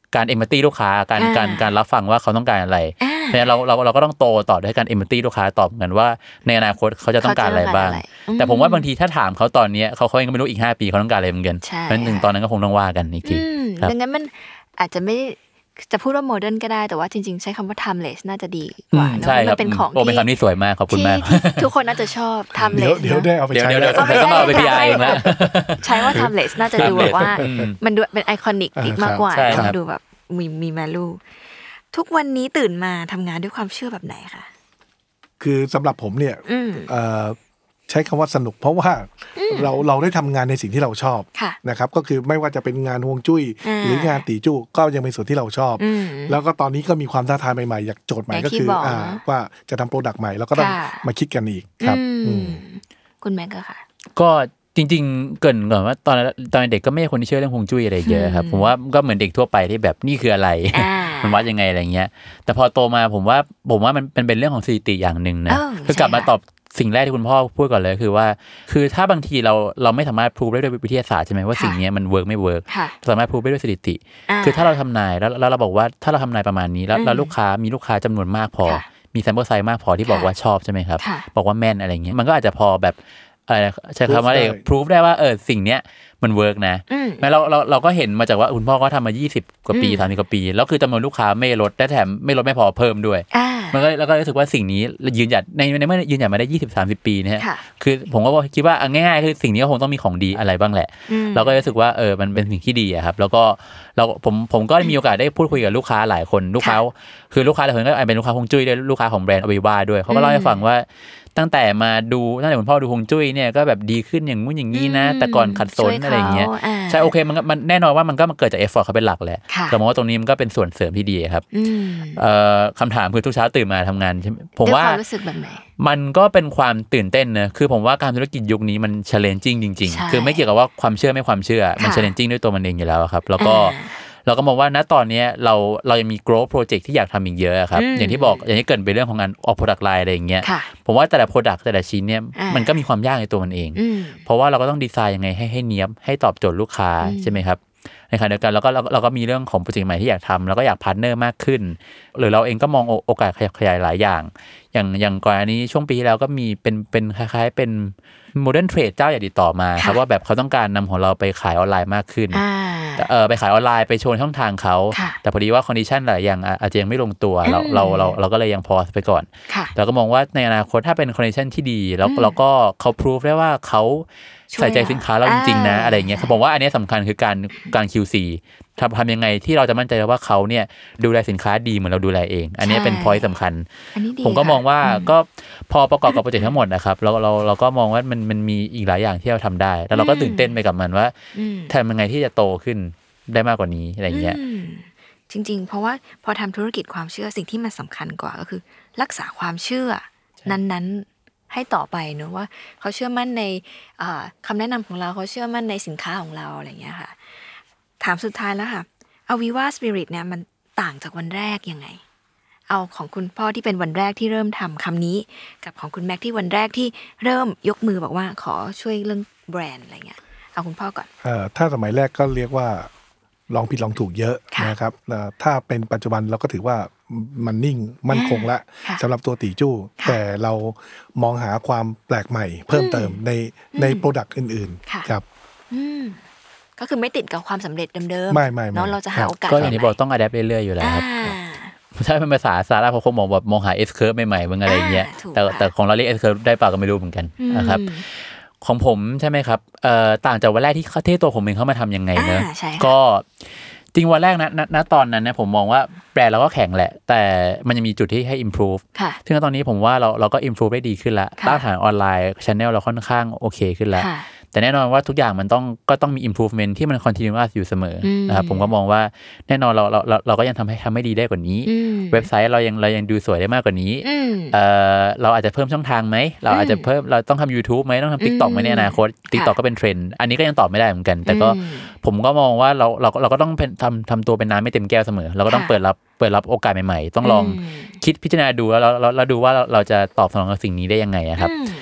การเอมพัตตี้ลูกค้าการรับฟังว่าเขาต้องการอะไรเพราะฉะนั้นเราก็ต้องโตต่อด้วยการเอมพัตตี้ลูกค้าตอบกันว่าในอนาคตเขาจะต้องการอะไรบ้างแต่ผมว่าบางทีถ้าถามเขาตอนนี้เขาเองก็ไม่รู้อีก5 ปีเขาต้องการอะไรเหมือนกันเพราะฉะนั้นถึงตอนนั้นก็คงต้องว่ากันอีกทีดังนั้นมันอาจจะไม่จะพูดว่าโมเดิร์นก็ได้แต่ว่าจริงๆใช้คำว่า timeless น่าจะดีกว่าเนอะมันเป็นของที่เป็นคำที่สวยมากขอบคุณมากทุกคนน่าจะชอบ timeless เดี๋ยวได้เอาไปใช้ต้องเอาไป PR เองแล้วใช้ว่า timeless น่าจะดูแบบว่ามันดูเป็นไอคอนิกอีกมากกว่าดูแบบมี value ทุกวันนี้ตื่นมาทำงานด้วยความเชื่อแบบไหนคะคือสำหรับผมเนี่ยใช้คำว่าสนุกเพราะว่าเราได้ทำงานในสิ่งที่เราชอบนะครับก็คือไม่ว่าจะเป็นงานฮวงจุ้ยหรืองานตีจู้ก็ยังเป็นส่วนที่เราชอบแล้วก็ตอนนี้ก็มีความท้าทายใหม่ๆอยากโจทย์ใหม่ก็คือว่าจะทำโปรดักต์ใหม่แล้วก็ต้องมาคิดกันอีกครับคุณแม็กก็ค่ะก็จริงๆเกินก่อนว่าตอนเด็กก็ไม่ใช่คนที่เชื่อเรื่องฮวงจุ้ยอะไรเยอะครับผมว่าก็เหมือนเด็กทั่วไปที่แบบนี่คืออะไรมันวัดยังไงอะไรเงี้ยแต่พอโตมาผมว่ามันเป็นเรื่องของสถิติอย่างนึงนะคือกลับมาตอบสิ่งแรกที่คุณพ่อพูดก่อนเลยคือว่าคือถ้าบางทีเราไม่สามารถพิสูจน์ได้ด้วยวิทยาศาสตร์ใช่ไหมว่าสิ่งนี้มันเวิร์กไม่เวิร์กสามารถพิสูจน์ได้ด้วยสถิติคือถ้าเราทำนายแล้วเราบอกว่าถ้าเราทำนายประมาณนี้แล้วลูกค้ามีลูกค้าจำนวนมากพอมีแซมเปิลไซส์มากพอที่บอกว่าชอบใช่ไหมครับบอกว่าแม่นอะไรเงี้ยมันก็อาจจะพอแบบใช้คำว่าอะไรพิสูจน์ได้ว่าสิ่งเนี้ยมันเวิร์กนะแม้เราก็เห็นมาจากว่าคุณพ่อก็ทำมา20 กว่าปี30 กว่าปีแล้วคือจำนวนลูกค้าไม่ลดและแถมไม่ลดไม่พอเพิ่มด้วยมันก็แล้วก็รู้สึกว่าสิ่งนี้ยืนหยัดในเมื่อยืนหยัดมาได้20-30 ปีนะฮะคือผมก็คิดว่าง่ายๆคือสิ่งนี้ก็คงต้องมีของดีอะไรบ้างแหละเราก็รู้สึกว่ามันเป็นสิ่งที่ดีอะครับแล้วก็ผมก็มีโอกาสได้พูดคุยกับลูกค้าหลายคนลูกค้าคือลูกค้าหลายคนก็เป็นลูกค้าฮวงจุ้ยด้วยลูกค้าของแบรนด์อเวว่าด้วยเขาก็เล่าให้ฟังว่าตั้งแต่คุณพ่อดูฮวงจุ้ยเนี่ยก็แบบดีขึ้นอย่างงู้นอย่างนี้นะแต่ก่อนขัดสนอะไรอย่างเงี้ยใช่โอเคมันแน่นอนว่ามันก็เกิดจากเอฟฟอร์ตเขาเป็นหลักแหละแต่มองว่าตรงนี้มันก็เป็นส่วนเสริมที่ดีครับคำถามคือทุกเช้าตื่นมาทำงานผมว่ามันก็เป็นความตื่นเต้นนะคือผมว่าการธุรกิจยุคนี้มัน challenging จริงๆคือไม่เกี่ยวกับว่าความเชื่อไม่ความเชื่อมัน challenging ด้วยตัวมันเองอยู่แล้วครับแล้วก็เราก็มองว่าณตอนนี้เรายังมี growth project ที่อยากทำอีกเยอะครับอย่างที่บอกอย่างที่เกิดไปเรื่องของงานออก product line อะไรอย่างเงี้ยผมว่าแต่ละ product แต่ละชิ้นเนี่ยมันก็มีความยากในตัวมันเองเพราะว่าเราก็ต้องดีไซน์ยังไงให้เนี๊ยบให้ตอบโจทย์ลูกค้าใช่ไหมครับในขณะเดียวกันเราก็มีเรื่องของโปรเจกต์ใหม่ที่อยากทำแล้วก็อยากพาร์ทเนอร์มากขึ้นหรือเราเองก็มองโอกาสขยายหลายอย่างก่อนอันนี้ช่วงปีที่แล้วก็มีเป็นคล้ายๆเป็นโมเดิร์นเทรดเจ้าใหญ่ติดต่อมาครับว่าแบบเขาต้องการนำของเราไปขายออนไลน์มากขึ้นไปขายออนไลน์ไปโชว์ช่องทางเขาแต่พอดีว่าคอนดิชันหลายอย่างอาจจะยังไม่ลงตัวเราก็เลยยังพอไปก่อนเราก็มองว่าในอนาคตถ้าเป็นคอนดิชันที่ดีแล้วก็เขาพิสูจได้ว่าเขาใส่ใจสินค้าเราจริงๆนะอะไรอย่างเงี้ยผมว่าอันนี้สำคัญคือการ QC ทำยังไงที่เราจะมั่นใจว่าเขาเนี่ยดูแลสินค้าดีเหมือนเราดูแลเองอันนี้เป็น point สำคัญผมก็มองว่าก็พอประกอบกับโปรเจกต์ทั้งหมดนะครับเราก็มองว่ามันมีอีกหลายอย่างที่เราทำได้แล้วเราก็ตื่นเต้นไปกับมันว่าทำยังไงที่จะโตขึ้นได้มากกว่านี้อะไรอย่างเงี้ยจริงๆเพราะว่าพอทำธุรกิจความเชื่อสิ่งที่มันสำคัญกว่าก็คือรักษาความเชื่อนั้นให้ต่อไปเนอะว่าเขาเชื่อมั่นในคำแนะนำของเราเขาเชื่อมั่นในสินค้าของเราอะไรอย่างเงี้ยค่ะถามสุดท้ายแล้วค่ะAviva Spirit เนี่ยมันต่างจากวันแรกยังไงเอาของคุณพ่อที่เป็นวันแรกที่เริ่มทำคำนี้กับของคุณแม็กที่วันแรกที่เริ่มยกมือบอกว่าขอช่วยเรื่องแบรนด์อะไรเงี้ยเอาคุณพ่อก่อนถ้าสมัยแรกก็เรียกว่าลองผิดลองถูกเยอะนะครับถ้าเป็นปัจจุบันเราก็ถือว่ามันนิ่งมั่นคงละสำหรับตัวตีจู้แต่เรามองหาความแปลกใหม่เพิ่มเติมในโปรดักต์อื่นๆครับก็คือไม่ติดกับความสำเร็จเดิมๆไม่เนาะเราจะหาโอกาสก็อย่างที่บอกต้องอะแดปเรื่อยๆอยู่แล้วครับใช่เป็นภาษาสาระเขาคงมองหา S curve ใหม่ๆบางอะไรอย่างเงี้ยแต่ของเราเรียก S curve ได้เปล่าก็ไม่รู้เหมือนกันนะครับของผมใช่ไหมครับต่างจากวันแรกที่ตัวผมเองเข้ามาทำยังไงเนอะก็จริงวันแรกนะตอนนั้นนะผมมองว่าแบรนด์เราก็แข็งแหละแต่มันยังมีจุดที่ให้ improve ซึ่งตอนนี้ผมว่าเราก็ improve ได้ดีขึ้นละต้านทานออนไลน์ channel เราค่อนข้างโอเคขึ้นแล้วแต่แน่นอนว่าทุกอย่างมันก็ต้องมี improvement ที่มัน continuous อยู่เสมอนะครับผมก็มองว่าแน่นอนเราก็ยังทำให้ดีได้กว่านี้เว็บไซต์เรายังดูสวยได้มากกว่านี้เราอาจจะเพิ่มช่องทางไหมเราอาจจะเพิ่มเราต้องทำ YouTube ไหมต้องทำ TikTok ไหมในอนาคต TikTok ก็เป็นเทรนด์อันนี้ก็ยังตอบไม่ได้เหมือนกันแต่ก็ผมก็มองว่าเราก็ต้องทำตัวเป็นน้ำไม่เต็มแก้วเสมอเราก็ต้องเปิดรับโอกาสใหม่ๆต้องลองคิดพิจารณาดูแล้วดูว่าเราจะตอบสนองกับสิ่งนี้ได้ยังไงครับ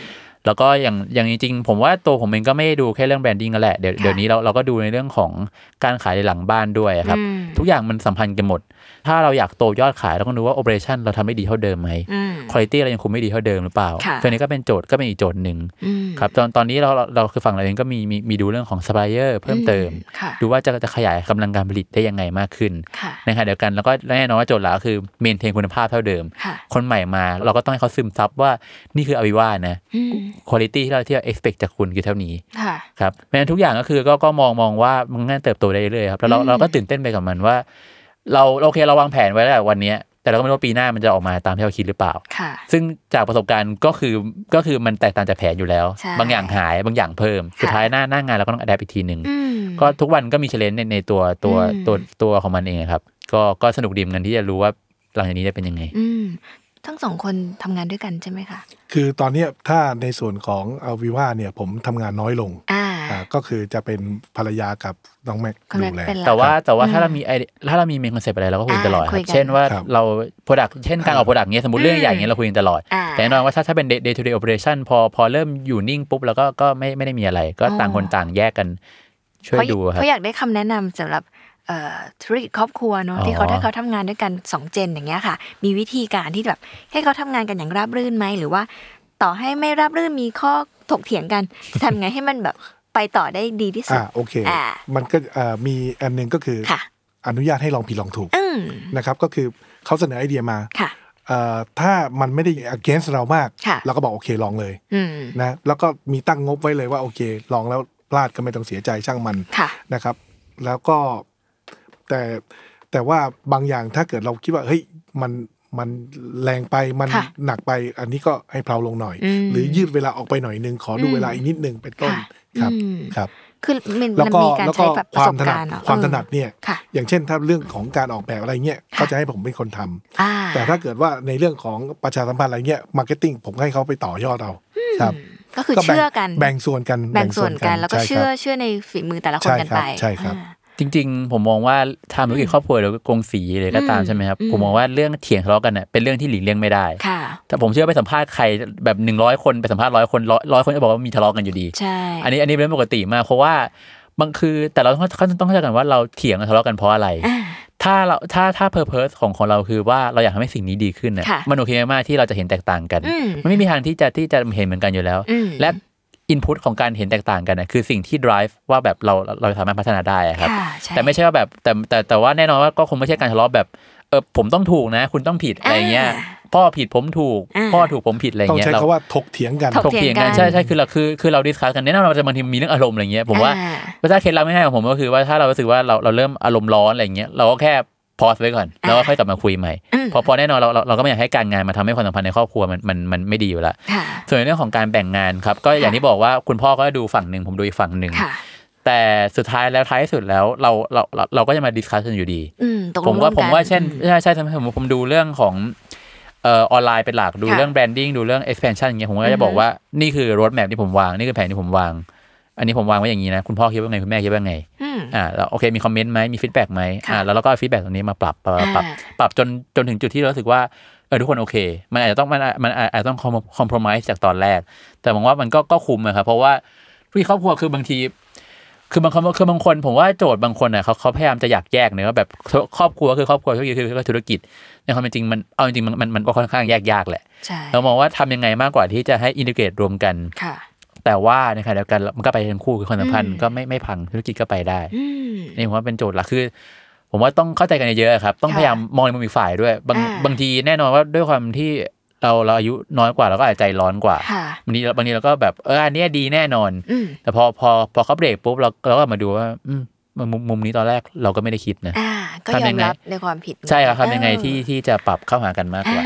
แล้วก็อย่างจริงๆผมว่าตัวผมเองก็ไม่ได้ดูแค่เรื่องแบรนดิ้งนั่นแหละเดี๋ยวนี้เราก็ดูในเรื่องของการขายในหลังบ้านด้วยครับทุกอย่างมันสัมพันธ์กันหมดถ้าเราอยากโตยอดขายเราต้องดูว่าโอเปอเรชั่นเราทำได้ดีเท่าเดิมไหมคุณภาพเรายังคงไม่ดีเท่าเดิมหรือเปล่าตัวนี้ก็เป็นโจทย์ก็เป็นอีกโจทย์นึงครับตอนนี้เราคือฝั่งเราเองก็มีดูเรื่องของซัพพลายเออร์เพิ่มเติมดูว่าจะขยายกำลังการผลิตได้ยังไงมากขึ้นนะครับเดียวกันแล้วก็แน่นอนว่าโจทย์หลักก็คือเมนเทนคุณภาพเท่าเดิมคนใหม่มาเราก็ต้องให้เขาซึมซับว่านี่คือAvivaนะคุณภาพที่เราexpect จากคุณคือเท่านี้ครับเพราะฉะนั้นทุกอย่างก็คือก็มองว่ามันน่าเติบโตได้เรื่อยๆครับแล้วเราก็ตื่นเต้นไปกับมันว่าเราโอเคเราวางแผนไว้แล้ววันนี้แต่เราก็ไม่รู้ว่าปีหน้ามันจะออกมาตามที่เราคิดหรือเปล่าซึ่งจากประสบการณ์ก็คือมันแตกต่างจากแผนอยู่แล้วบางอย่างหายบางอย่างเพิ่มสุดท้ายหน้างานเราก็ต้องอัดแอปอีกทีนึงก็ทุกวันก็มี challenge ในตัวของมันเองครับก็สนุกดีเหมือนกันที่จะรู้ว่าหลังจากนี้จะเป็นยังไงทั้งสองคนทำงานด้วยกันใช่ไหมคะคือตอนนี้ถ้าในส่วนของAvivaเนี่ยผมทำงานน้อยลงก็คือจะเป็นภรรยากับน้องแม็กดูแลแต่ว่าถ้าเรามีเมนคอนเซปต์อะไรเราก็คุยตลอดเช่นว่าเรา product เช่นการออก product เงี้ยสมมุติเรื่องใหญ่เงี้ยเราคุยกันตลอดแต่แน่นอนว่าถ้าเป็น day to day operation พอเริ่มอยู่นิ่งปุ๊บแล้วก็ไม่ได้มีอะไรก็ต่างคนต่างแยกกันช่วยดูครับเขาอยากได้คำแนะนำสำหรับธุรกิจครอบครัวเนาะที่ถ้าเขาทำงานด้วยกัน2เจนอย่างเงี้ยค่ะมีวิธีการที่แบบให้เขาทำงานกันอย่างราบรื่นไหมหรือว่าต่อให้ไม่ราบรื่นมีข้อถกเถียงกันทำไงให้มันแบบไปต่อได้ดีที่สุดโอเคมันก็มีอันนึงก็คืออนุญาตให้ลองผิดลองถูกนะครับก็คือเขาเสนอไอเดียมาถ้ามันไม่ได้ against เรามากเราก็บอกโอเคลองเลยนะแล้วก็มีตั้งงบไว้เลยว่าโอเคลองแล้วพลาดก็ไม่ต้องเสียใจช่างมันนะครับแล้วก็แต่ว่าบางอย่างถ้าเกิดเราคิดว่าเฮ้ยมันแรงไปมันหนักไปอันนี้ก็ให้เพลาลงหน่อยหรือยืดเวลาออกไปหน่อยนึงขอดูเวลาอีกนิดนึงเป็นต้นครับคือมันมีการใช้แบบประสบการณ์ความถนัดเนี่ยอย่างเช่นถ้าเรื่องของการออกแบบอะไรเงี้ยเขาจะให้ผมเป็นคนทำแต่ถ้าเกิดว่าในเรื่องของประชาสัมพันธ์อะไรเงี้ยมาร์เก็ตติ้งผมให้เขาไปต่อยอดเอาครับก็คือเชื่อกันแบ่งส่วนกันแล้วก็เชื่อในฝีมือแต่ละคนกันไปใช่ครับจริงๆผมมองว่าทำธุรกิจครอบครัวหรือกงสีเลยก็ตามใช่ไหมครับผมมองว่าเรื่องเถียงทะเลาะกันเนี่ยเป็นเรื่องที่หลีกเลี่ยงไม่ได้แต่ผมเชื่อไปสัมภาษณ์ใครแบบ100คนไปสัมภาษณ์100คน100คนจะบอกว่ามีทะเลาะกันอยู่ดีอันนี้เป็นเรื่องปกติมากเพราะว่าบางคือแต่เราต้องเข้าใจกันว่าเราเถียงทะเลาะกันเพราะอะไรถ้าpurpose ของเราคือว่าเราอยากทำให้สิ่งนี้ดีขึ้นน่ะมันโอเคมากที่เราจะเห็นแตกต่างกันมันไม่มีทางที่จะเห็นเหมือนกันอยู่แล้วและinput ของการเห็นแตกต่างกันนะคือสิ่งที่ drive ว่าแบบเราสามารถพัฒนาได้ครับแต่ไม่ใช่ว่าแบบแต่ว่าแน่นอนว่าก็คงไม่ใช่การทะเลาะแบบผมต้องถูกนะคุณต้องผิดอะไรเงี้ยพ่อผิดผมถูกพ่อถูกผมผิดอะไรเงี้ยต้องใช้คำว่าถกเถียงกันใช่คือเราดิสคัสกันแน่นอนเราจะบางทีมีเรื่องอารมณ์อะไรเงี้ยผมว่าถ้าเคล็ดลับง่ายๆของผมก็คือว่าถ้าเรารู้สึกว่าเราเริ่มอารมณ์ร้อนอะไรเงี้ยเราก็แค่พอสไว้ก่อนแล้วก็ค่อยกลับมาคุยใหม่พอแน่นอนเราก็ไม่อยากให้การงานมาทำให้ความสัมพันธ์ในครอบครัวมันไม่ดีอยู่แล้วส่วนในเรื่องของการแบ่งงานครับก็อย่างที่บอกว่าคุณพ่อก็ดูฝั่งนึงผมดูอีกฝั่งนึงแต่สุดท้ายแล้วท้ายสุดแล้วเราก็จะมาดิสคัสกันอยู่ดีผมว่าเช่นใช่ผมดูเรื่องของออนไลน์เป็นหลักดูเรื่องแบรนดิ้งดูเรื่อง expansion อย่างเงี้ยผมก็จะบอกว่านี่คือ road map ที่ผมวางนี่คือแผนที่ผมวางอันนี้ผมวางไว้อย่างนี้นะคุณพ่อคิดว่าไงคุณแม่คิดว่าไงแล้วโอเคมีคอมเมนต์ไหมมีฟีดแบ็กไหมแล้วเราก็ฟีดแบ็กตรงนี้มาปรับจนถึงจุดที่เรารู้สึกว่าทุกคนโอเคมันอาจจะต้องมันอาจจะต้องคอมโพรไมซ์จากตอนแรกแต่ผมว่ามันก็คุ้มนะครับเพราะว่าที่ครอบครัวคือบางทีคือบางคนผมว่าโจทย์บางคนน่ะเขาพยายามจะอยากแยกเนอะว่าแบบครอบครัวคือครอบครัวธุรกิจคือธุรกิจในความเป็นจริงมันเอาจริงมันก็ค่อนข้างแยกยากแหละเรามองว่าทำยังไงมากกว่าที่จะให้อินทิเกรตรวมกันแต่ว่าในขณะเดียวกันมันก็ไปทั้งคู่คือความสัมพันธ์ก็ไม่พังธุรกิจก็ไปได้นี่ผมว่าเป็นโจทย์หลักคือผมว่าต้องเข้าใจกันเยอะๆครับต้องพยายามมองในมุมอีกฝ่ายด้วยบางทีแน่นอนว่าด้วยความที่เราอายุน้อยกว่าเราก็อาจใจร้อนกว่าบางทีเราก็แบบอันนี้ดีแน่นอนแต่พอเขาเบรกปุ๊บเราก็มาดูว่ามุมนี้ตอนแรกเราก็ไม่ได้คิดนะก็ยอมรับในความผิดใช่ครับทำยังไงที่จะปรับเข้าหากันมากกว่า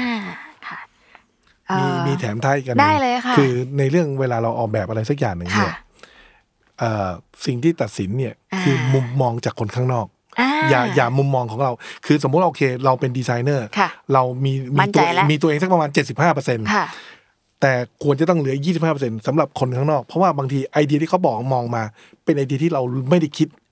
มีแถมท้ายกันได้เลยค่ะคือในเรื่องเวลาเราออกแบบอะไรสักอย่างหนึ่งเนี่ยสิ่งที่ตัดสินเนี่ยคือมุมมองจากคนข้างนอกอย่ามุมมองของเราคือสมมุติโอเคเราเป็นดีไซเนอร์เรามีตัวเองสักประมาณ 75%แต่ควรจะต้องเหลือ 25% สำหรับคนข้างนอกเพราะว่าบางทีไอเดียที่เขาบอกมองมาเป็นไอเดียที่เราไม่ได้คิด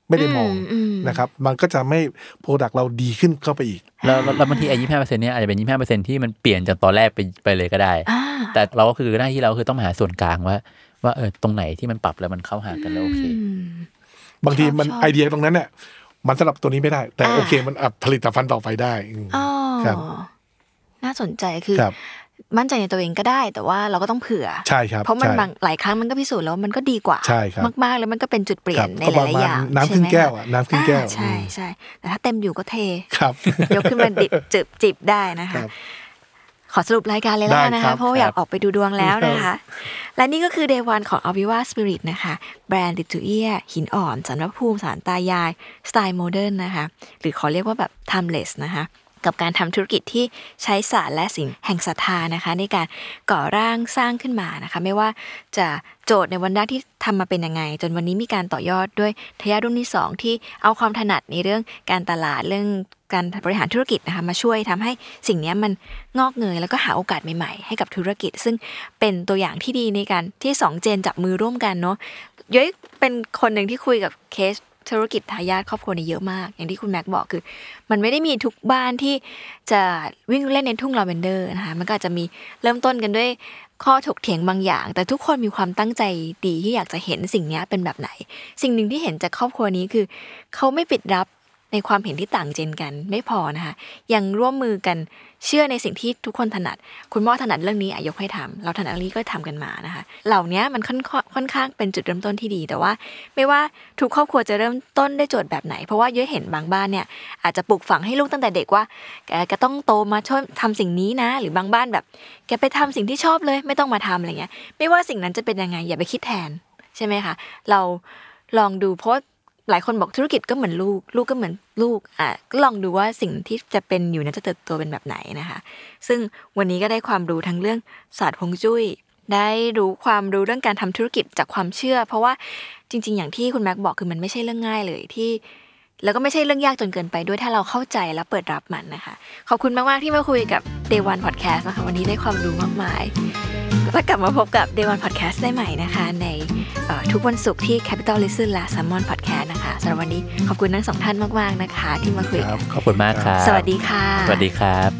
ไม่ได้มองนะครับมันก็จะไม่โปรดักต์เราดีขึ้นเข้าไปอีกแล้วบางทีไอ้ 25% เนี่ยอาจจะเป็น 25% ที่มันเปลี่ยนจากตอนแรกไปเลยก็ได้แต่เราก็คือหน้าที่เราคือต้องหาส่วนกลางว่าตรงไหนที่มันปรับแล้วมันเข้าหากันแล้วโอเคบางทีมันไอเดียตรงนั้นเนี่ยมันสำหรับตัวนี้ไม่ได้แต่โอเคมันผลิตภัณฑ์ต่อไปได้ครับน่าสนใจคือมั่นใจในตัวเองก็ได้แต่ว่าเราก็ต้องเผื่อใช่ครับเพราะมันบางหลายครั้งมันก็พิสูจน์แล้วมันก็ดีกว่ามากๆแล้วมันก็เป็นจุดเปลี่ยนในหลายๆอย่างน้ำครึ่งแก้วน้ำครึ่งแก้วใช่ใช่แต่ถ้าเต็มอยู่ก็เทครับยกขึ้นมาจิบได้นะคะขอสรุปรายการเลยแล้วนะคะเพราะอยากออกไปดูดวงแล้วนะคะและนี่ก็คือ Day 1 ของ Aviva Spirit นะคะแบรนด์ติดจูเอียหินอ่อนสารพระภูมิสารตายายสไตล์โมเดิร์นนะคะหรือขอเรียกว่าแบบ timeless นะคะกับการทำธุรกิจที่ใช้ศาสตร์และศิลป์แห่งศรัทธานะคะในการก่อร่างสร้างขึ้นมานะคะไม่ว่าจะโจทย์ในวันแรกที่ทำมาเป็นยังไงจนวันนี้มีการต่อยอดด้วยทายาทรุ่นที่2ที่เอาความถนัดในเรื่องการตลาดเรื่องการบริหารธุรกิจนะคะมาช่วยทำให้สิ่งนี้มันงอกเงยแล้วก็หาโอกาสใหม่ๆให้กับธุรกิจซึ่งเป็นตัวอย่างที่ดีในการที่2เจนจับมือร่วมกันเนาะย้อยเป็นคนหนึ่งที่คุยกับเคสธุรกิจทายาทครอบครัวนี้เยอะมากอย่างที่คุณแม็กบอกคือมันไม่ได้มีทุกบ้านที่จะวิ่งเล่นในทุ่งลาเวนเดอร์นะคะมันก็อาจจะมีเริ่มต้นกันด้วยข้อถกเถียงบางอย่างแต่ทุกคนมีความตั้งใจดีที่อยากจะเห็นสิ่งนี้เป็นแบบไหนสิ่งหนึ่งที่เห็นจากครอบครัวนี้คือเขาไม่ปิดรับในความเห็นที่ต่างเจนกันไม่พอนะคะยังร่วมมือกันเชื่อในสิ่งที่ทุกคนถนัดคุณพ่อถนัดเรื่องนี้ยกให้ทำเราถนัดเรื่องนี้ก็ทำกันมานะคะเหล่านี้มันค่อนข้างเป็นจุดเริ่มต้นที่ดีแต่ว่าไม่ว่าทุกครอบครัวจะเริ่มต้นได้โจทย์แบบไหนเพราะว่าย้อยเห็นบางบ้านเนี่ยอาจจะปลูกฝังให้ลูกตั้งแต่เด็กว่าแกต้องโตมาช่วยทำสิ่งนี้นะหรือบางบ้านแบบแกไปทำสิ่งที่ชอบเลยไม่ต้องมาทำอะไรเงี้ยไม่ว่าสิ่งนั้นจะเป็นยังไงอย่าไปคิดแทนใช่ไหมคะเราลองดูเพราะหลายคนบอกธุรกิจก็เหมือนลูกก็เหมือนลูกก็ลองดูว่าสิ่งที่จะเป็นอยู่นั้นจะเติบโตเป็นแบบไหนนะคะซึ่งวันนี้ก็ได้ความรู้ทั้งเรื่องศาสตร์ฮวงจุ้ยได้รู้ความรู้เรื่องการทำธุรกิจจากความเชื่อเพราะว่าจริงๆอย่างที่คุณแม็กบอกคือมันไม่ใช่เรื่องง่ายเลยที่แล้วก็ไม่ใช่เรื่องยากจนเกินไปด้วยถ้าเราเข้าใจและเปิดรับมันนะคะขอบคุณมากๆที่มาคุยกับ Day 1 Podcast นะคะวันนี้ได้ความรู้มากมายแล้วกลับมาพบกับ Day 1 Podcast ได้ใหม่นะคะในทุกวันศุกร์ที่ Capital Listen และ Salmon Podcast นะคะสำหรับวันนี้ขอบคุณทั้ง2ท่านมากๆนะคะที่มาคุยขอบคุณมากครับสวัสดีค่ะสวัสดีครับ